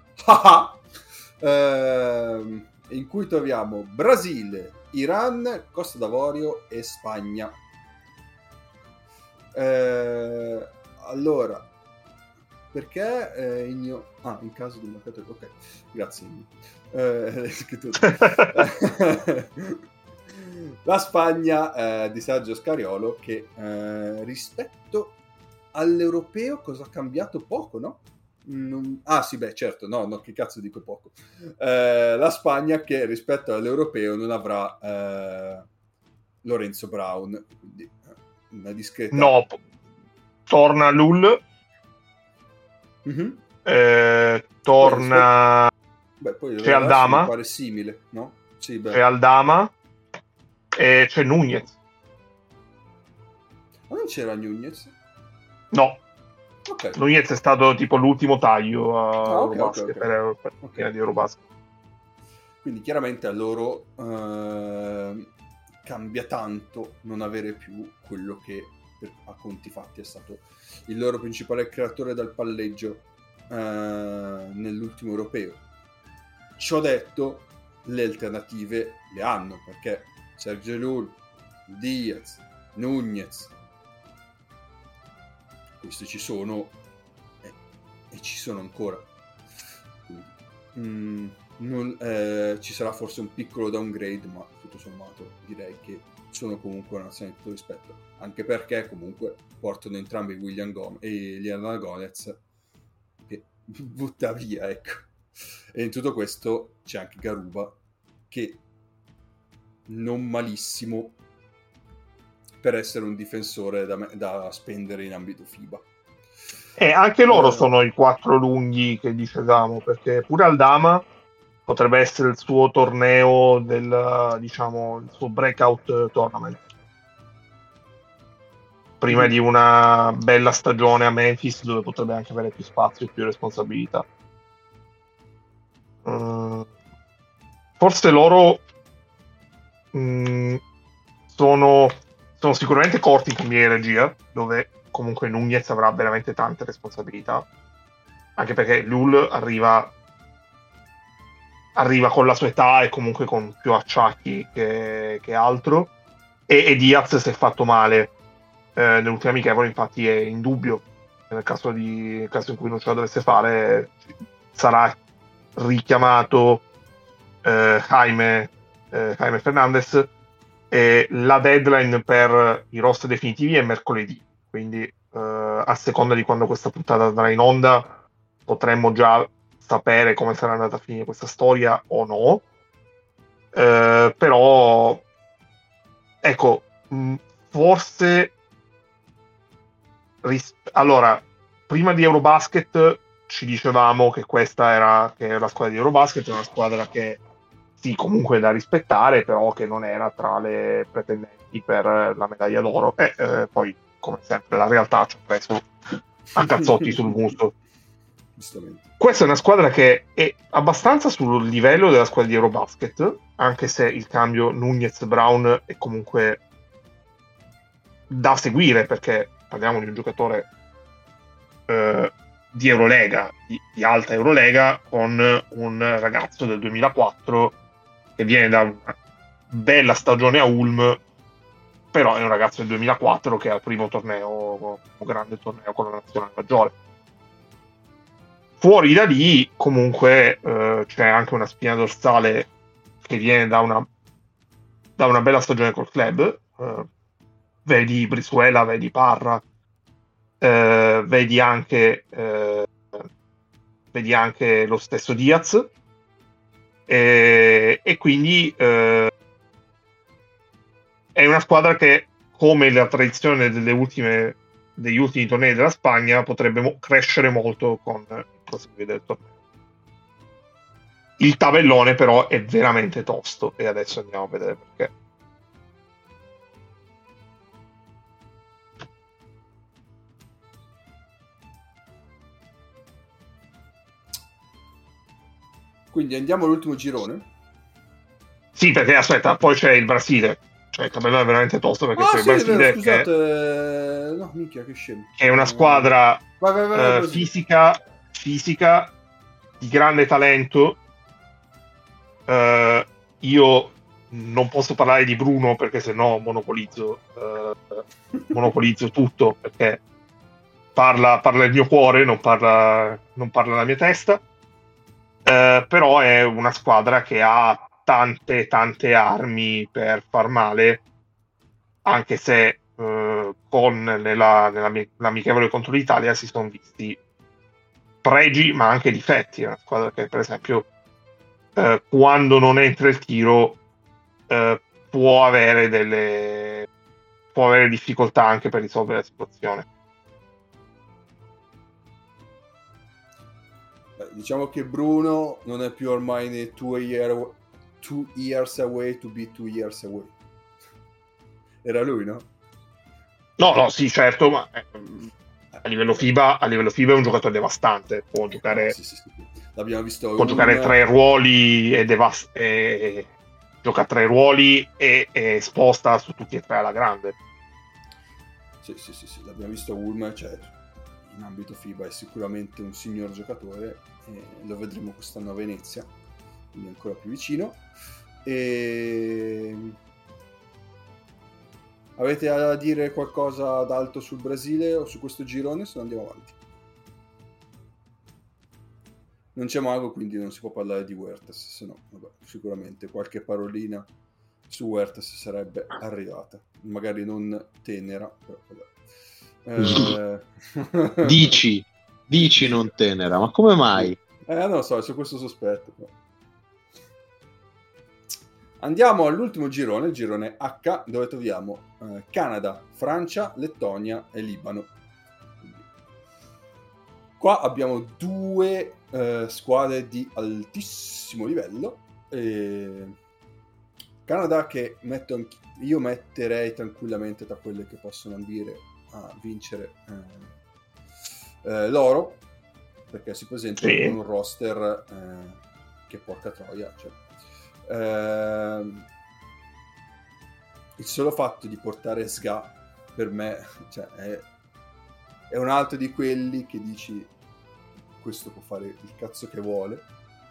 ehm, in cui troviamo Brasile, Iran, Costa d'Avorio e Spagna. Eh, allora, perché eh, Igno... Ah, in caso di mancato... Ok, grazie Igno. Eh, scritto... La Spagna eh, di Sergio Scariolo che eh, rispetto all'europeo cosa ha cambiato? Poco, no? Non... Ah sì, beh certo, no, no, che cazzo dico poco. Eh, la Spagna che rispetto all'europeo non avrà eh, Lorenzo Brown, quindi una discreta... No, torna Lul, mm-hmm. eh, torna beh, poi c'è Aldama, mi pare simile, no? Sì, beh. c'è Aldama e c'è Nunez. Ma non c'era Nunez? No, okay. Nunez è stato tipo l'ultimo taglio a ah, okay, Eurobasket, okay, okay. per, per okay. di Eurobasket. Quindi chiaramente a loro eh, cambia tanto non avere più quello che per, a conti fatti è stato il loro principale creatore dal palleggio eh, nell'ultimo europeo. Ciò detto, le alternative le hanno, perché Sergio Llull, Diaz, Nunez, questi ci sono e, e ci sono ancora. Quindi, mm, non, eh, ci sarà forse un piccolo downgrade, ma tutto sommato direi che sono comunque una nazione di tutto rispetto, anche perché comunque portano entrambi William Gomez e Liana Gonez che butta via, ecco. E in tutto questo c'è anche Garuba che non malissimo per essere un difensore da, da spendere in ambito FIBA. E anche loro eh, sono i quattro lunghi che dicevamo, perché pure Aldama potrebbe essere il suo torneo del, diciamo, il suo breakout tournament prima mm. di una bella stagione a Memphis dove potrebbe anche avere più spazio e più responsabilità. Uh, forse loro mh, sono, sono sicuramente corti in cambiare regia, dove comunque Nunez avrà veramente tante responsabilità, anche perché Lul arriva arriva con la sua età e comunque con più acciacchi che, che altro, e, e Diaz si è fatto male eh, nell'ultima amichevole, infatti è in dubbio nel caso, di, nel caso in cui non ce la dovesse fare sarà richiamato eh, Jaime, eh, Jaime Fernandez, e la deadline per i roster definitivi è mercoledì, quindi eh, a seconda di quando questa puntata andrà in onda potremmo già sapere come sarà andata a finire questa storia o no. Eh, però ecco, mh, forse ris- allora prima di Eurobasket ci dicevamo che questa era che la squadra di Eurobasket, è una squadra che sì, comunque da rispettare, però che non era tra le pretendenti per la medaglia d'oro. E eh, poi, come sempre, la realtà ci ha preso a cazzotti sul muso. Questa è una squadra che è abbastanza sul livello della squadra di Eurobasket, anche se il cambio Nunez-Brown è comunque da seguire, perché parliamo di un giocatore eh, di Eurolega, di, di alta Eurolega, con un ragazzo del duemilaquattro che viene da una bella stagione a Ulm, però è un ragazzo del duemilaquattro che è al primo torneo, un grande torneo con la nazionale maggiore. Fuori da lì, comunque, eh, c'è anche una spina dorsale che viene da una, da una bella stagione col club. Eh, vedi Brizuela, vedi Parra, eh, vedi anche eh, vedi anche lo stesso Diaz, e, e quindi eh, è una squadra che, come la tradizione delle ultime, degli ultimi tornei della Spagna, potrebbe mo- crescere molto con il proseguire del torneo. Il tabellone però è veramente tosto, e adesso andiamo a vedere perché. Quindi andiamo all'ultimo girone? Sì, perché aspetta, poi c'è il Brasile. Cioè, il tabellone è veramente tosto, perché ah, c'è sì, il Brasile vero, che, scusate. No, minchia, che scemo. Che è una squadra vai, vai, vai, eh, fisica, fisica, di grande talento. Uh, io non posso parlare di Bruno perché sennò monopolizzo, uh, monopolizzo tutto, perché parla, parla il mio cuore, non parla, non parla la mia testa. Uh, però è una squadra che ha tante tante armi per far male, anche se uh, con nella, nella, l'amichevole contro l'Italia si sono visti pregi ma anche difetti. È una squadra che per esempio uh, quando non entra il tiro uh, può avere delle può avere difficoltà anche per risolvere la situazione. Diciamo che Bruno non è più ormai nei two, year, two years away to be two years away. Era lui, no? No, no, sì, certo, ma eh, a livello FIBA, a livello FIBA è un giocatore devastante. Può giocare, no, sì, sì, sì. L'abbiamo visto. Può un... giocare tre ruoli e, devast- e gioca tre ruoli e, e sposta su tutti e tre alla grande. Sì, sì, sì, sì. L'abbiamo visto a Ulm, cioè in ambito FIBA è sicuramente un signor giocatore. E lo vedremo quest'anno a Venezia, quindi ancora più vicino. E avete da dire qualcosa d'altro sul Brasile o su questo girone? Se no andiamo avanti. Non c'è mago, quindi non si può parlare di Huertas, se no vabbè, sicuramente qualche parolina su Huertas sarebbe arrivata, magari non tenera, però vabbè. Eh... dici Dici non tenera, ma come mai? Eh, non lo so, c'è questo sospetto. Però. Andiamo all'ultimo girone, il girone H, dove troviamo eh, Canada, Francia, Lettonia e Libano. Quindi, qua abbiamo due eh, squadre di altissimo livello. E... Canada che metto anch- io metterei tranquillamente tra quelle che possono ambire a vincere eh, Eh, l'oro, perché si presenta sì. con un roster eh, che porca troia, cioè, eh, il solo fatto di portare Sga per me cioè, è, è un altro di quelli che dici questo può fare il cazzo che vuole,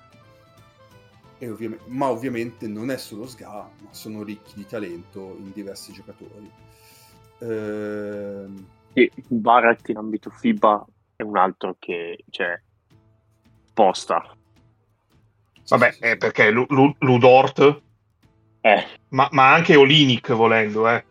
e ovviamente, ma ovviamente non è solo Sga, ma sono ricchi di talento in diversi giocatori. eh, e Barat in ambito FIBA è un altro che cioè posta. Vabbè, è perché L- L- Ludort eh. ma, ma anche Olinic volendo eh.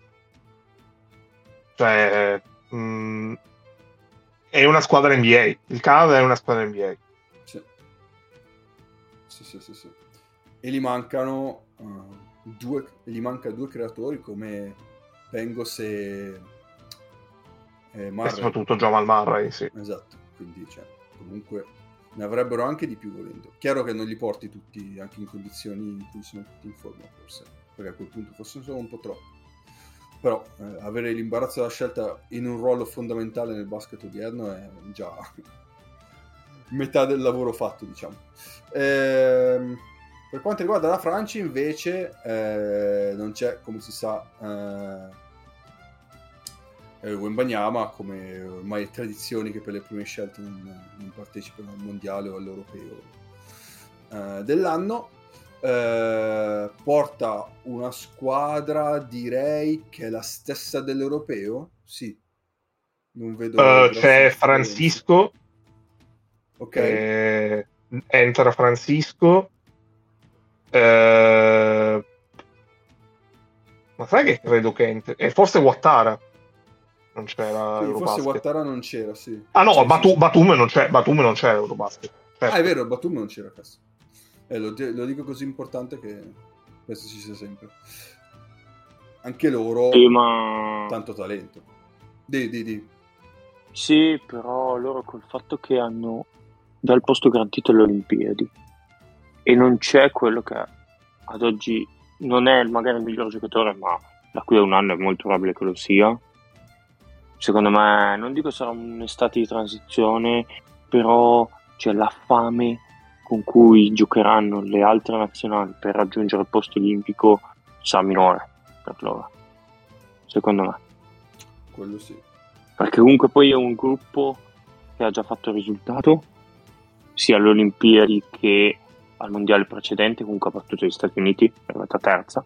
Cioè mh, è una squadra N B A. Il Canada è una squadra N B A. Sì. Sì, sì, sì, sì. E gli mancano uh, due gli manca due creatori come Pengos e e soprattutto Jamal Murray, sì. Esatto, quindi cioè, comunque Ne avrebbero anche di più volendo. Chiaro che non li porti tutti anche in condizioni in cui sono tutti in forma, forse, perché a quel punto forse sono un po' troppo. Però eh, avere l'imbarazzo della scelta in un ruolo fondamentale nel basket odierno è già metà del lavoro fatto, diciamo. Ehm, per quanto riguarda la Francia, invece, eh, non c'è, come si sa, eh, Eh, Wembanyama, come ormai è tradizione che per le prime scelte non, non partecipano al mondiale o all'europeo eh, dell'anno. Eh, porta una squadra, direi che è la stessa dell'europeo. Sì, non vedo. Uh, c'è Francisco, ok, eh, entra Francisco. Eh, ma sai che credo che entri? E forse Ouattara. Non c'era sì, Eurobasket. Forse Ouattara non c'era, sì. Ah no, sì, Batum, sì. Batum non c'è, Batum non c'è Eurobasket. Certo. Ah, è vero, Batum non c'era, cazzo. Eh, lo, lo dico così importante che penso ci sia sempre. Anche loro, sì, ma... tanto talento. Di, di, di. Sì, però loro col fatto che hanno dal posto garantito alle Olimpiadi e non c'è quello che ad oggi non è magari il miglior giocatore, ma da qui a un anno è molto probabile che lo sia. Secondo me, non dico sarà un'estate di transizione, però c'è la fame con cui giocheranno le altre nazionali per raggiungere il posto olimpico sarà minore per loro, secondo me. Quello sì. Perché comunque poi è un gruppo che ha già fatto il risultato, sia alle Olimpiadi che al mondiale precedente, comunque ha battuto gli Stati Uniti, è arrivata terza.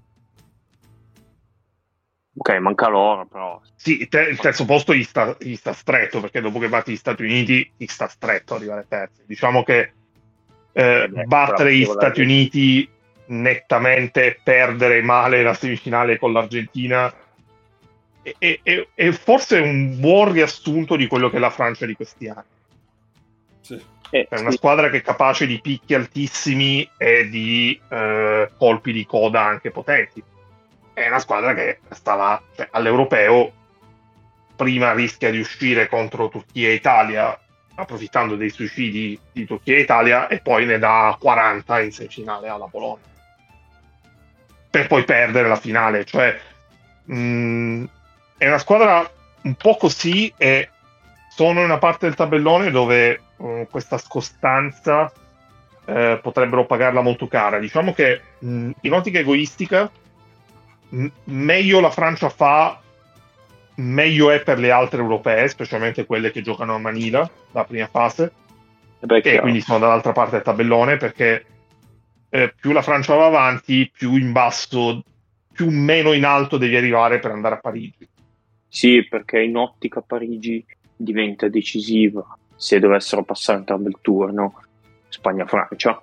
Ok, manca l'oro, però. Sì, te, il terzo posto gli sta, gli sta stretto, perché dopo che batti gli Stati Uniti gli sta stretto arrivare terzo. Diciamo che eh, Eh beh, battere però, gli Stati Uniti nettamente e perdere male la semifinale con l'Argentina è, è, è, è forse un buon riassunto di quello che è la Francia di questi anni. Sì. Eh, È una sì. squadra che è capace di picchi altissimi e di eh, colpi di coda anche potenti. È una squadra che sta là, cioè, all'europeo prima rischia di uscire contro Turchia e Italia approfittando dei suicidi di Turchia e Italia e poi ne dà quaranta in semifinale alla Polonia per poi perdere la finale. Cioè mh, è una squadra un po' così e sono in una parte del tabellone dove mh, questa scostanza eh, potrebbero pagarla molto cara. Diciamo che mh, in ottica egoistica M- meglio la Francia fa, meglio è per le altre europee, specialmente quelle che giocano a Manila, la prima fase, Beh, e quindi sono dall'altra parte del tabellone, perché eh, più la Francia va avanti, più in basso, più meno in alto devi arrivare per andare a Parigi. Sì, perché in ottica Parigi diventa decisiva se dovessero passare entrambi il turno Spagna-Francia,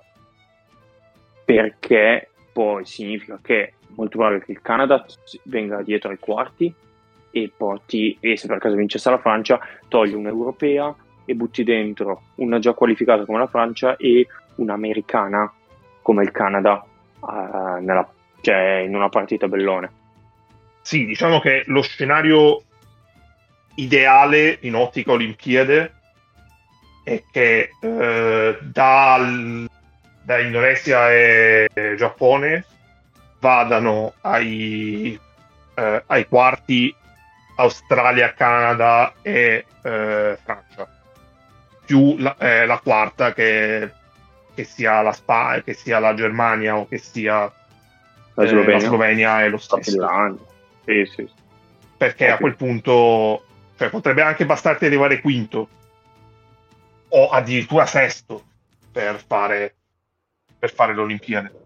perché poi significa che molto probabile che il Canada venga dietro ai quarti e porti, e se per caso vincesse la Francia, togli un'europea e butti dentro una già qualificata come la Francia e un'americana come il Canada uh, nella, cioè in una partita bellone. Sì, diciamo che lo scenario ideale in ottica Olimpiade è che eh, dal, da Indonesia e Giappone vadano ai, eh, ai quarti Australia, Canada e eh, Francia, più la, eh, la quarta che, che sia la Spagna, che sia la Germania o che sia la Slovenia, eh, la Slovenia è lo stesso. Sì, sì. Perché Ovvio. A quel punto, cioè, potrebbe anche bastarti arrivare quinto o addirittura sesto per fare per fare l'Olimpiade.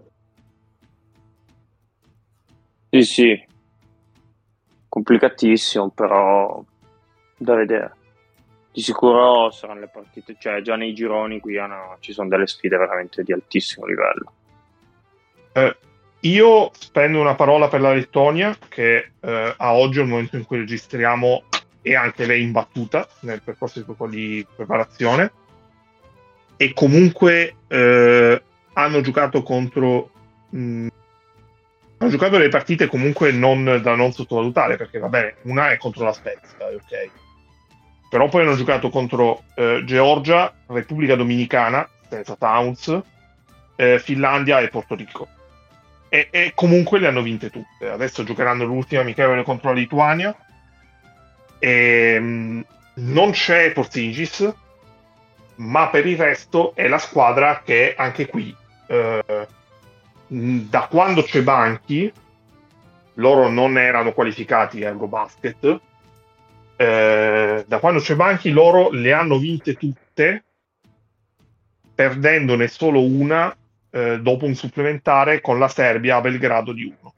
Sì, sì, complicatissimo, però da vedere. Di sicuro saranno le partite, cioè già nei gironi qui hanno, ci sono delle sfide veramente di altissimo livello. Eh, io spendo una parola per la Lettonia, che eh, a oggi, al momento in cui registriamo, è anche lei imbattuta nel percorso di preparazione, e comunque eh, hanno giocato contro... Mh, hanno giocato delle partite comunque non da non sottovalutare, perché va bene, una è contro la Spezia, ok, però poi hanno giocato contro eh, Georgia, Repubblica Dominicana, senza Towns, eh, Finlandia e Porto Rico. E, e comunque le hanno vinte tutte. Adesso giocheranno l'ultima amichevole contro la Lituania. E, mh, non c'è Porzingis, ma per il resto è la squadra che anche qui, eh, da quando c'è Banchi, loro non erano qualificati a Eurobasket, eh, da quando c'è Banchi loro le hanno vinte tutte, perdendone solo una eh, dopo un supplementare con la Serbia a Belgrado di uno.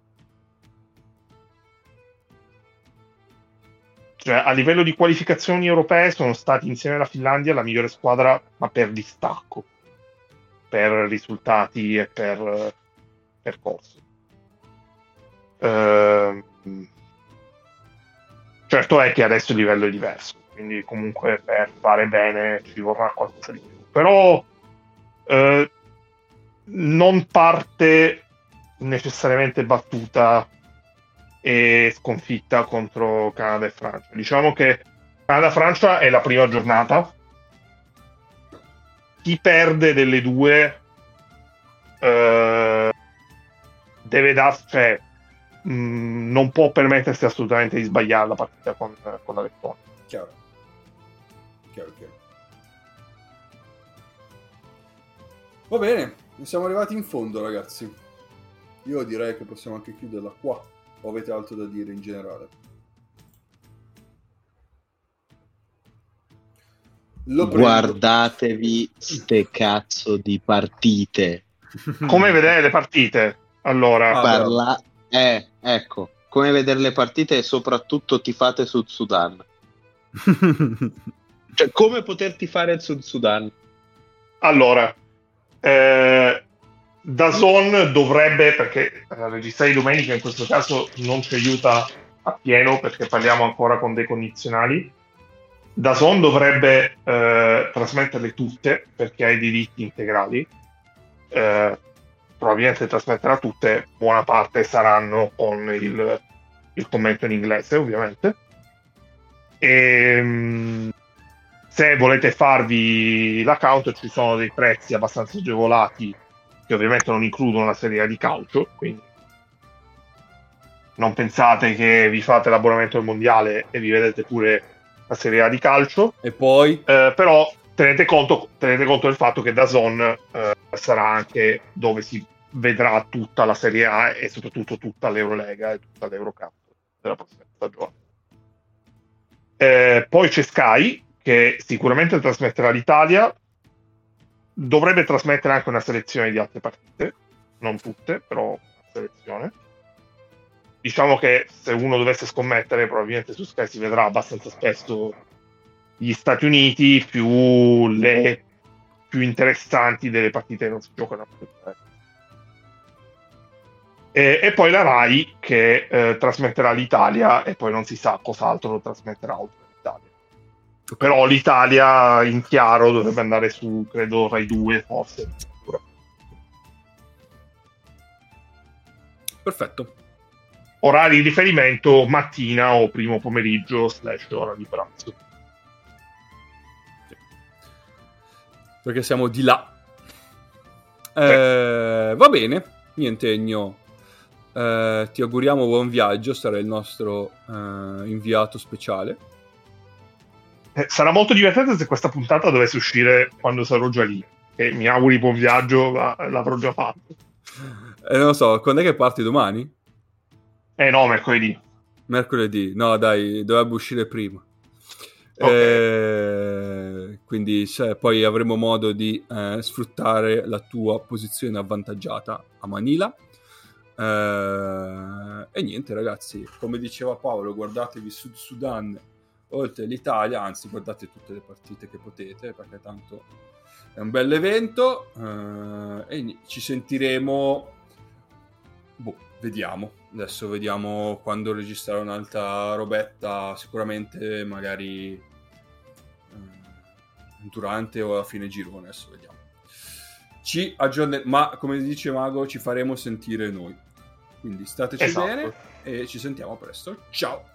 Cioè, a livello di qualificazioni europee sono stati insieme alla Finlandia la migliore squadra, ma per distacco, per risultati e per percorso. Eh, certo è che adesso il livello è diverso, quindi comunque per fare bene ci vorrà qualcosa di più. Però eh, non parte necessariamente battuta e sconfitta contro Canada e Francia. Diciamo che Canada-Francia è la prima giornata. Chi perde delle due eh, deve darsi, cioè mh, non può permettersi assolutamente di sbagliare la partita con, con la Lettonia. Chiaro. Chiaro, chiaro. Va bene, siamo arrivati in fondo, ragazzi. Io direi che possiamo anche chiuderla qua. O avete altro da dire in generale? Lo Guardatevi ste cazzo di partite. Come vedere le partite? Allora, ah, parla eh, ecco, come vedere le partite e soprattutto tifate Sud Sudan. Cioè, come poterti fare il Sud Sudan? Allora, eh DAZN dovrebbe, perché eh, registrare di domenica in questo caso non ci aiuta a pieno perché parliamo ancora con dei condizionali. DAZN dovrebbe eh, trasmetterle tutte perché ha i diritti integrali. Eh, probabilmente trasmetterà tutte, buona parte saranno con il, il commento in inglese, ovviamente. E, mh, se volete farvi l'account ci sono dei prezzi abbastanza agevolati che ovviamente non includono la Serie A di calcio, quindi non pensate che vi fate l'abbonamento al mondiale e vi vedete pure la Serie A di calcio. E poi? Eh, però tenete conto, tenete conto del fatto che DAZN eh, sarà anche dove si vedrà tutta la Serie A e soprattutto tutta l'Eurolega e tutta l'Eurocup della prossima stagione. Eh, poi c'è Sky, che sicuramente trasmetterà l'Italia. Dovrebbe trasmettere anche una selezione di altre partite, non tutte, però una selezione. Diciamo che se uno dovesse scommettere, probabilmente su Sky si vedrà abbastanza spesso gli Stati Uniti più le più interessanti delle partite che non si giocano. E, e poi la Rai che eh, trasmetterà l'Italia e poi non si sa cos'altro lo trasmetterà oltre l'Italia. Però l'Italia in chiaro dovrebbe andare su, credo, Rai due forse. Perfetto. Orari di riferimento mattina o primo pomeriggio slash ora di pranzo. Sì. Perché siamo di là. Eh, va bene, niente Egno. Eh, ti auguriamo buon viaggio, sarai il nostro eh, inviato speciale. Eh, sarà molto divertente se questa puntata dovesse uscire quando sarò già lì. E mi auguri buon viaggio, ma l'avrò già fatto. Eh, non lo so, quando è che parti domani? Eh no, mercoledì. Mercoledì, no dai, dovrebbe uscire prima. Okay. Eh, quindi se, poi avremo modo di eh, sfruttare la tua posizione avvantaggiata a Manila. Eh, e niente ragazzi, come diceva Paolo, guardatevi Sud Sudan oltre l'Italia, anzi guardate tutte le partite che potete perché tanto è un bel evento eh, e ci sentiremo boh, vediamo adesso vediamo quando registrare un'altra robetta, sicuramente magari eh, durante o a fine girone, adesso vediamo, ci aggiorneremo, ma come dice Mago ci faremo sentire noi, quindi stateci esatto. bene e ci sentiamo presto, ciao.